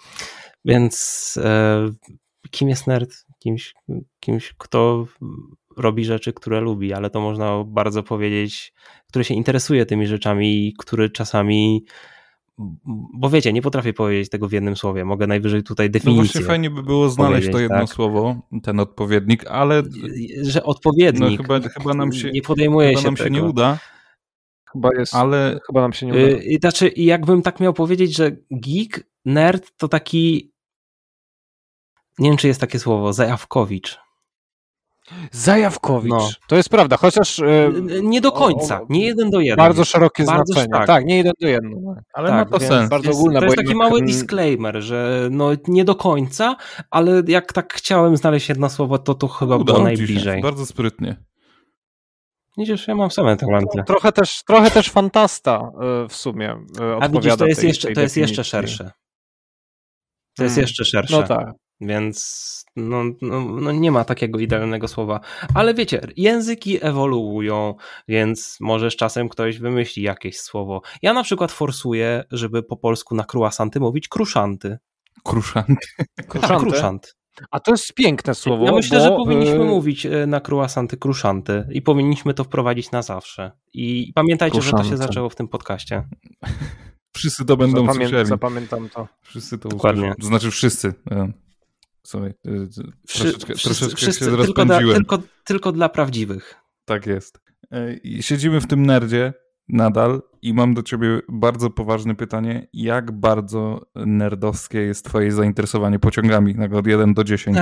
Więc e, kim jest nerd? Kimś, kimś, kto robi rzeczy, które lubi, ale to można bardzo powiedzieć, który się interesuje tymi rzeczami i który czasami bo wiecie, nie potrafię powiedzieć tego w jednym słowie, mogę najwyżej tutaj No definicję. właśnie fajnie by było znaleźć to jedno tak. słowo, ten odpowiednik, ale Że odpowiednik, no chyba, chyba nam się, nie podejmuje chyba się nam się tego. nie uda. Chyba jest, Ale- chyba nam się nie uda. Yy, Znaczy, jakbym tak miał powiedzieć, że geek, nerd to taki, nie wiem czy jest takie słowo, zajawkowicz. Zajawkowicz. No. To jest prawda, chociaż e, Nie do końca, o, o, nie jeden do jeden. bardzo szerokie Bardzo znaczenie. tak. Tak, nie jeden do jednego. Ale Tak, ma to więc sens. bardzo jest, ogólne, to bo jest taki jednak, mały mm, disclaimer, że no nie do końca, ale jak tak chciałem znaleźć jedno słowo, to to chyba było Udało ci najbliżej. się, bardzo sprytnie. Widzisz, ja mam same talenty. Trochę też, trochę też fantasta e, w sumie e, odpowiada A widzisz, to jest, tej, jeszcze, tej to jest jeszcze definicji. szersze. To jest Mm. jeszcze szersze. No tak. Więc no, no, no nie ma takiego idealnego słowa. Ale wiecie, języki ewoluują, więc może z czasem ktoś wymyśli jakieś słowo. Ja na przykład forsuję, żeby po polsku na kruasanty mówić kruszanty. Kruszanty. Tak, Kruszanty? kruszant. A to jest piękne słowo. Ja myślę, bo, że powinniśmy e, mówić e, na kruasanty kruszanty i powinniśmy to wprowadzić na zawsze. I pamiętajcie, że to się Kruszanty. zaczęło w tym podcaście. Wszyscy to będą Zapamię- słyszeli. zapamiętam to. Wszyscy to Dokładnie. usłyszą. To znaczy wszyscy. E, Słuchaj, e, e, Wszy- troszeczkę, wszyscy, troszeczkę wszyscy, się tylko, dla, rozpędziłem. tylko, tylko dla prawdziwych. Tak jest. E, i Siedzimy w tym nerdzie nadal i mam do ciebie bardzo poważne pytanie. Jak bardzo nerdowskie jest twoje zainteresowanie pociągami na od jeden do dziesięciu?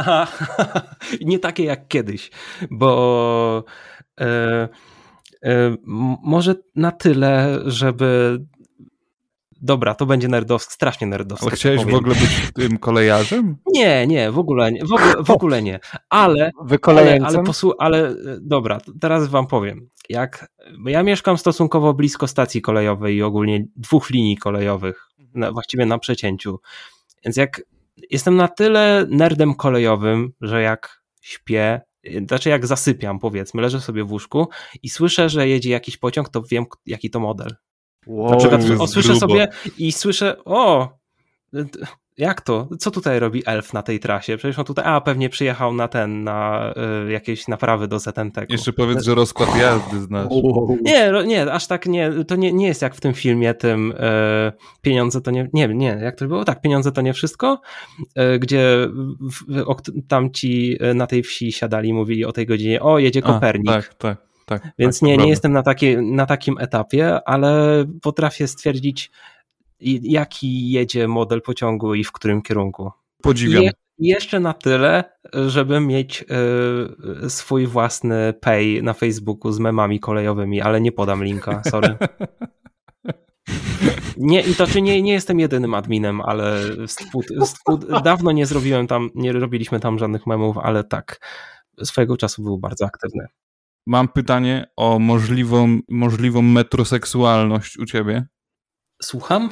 Nie takie jak kiedyś, bo e, e, m- może na tyle, żeby... Dobra, to będzie nerdowskie, strasznie nerdowskie. Ale chciałeś w powiem. ogóle być tym kolejarzem? Nie, nie, w ogóle nie, w ogóle, w ogóle nie, ale... Ale, Wykolejeńcem? ale, posłu- ale e, dobra, to teraz wam powiem. Jak, bo ja mieszkam stosunkowo blisko stacji kolejowej i ogólnie dwóch linii kolejowych, na, właściwie na przecięciu. Więc jak jestem na tyle nerdem kolejowym, że jak śpię, znaczy jak zasypiam, powiedzmy, leżę sobie w łóżku i słyszę, że jedzie jakiś pociąg, to wiem, jaki to model. Wow. Na przykład to jest o, słyszę grubo. sobie i słyszę, o, jak to? Co tutaj robi elf na tej trasie? Przecież on tutaj, a pewnie przyjechał na ten, na y, jakieś naprawy do Z N T. Jeszcze powiedz, że rozkład jazdy znasz. Nie, ro- nie, aż tak nie, to nie, nie jest jak w tym filmie tym e, pieniądze to nie, nie, nie, jak to było? Tak, pieniądze to nie wszystko, e, gdzie w, o, tam ci na tej wsi siadali i mówili o tej godzinie, o jedzie A, Kopernik. tak, tak, tak. Więc tak, to nie, nie prawda. jestem na, takie, na takim etapie, ale potrafię stwierdzić, i- jaki jedzie model pociągu i w którym kierunku. Podziwiam. Je, jeszcze na tyle, żeby mieć y, swój własny pay na Facebooku z memami kolejowymi, ale nie podam linka, sorry. Nie, i to czy nie, nie jestem jedynym adminem, ale spód, spód, dawno nie zrobiłem tam, nie robiliśmy tam żadnych memów, ale tak, swojego czasu był bardzo aktywny. Mam pytanie o możliwą, możliwą metroseksualność u ciebie. Słucham?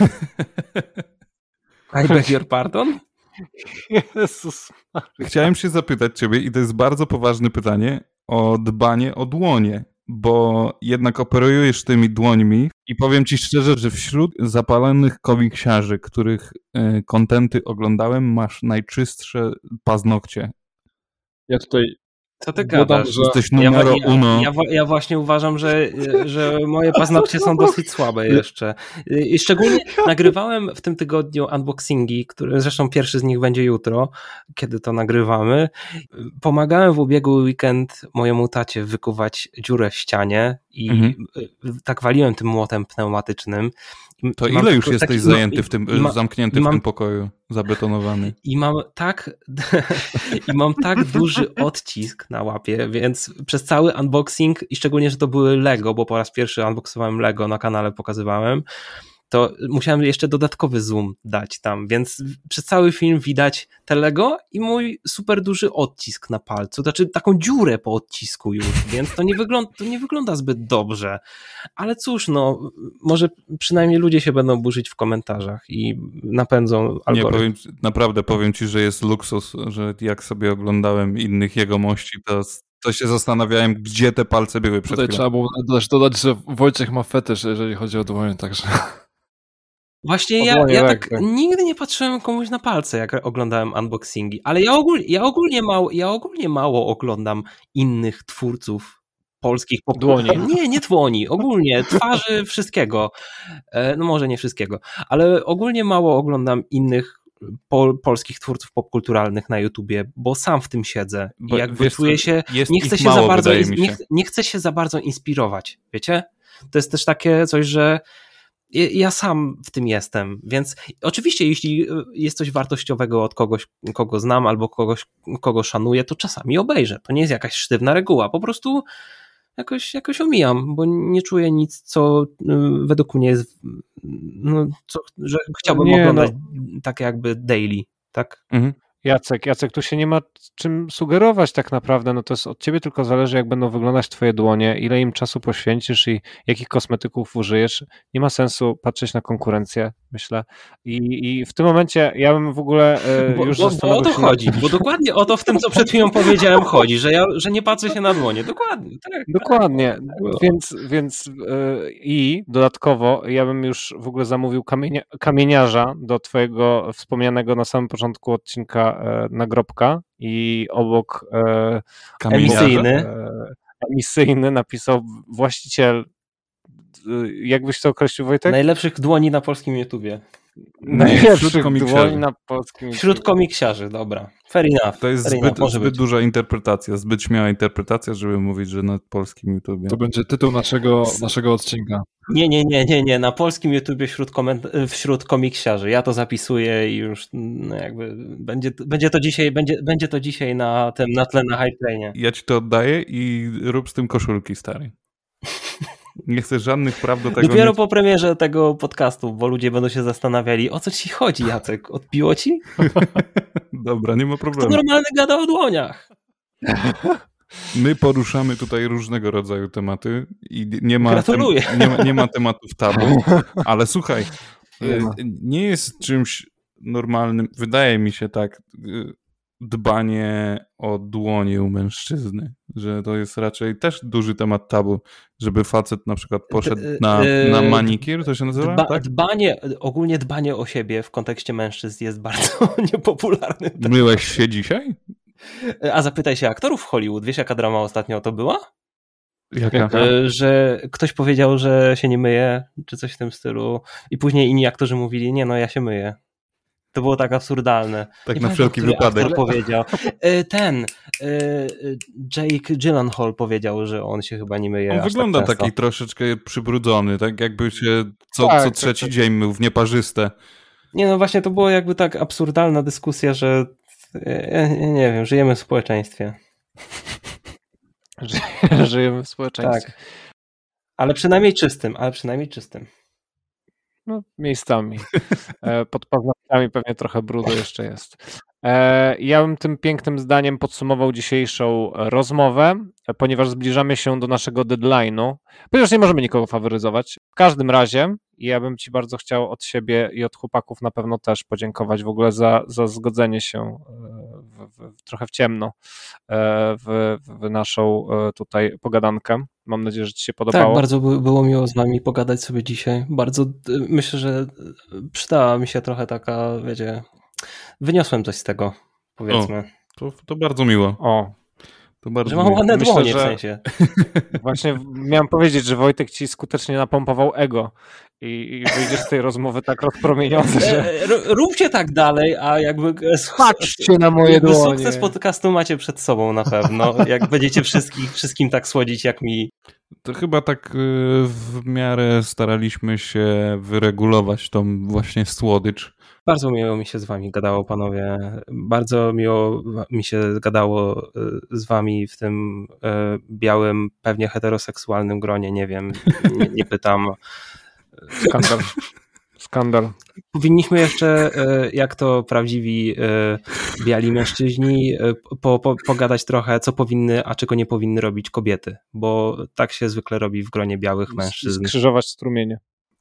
I beg your pardon? Jezus. Chciałem się zapytać ciebie, i to jest bardzo poważne pytanie, o dbanie o dłonie, bo jednak operujesz tymi dłońmi i powiem ci szczerze, że wśród zapalonych komiksiarzy, których y, kontenty oglądałem, masz najczystsze paznokcie. Ja tutaj Co ty dodam, gadasz? że Jesteś Ja, numero ja, uno. ja, ja właśnie uważam, że, że moje paznokcie są dosyć słabe jeszcze. I szczególnie nagrywałem w tym tygodniu unboxingi, które zresztą pierwszy z nich będzie jutro, kiedy to nagrywamy. Pomagałem w ubiegły weekend mojemu tacie wykuwać dziurę w ścianie i Mhm. tak waliłem tym młotem pneumatycznym. I To mam ile już tylko jesteś taki- zajęty no, w tym, i ma- zamknięty i w mam- tym pokoju, zabetonowany? I mam tak i mam tak duży odcisk na łapie, więc przez cały unboxing i szczególnie, że to były Lego, bo po raz pierwszy unboxowałem Lego, na kanale pokazywałem, to musiałem jeszcze dodatkowy zoom dać tam, więc przez cały film widać te Lego i mój super duży odcisk na palcu, znaczy taką dziurę po odcisku już, więc to nie wygląda, to nie wygląda zbyt dobrze, ale cóż, no może przynajmniej ludzie się będą burzyć w komentarzach i napędzą Nie, algorytm. powiem, ci- naprawdę powiem ci, że jest luksus, że jak sobie oglądałem innych jegomości, to, to się zastanawiałem, gdzie te palce były przed tutaj chwilą. trzeba było dodać, dodać, że Wojciech ma fetysz, jeżeli chodzi o dłonie, także... Właśnie ja, Odłonie ja lekkie. tak nigdy nie patrzyłem komuś na palce, jak oglądałem unboxingi, ale ja ogólnie, ja ogólnie, mało, ja ogólnie mało oglądam innych twórców polskich pop... Dłoni. Nie, nie dłoni, ogólnie twarzy, wszystkiego. No może nie wszystkiego, ale ogólnie mało oglądam innych pol, polskich twórców popkulturalnych na YouTubie, bo sam w tym siedzę i Bo, jakby wiesz, czuję się, jest nie chcę ich się mało, za bardzo, wydaje mi się. nie, nie chcę się za bardzo inspirować, wiecie? To jest też takie coś, że ja sam w tym jestem, więc oczywiście jeśli jest coś wartościowego od kogoś, kogo znam albo kogoś, kogo szanuję, to czasami obejrzę. To nie jest jakaś sztywna reguła, po prostu jakoś, jakoś omijam, bo nie czuję nic, co według mnie jest, no, co, że chciałbym nie, oglądać no. tak jakby daily, tak? Mhm. Jacek, Jacek, tu się nie ma czym sugerować tak naprawdę, no to jest od ciebie tylko zależy, jak będą wyglądać twoje dłonie, ile im czasu poświęcisz i jakich kosmetyków użyjesz. Nie ma sensu patrzeć na konkurencję, myślę. I, i w tym momencie ja bym w ogóle e, Bo, już bo, bo o to się chodzi, nad... bo dokładnie o to w tym, co przed chwilą powiedziałem chodzi, że ja że nie patrzę się na dłonie, dokładnie. Tak, Dokładnie, tak. więc, więc yy, i dodatkowo ja bym już w ogóle zamówił kamienia, kamieniarza do twojego wspomnianego na samym początku odcinka e, nagrobka i obok e, Emisyjny. E, emisyjny napisał właściciel, e, jakbyś to określił, Wojtek? Najlepszych dłoni na polskim YouTubie. Najlepszych dłoni na polskim YouTubie. Wśród komiksiarzy, dobra. Fair enough. To jest Fair zbyt, enough, zbyt duża interpretacja, zbyt śmiała interpretacja, żeby mówić, że na polskim YouTubie. To będzie tytuł naszego, naszego odcinka. Nie, nie, nie, nie, nie. Na polskim YouTubie wśród, koment- wśród komiksiarzy. Ja to zapisuję i już no jakby będzie, będzie, to dzisiaj, będzie, będzie to dzisiaj na tym, na tle na Hype Trainie. Ja ci to oddaję i rób z tym koszulki, stary. Nie chcę żadnych praw do tego. Dopiero mieć. po premierze tego podcastu, bo ludzie będą się zastanawiali, o co ci chodzi, Jacek? Odbiło ci? Dobra, nie ma Kto problemu. normalny gada o dłoniach? My poruszamy tutaj różnego rodzaju tematy i nie ma, Gratuluję. tem, nie ma, nie ma tematów tabu, ale słuchaj, Nie ma. nie jest czymś normalnym, wydaje mi się tak, dbanie o dłonie u mężczyzny, że to jest raczej też duży temat tabu, żeby facet na przykład poszedł na, na manikir, to się nazywa? Dba, tak? Dbanie, ogólnie dbanie o siebie w kontekście mężczyzn jest bardzo niepopularny. Myłeś się dzisiaj? A zapytaj się aktorów w Hollywood, wiesz jaka drama ostatnio to była? Jaka? Że ktoś powiedział, że się nie myje, czy coś w tym stylu i później inni aktorzy mówili, nie no ja się myję. To było tak absurdalne. Tak Nie na pamiętam, wszelki który wypadek. aktor powiedział. Ten Jake Gyllenhaal powiedział, że on się chyba nie myje. On aż wygląda tak często. taki troszeczkę przybrudzony, tak jakby się co, Tak, co tak, trzeci tak. dzień mył w nieparzyste. Nie no właśnie to było jakby tak absurdalna dyskusja, że ja nie wiem, żyjemy w społeczeństwie. Żyjemy w społeczeństwie. Tak. Ale przynajmniej czystym, ale przynajmniej czystym. No, miejscami. E, Pod paznokciami pewnie trochę brudu jeszcze jest. E, Ja bym tym pięknym zdaniem podsumował dzisiejszą rozmowę, ponieważ zbliżamy się do naszego deadline'u, ponieważ nie możemy nikogo faworyzować. W każdym razie ja bym ci bardzo chciał od siebie i od chłopaków na pewno też podziękować w ogóle za, za zgodzenie się w, w, trochę w ciemno w, w naszą tutaj pogadankę. Mam nadzieję, że ci się podobało. Tak, bardzo by, było miło z wami pogadać sobie dzisiaj. Bardzo myślę, że przydała mi się trochę taka, wiecie, wyniosłem coś z tego, powiedzmy. O, to, to bardzo miło. O, To bardzo że mam miło. ładne Myślę, dłonie że- w sensie. właśnie miałem powiedzieć, że Wojtek ci skutecznie napompował ego i, i wyjdziesz z tej rozmowy tak rozpromieniony, że E, r- Róbcie tak dalej, a jakby patrzcie na moje jakby dłonie. sukces podcastu macie przed sobą na pewno, jak będziecie wszystkich, wszystkim tak słodzić jak mi. To chyba tak y, w miarę staraliśmy się wyregulować tą właśnie słodycz. Bardzo miło mi się z wami gadało, panowie. Bardzo miło mi się gadało y, z wami w tym y, białym, pewnie heteroseksualnym gronie, nie wiem, nie, nie pytam. Skandal. Skandal. Powinniśmy jeszcze, y, jak to prawdziwi y, biali mężczyźni, y, po, po, pogadać trochę, co powinny, a czego nie powinny robić kobiety, bo tak się zwykle robi w gronie białych mężczyzn. Skrzyżować strumienie.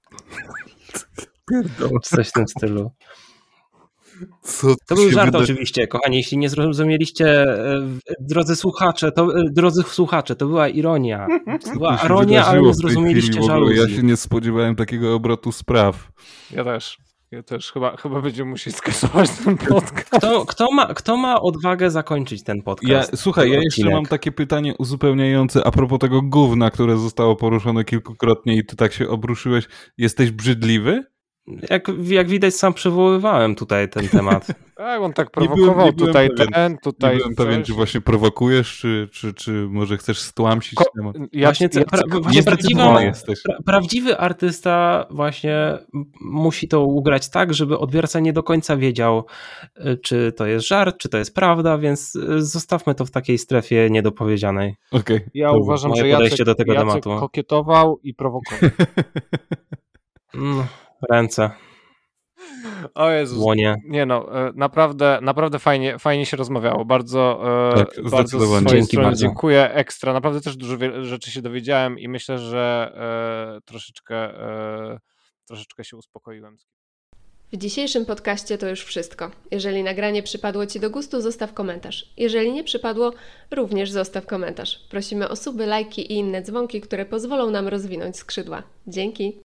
Coś w tym stylu. Co To był się żart wyda- oczywiście, kochani. Jeśli nie zrozumieliście, e, drodzy słuchacze, to, e, drodzy słuchacze, to była ironia. To była Co się ironia, ale wydarzyło nie w tej zrozumieliście chwili w ogóle? żaluzji. Ja się nie spodziewałem takiego obrotu spraw. Ja też. Ja też chyba, chyba będziemy musieli skasować ten podcast. Kto, kto, ma, kto ma odwagę zakończyć ten podcast? Ja, słuchaj, ja jeszcze odcinek? mam takie pytanie uzupełniające a propos tego gówna, które zostało poruszone kilkukrotnie i ty tak się obruszyłeś. Jesteś brzydliwy? Jak, jak widać, sam przywoływałem tutaj ten temat. Tak, on tak Nie byłem- prowokował nie byłem tutaj pewien. ten, tutaj Nie byłem pewien, coś. czy właśnie prowokujesz, czy, czy, czy może chcesz stłamsić Ko- temat. ja, Właśnie co- ja, pra- właśnie Niezdecydowany prawdziwa- jesteś. Pra, prawdziwy artysta właśnie m- musi to ugrać tak, żeby odbiorca nie do końca wiedział, y, czy to jest żart, czy to jest prawda, więc y, zostawmy to w takiej strefie niedopowiedzianej. Okej. ja To uważam, moje że podejście Jacek, do tego Jacek tematu. kokietował i prowokował. Mm, ręce, O Jezus. dłonie. Nie no, e, naprawdę, naprawdę fajnie, fajnie się rozmawiało. Bardzo, e, Tak, bardzo z zdecydowanie. swojej Dzięki strony bardzo. dziękuję. Ekstra. Naprawdę też dużo wie- rzeczy się dowiedziałem i myślę, że e, troszeczkę, e, troszeczkę się uspokoiłem. W dzisiejszym podcaście to już wszystko. Jeżeli nagranie przypadło Ci do gustu, zostaw komentarz. Jeżeli nie przypadło, również zostaw komentarz. Prosimy o suby, lajki i inne dzwonki, które pozwolą nam rozwinąć skrzydła. Dzięki!